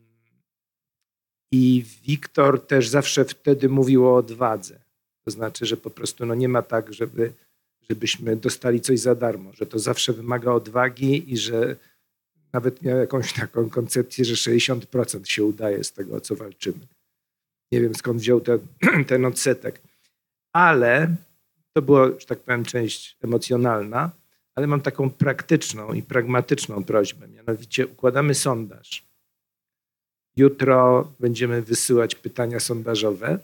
I Wiktor też zawsze wtedy mówił o odwadze. To znaczy, że po prostu no nie ma tak, żeby, żebyśmy dostali coś za darmo, że to zawsze wymaga odwagi i że nawet miał jakąś taką koncepcję, że sześćdziesiąt procent się udaje z tego, o co walczymy. Nie wiem, skąd wziął ten, ten odsetek. Ale to była, że tak powiem, część emocjonalna, ale mam taką praktyczną i pragmatyczną prośbę. Mianowicie układamy sondaż. Jutro będziemy wysyłać pytania sondażowe.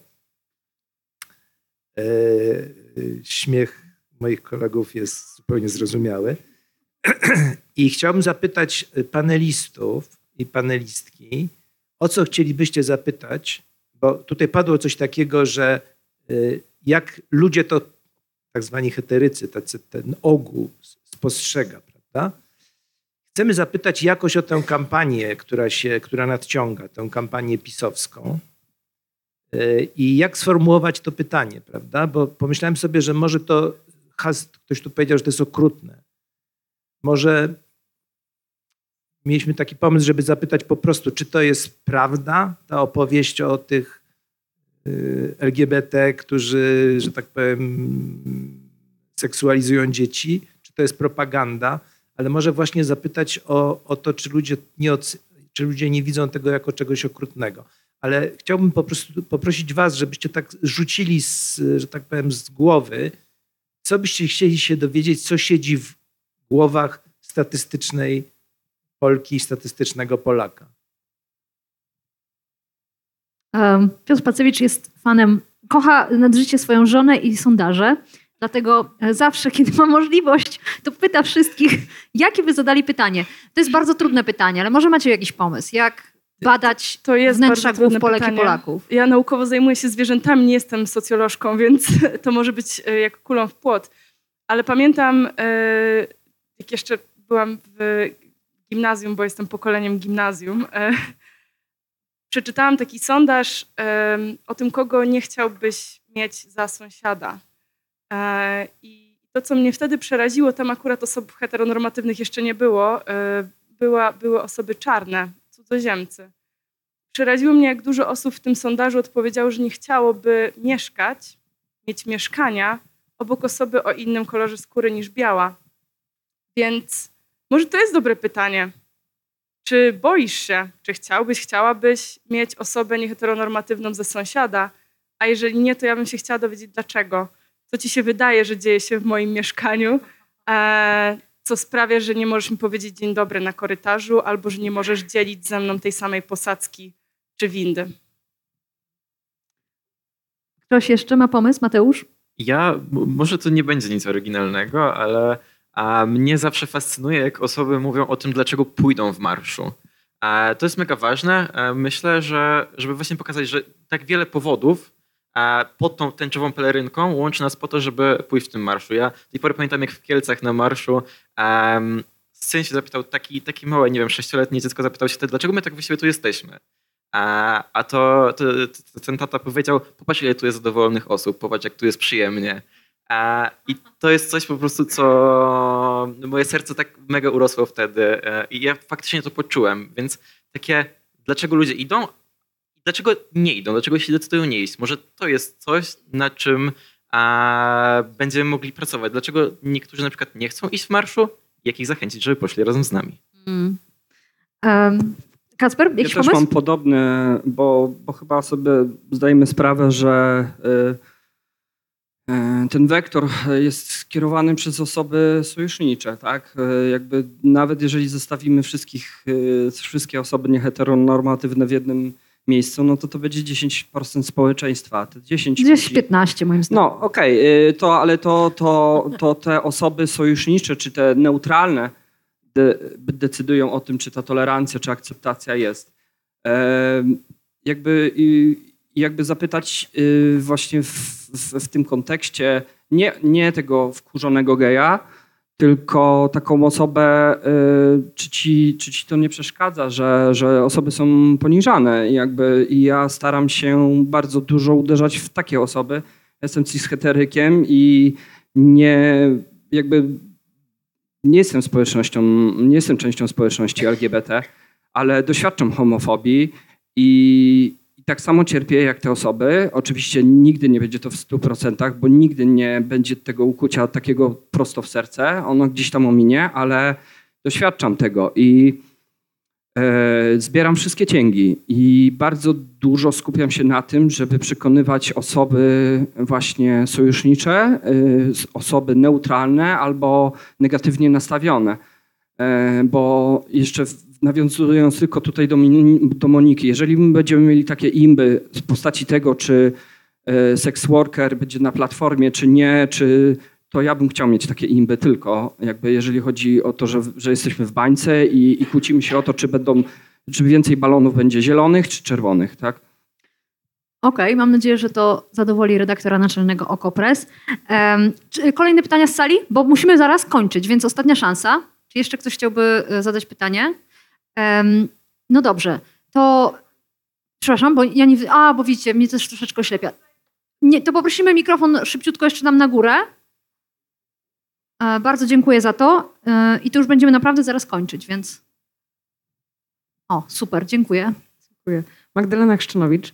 Śmiech moich kolegów jest zupełnie zrozumiały. I chciałbym zapytać panelistów i panelistki, o co chcielibyście zapytać, bo tutaj padło coś takiego, że jak ludzie to, tak zwani heterycy, tacy, ten ogół spostrzega, prawda? Chcemy zapytać jakoś o tę kampanię, która się, która nadciąga, tę kampanię pisowską. I jak sformułować to pytanie, prawda? Bo pomyślałem sobie, że może to, ktoś tu powiedział, że to jest okrutne. Może mieliśmy taki pomysł, żeby zapytać po prostu, czy to jest prawda, ta opowieść o tych L G B T, którzy, że tak powiem, seksualizują dzieci, czy to jest propaganda, ale może właśnie zapytać o, o to, czy ludzie, nie, czy ludzie nie widzą tego jako czegoś okrutnego. Ale chciałbym po prostu poprosić was, żebyście tak rzucili, z, że tak powiem, z głowy, co byście chcieli się dowiedzieć, co siedzi w głowach statystycznej Polki i statystycznego Polaka. Piotr Pacewicz jest fanem, kocha nad życie swoją żonę i sondaże. Dlatego zawsze, kiedy ma możliwość, to pyta wszystkich, jakie by zadali pytanie. To jest bardzo trudne pytanie, ale może macie jakiś pomysł, jak badać to jest wnętrza głów Polek i Polaków? Ja naukowo zajmuję się zwierzętami, nie jestem socjolożką, więc to może być jak kulą w płot. Ale pamiętam, jak jeszcze byłam w gimnazjum, bo jestem pokoleniem gimnazjum, przeczytałam taki sondaż o tym, kogo nie chciałbyś mieć za sąsiada. I to, co mnie wtedy przeraziło, tam akurat osób heteronormatywnych jeszcze nie było, była, były osoby czarne, cudzoziemcy. Przeraziło mnie, jak dużo osób w tym sondażu odpowiedziało, że nie chciałoby mieszkać, mieć mieszkania obok osoby o innym kolorze skóry niż biała. Więc może to jest dobre pytanie. czy boisz się, czy chciałbyś, chciałabyś mieć osobę nieheteronormatywną ze sąsiada, a jeżeli nie, to ja bym się chciała dowiedzieć dlaczego. Co ci się wydaje, że dzieje się w moim mieszkaniu, e, co sprawia, że nie możesz mi powiedzieć dzień dobry na korytarzu, albo że nie możesz dzielić ze mną tej samej posadzki czy windy. Ktoś jeszcze ma pomysł? Mateusz? Ja, m- może to nie będzie nic oryginalnego, ale a, mnie zawsze fascynuje, jak osoby mówią o tym, dlaczego pójdą w marszu. A, to jest mega ważne. A, myślę, że żeby właśnie pokazać, że tak wiele powodów a, pod tą tęczową pelerynką łączy nas po to, żeby pójść w tym marszu. Ja do tej pory pamiętam, jak w Kielcach na marszu um, syn się zapytał, taki, taki małe, nie wiem, sześcioletnie dziecko zapytał się wtedy, dlaczego my tak właściwie tu jesteśmy. A, a to, to, to ten tata powiedział, popatrz, ile tu jest zadowolonych osób, popatrz, jak tu jest przyjemnie. A, I to jest coś po prostu, co moje serce tak mega urosło wtedy e, i ja faktycznie to poczułem, więc takie, dlaczego ludzie idą i dlaczego nie idą, dlaczego się decydują nie iść. Może to jest coś, na czym a, będziemy mogli pracować. Dlaczego niektórzy na przykład nie chcą iść w marszu, jak ich zachęcić, żeby poszli razem z nami. Mm. Um, Kacper, jakiś Ja też pomysł? mam podobny, bo, bo chyba sobie zdajemy sprawę, że y, y, ten wektor jest skierowany przez osoby sojusznicze, tak? Y, jakby nawet jeżeli zestawimy wszystkich, y, wszystkie osoby nieheteronormatywne w jednym miejscu, no to to będzie dziesięć procent społeczeństwa. Te dziesięć Gdzieś piętnaście moim zdaniem. No okej, okay, to ale to, to, to te osoby sojusznicze, czy te neutralne de, decydują o tym, czy ta tolerancja, czy akceptacja jest. E, jakby, jakby zapytać właśnie w, w, w tym kontekście nie, nie tego wkurzonego geja, tylko taką osobę, czy ci, czy ci to nie przeszkadza, że, że osoby są poniżane. I, jakby, I ja staram się bardzo dużo uderzać w takie osoby. Jestem cisheterykiem i nie, jakby nie jestem społecznością, nie jestem częścią społeczności L G B T, ale doświadczam homofobii i, i tak samo cierpię jak te osoby. Oczywiście nigdy nie będzie to w stu procentach, bo nigdy nie będzie tego ukucia takiego prosto w serce. Ono gdzieś tam ominie, ale doświadczam tego i e, zbieram wszystkie cięgi i bardzo dużo skupiam się na tym, żeby przekonywać osoby właśnie sojusznicze, e, osoby neutralne albo negatywnie nastawione. E, bo jeszcze w, nawiązując tylko tutaj do, do Moniki, jeżeli my będziemy mieli takie imby w postaci tego, czy e, sex worker będzie na platformie, czy nie, czy to ja bym chciał mieć takie imby tylko, jakby jeżeli chodzi o to, że, że jesteśmy w bańce i, i kłócimy się o to, czy będą, czy więcej balonów będzie zielonych, czy czerwonych, tak? Okej, okay, mam nadzieję, że to zadowoli redaktora naczelnego Okopres. Um, czy, kolejne pytania z sali? Bo musimy zaraz kończyć, więc ostatnia szansa. Czy jeszcze ktoś chciałby zadać pytanie? Um, no dobrze, to przepraszam, bo ja nie... A, bo widzicie, mnie też troszeczkę oślepia. Nie, to poprosimy mikrofon szybciutko jeszcze nam na górę. E, bardzo dziękuję za to. E, I to już będziemy naprawdę zaraz kończyć, więc... O, super, dziękuję. Dziękuję. Magdalena Chrzczynowicz.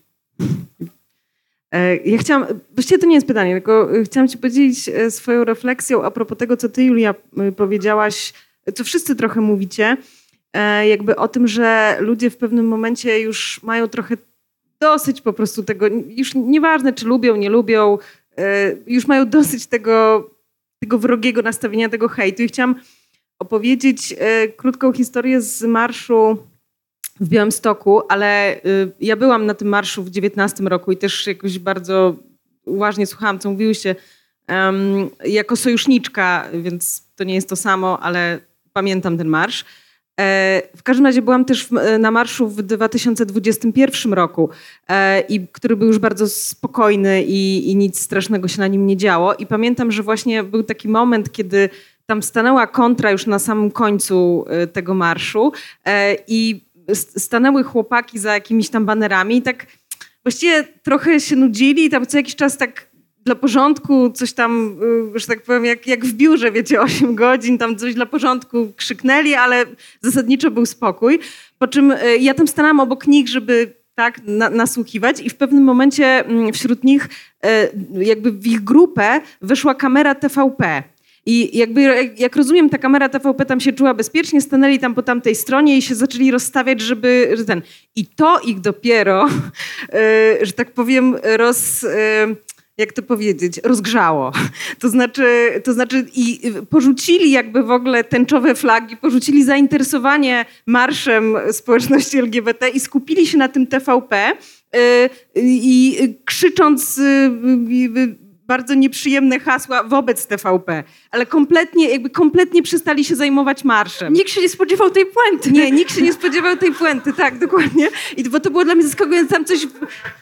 Ja chciałam, właściwie to nie jest pytanie, tylko chciałam ci podzielić swoją refleksją a propos tego, co ty, Julia, powiedziałaś, co wszyscy trochę mówicie, jakby o tym, że ludzie w pewnym momencie już mają trochę dosyć po prostu tego, już nieważne, czy lubią, nie lubią, już mają dosyć tego, tego wrogiego nastawienia, tego hejtu. I chciałam opowiedzieć krótką historię z marszu w Białymstoku, ale ja byłam na tym marszu w dziewiętnastym roku i też jakoś bardzo uważnie słuchałam, co mówiłyście, um, jako sojuszniczka, więc to nie jest to samo, ale pamiętam ten marsz. E, w każdym razie byłam też w, na marszu w dwa tysiące dwudziestym pierwszym roku, e, i, który był już bardzo spokojny i, i nic strasznego się na nim nie działo. I pamiętam, że właśnie był taki moment, kiedy tam stanęła kontra już na samym końcu tego marszu e, i stanęły chłopaki za jakimiś tam banerami i tak właściwie trochę się nudzili i tam co jakiś czas tak dla porządku coś tam, że tak powiem, jak, jak w biurze, wiecie, osiem godzin, tam coś dla porządku krzyknęli, ale zasadniczo był spokój. Po czym ja tam stanęłam obok nich, żeby tak na, nasłuchiwać i w pewnym momencie wśród nich jakby w ich grupę weszła kamera T V P. I jakby, jak, jak rozumiem, ta kamera T V P tam się czuła bezpiecznie, stanęli tam po tamtej stronie i się zaczęli rozstawiać, żeby że ten. I to ich dopiero, yy, że tak powiem, roz... Yy, jak to powiedzieć, rozgrzało. To znaczy, to znaczy i porzucili jakby w ogóle tęczowe flagi, porzucili zainteresowanie marszem społeczności L G B T i skupili się na tym T V P i krzycząc bardzo nieprzyjemne hasła wobec T V P, ale kompletnie, jakby kompletnie przestali się zajmować marszem. Nikt się nie spodziewał tej puenty. Nie, nikt się nie spodziewał tej puenty, tak, dokładnie. I bo to było dla mnie zaskakujące, tam coś...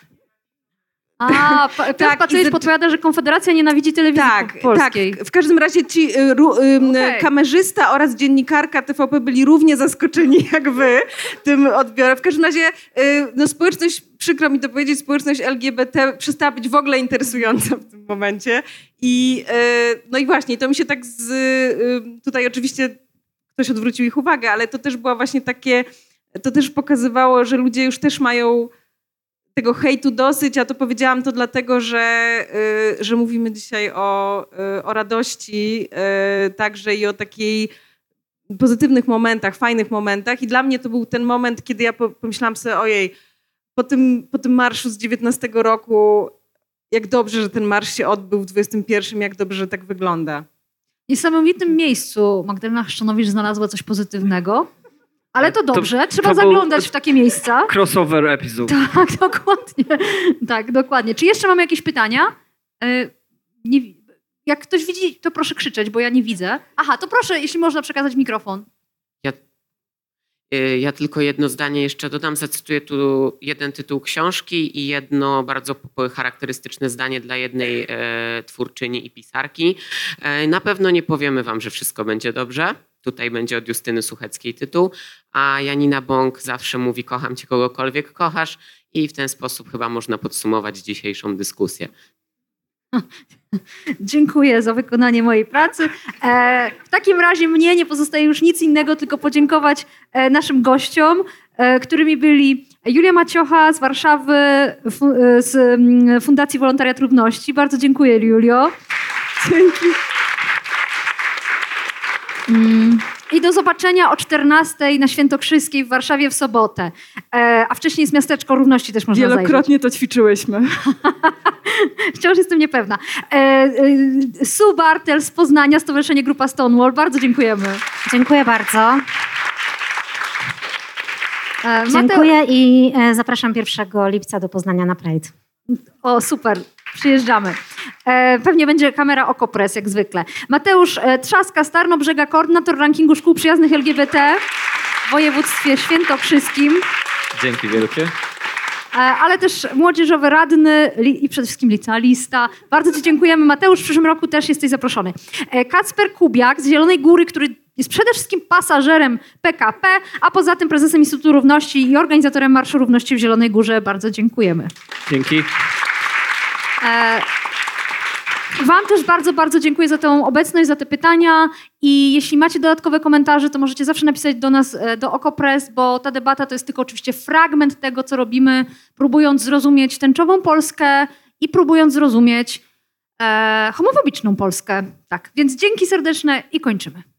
A, Piotr tak, Pacyjewicz podpowiada, że Konfederacja nienawidzi telewizji tak, polskiej. Tak, w każdym razie ci ru, um, okay. kamerzysta oraz dziennikarka T V P byli równie zaskoczeni jak wy tym odbiorem. W każdym razie no, społeczność, przykro mi to powiedzieć, społeczność L G B T przestała być w ogóle interesująca w tym momencie. I no i właśnie, to mi się tak z... Tutaj oczywiście ktoś odwrócił ich uwagę, ale to też było właśnie takie... To też pokazywało, że ludzie już też mają tego hejtu dosyć, a to powiedziałam to dlatego, że, y, że mówimy dzisiaj o, y, o radości y, także i o takiej pozytywnych momentach, fajnych momentach i dla mnie to był ten moment, kiedy ja pomyślałam sobie, ojej, po tym, po tym marszu z dziewiętnastego roku, jak dobrze, że ten marsz się odbył w dwudziestym pierwszym, jak dobrze, że tak wygląda. W niesamowitym miejscu Magdalena Chrzczanowicz znalazła coś pozytywnego. Ale to dobrze, to, trzeba to zaglądać w takie miejsca. Crossover epizod. Tak, dokładnie. Tak, dokładnie. Czy jeszcze mamy jakieś pytania? Yy, nie, jak ktoś widzi, to proszę krzyczeć, bo ja nie widzę. Aha, to proszę, jeśli można przekazać mikrofon. Ja, yy, ja tylko jedno zdanie jeszcze dodam. Zacytuję tu jeden tytuł książki i jedno bardzo charakterystyczne zdanie dla jednej yy, twórczyni i pisarki. Yy, na pewno nie powiemy wam, że wszystko będzie dobrze. Tutaj będzie od Justyny Sucheckiej tytuł, a Janina Bąk zawsze mówi kocham cię kogokolwiek kochasz i w ten sposób chyba można podsumować dzisiejszą dyskusję. Dziękuję za wykonanie mojej pracy. E, w takim razie mnie nie pozostaje już nic innego, tylko podziękować e, naszym gościom, e, którymi byli Julia Maciocha z Warszawy, fu, e, z m, Fundacji Wolontariat Równości. Bardzo dziękuję, Julio. Dzięki. I do zobaczenia o czternastej na Świętokrzyskiej w Warszawie w sobotę. E, a wcześniej jest Miasteczko Równości też można zajrzeć. Wielokrotnie to ćwiczyłyśmy. Wciąż jestem niepewna. E, e, Sue Bartel z Poznania, Stowarzyszenie Grupa Stonewall. Bardzo dziękujemy. Dziękuję bardzo. E, Dziękuję Mateo... i e, zapraszam pierwszego lipca do Poznania na Pride. O, super. Przyjeżdżamy. E, pewnie będzie kamera Okopres, jak zwykle. Mateusz e, Trzaska z Tarnobrzega, koordynator rankingu szkół przyjaznych L G B T w województwie świętokrzyskim. Dzięki wielkie. E, ale też młodzieżowy radny li, i przede wszystkim licealista. Bardzo ci dziękujemy. Mateusz, w przyszłym roku też jesteś zaproszony. E, Kacper Kubiak z Zielonej Góry, który jest przede wszystkim pasażerem P K P, a poza tym prezesem Instytutu Równości i organizatorem Marszu Równości w Zielonej Górze. Bardzo dziękujemy. Dzięki. E, Wam też bardzo, bardzo dziękuję za tę obecność, za te pytania i jeśli macie dodatkowe komentarze, to możecie zawsze napisać do nas, do Okopres, bo ta debata to jest tylko oczywiście fragment tego, co robimy, próbując zrozumieć tęczową Polskę i próbując zrozumieć e, homofobiczną Polskę. Tak, więc dzięki serdeczne i kończymy.